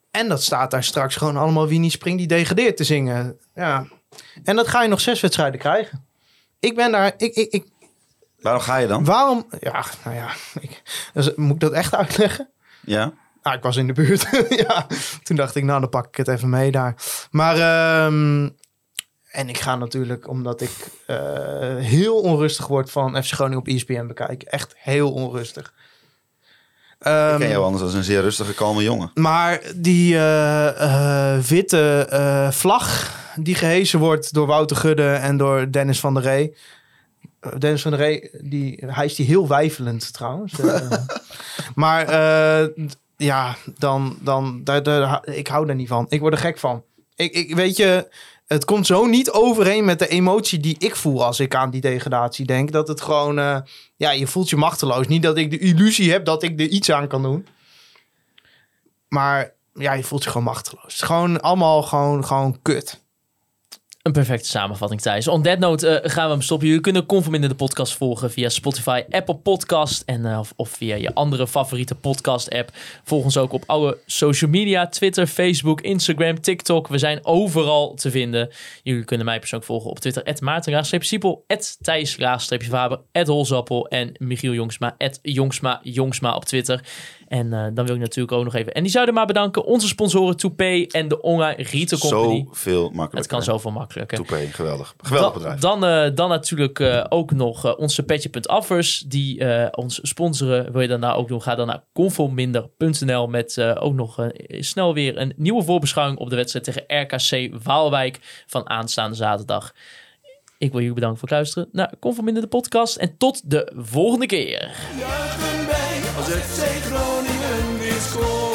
En dat staat daar straks gewoon allemaal wie niet springt, die degradeert te zingen. Ja. En dat ga je nog zes wedstrijden krijgen. Ik ben daar... Ik, ik, ik, Waarom ga je dan? waarom... Ja, nou ja. Ik, dus, moet ik dat echt uitleggen? Ja. Ah, ik was in de buurt. ja. Toen dacht ik, nou, dan pak ik het even mee daar. Maar... Um, en ik ga natuurlijk, omdat ik uh, heel onrustig word van F C Groningen op E S P N bekijken. Echt heel onrustig. Um, Ik ken jou anders als een zeer rustige, kalme jongen. Maar die uh, uh, witte uh, vlag die gehesen wordt door Wouter Gudde en door Dennis van der Ree. Uh, Dennis van der Ree, die, hij is die heel weifelend trouwens. uh, maar uh, ja, dan, dan daar, daar, ik hou daar niet van. Ik word er gek van. Ik, ik weet je... Het komt zo niet overeen met de emotie die ik voel als ik aan die degradatie denk. Dat het gewoon, uh, ja, je voelt je machteloos. Niet dat ik de illusie heb dat ik er iets aan kan doen. Maar ja, je voelt je gewoon machteloos. Het is gewoon allemaal gewoon, gewoon kut. Een perfecte samenvatting, Thijs. On that note uh, gaan we hem stoppen. Jullie kunnen Conforminder de podcast volgen via Spotify, Apple Podcast en, uh, of, of via je andere favoriete podcast-app. Volg ons ook op alle social media, Twitter, Facebook, Instagram, TikTok. We zijn overal te vinden. Jullie kunnen mij persoonlijk volgen op Twitter, at Maarten-Siepel, at Thijs-Faber, at Holzappel en Michiel Jongsma, at Jongsma Jongsma op Twitter. En uh, dan wil ik natuurlijk ook nog even Andy Zuidema bedanken. Onze sponsoren Toupee en de Onga Retail Company. Zoveel makkelijker. Het kan zoveel makkelijker. Toupee, geweldig. Geweldig bedrijf. Dan, dan, uh, dan natuurlijk uh, ook nog uh, onze Petje.affers die uh, ons sponsoren. Wil je dan nou ook doen? Ga dan naar conforminder punt n l met uh, ook nog uh, snel weer een nieuwe voorbeschouwing op de wedstrijd tegen R K C Waalwijk van aanstaande zaterdag. Ik wil jullie bedanken voor het luisteren naar Conforminder de podcast en tot de volgende keer. Juichen wij als F C Groningen weer scoort.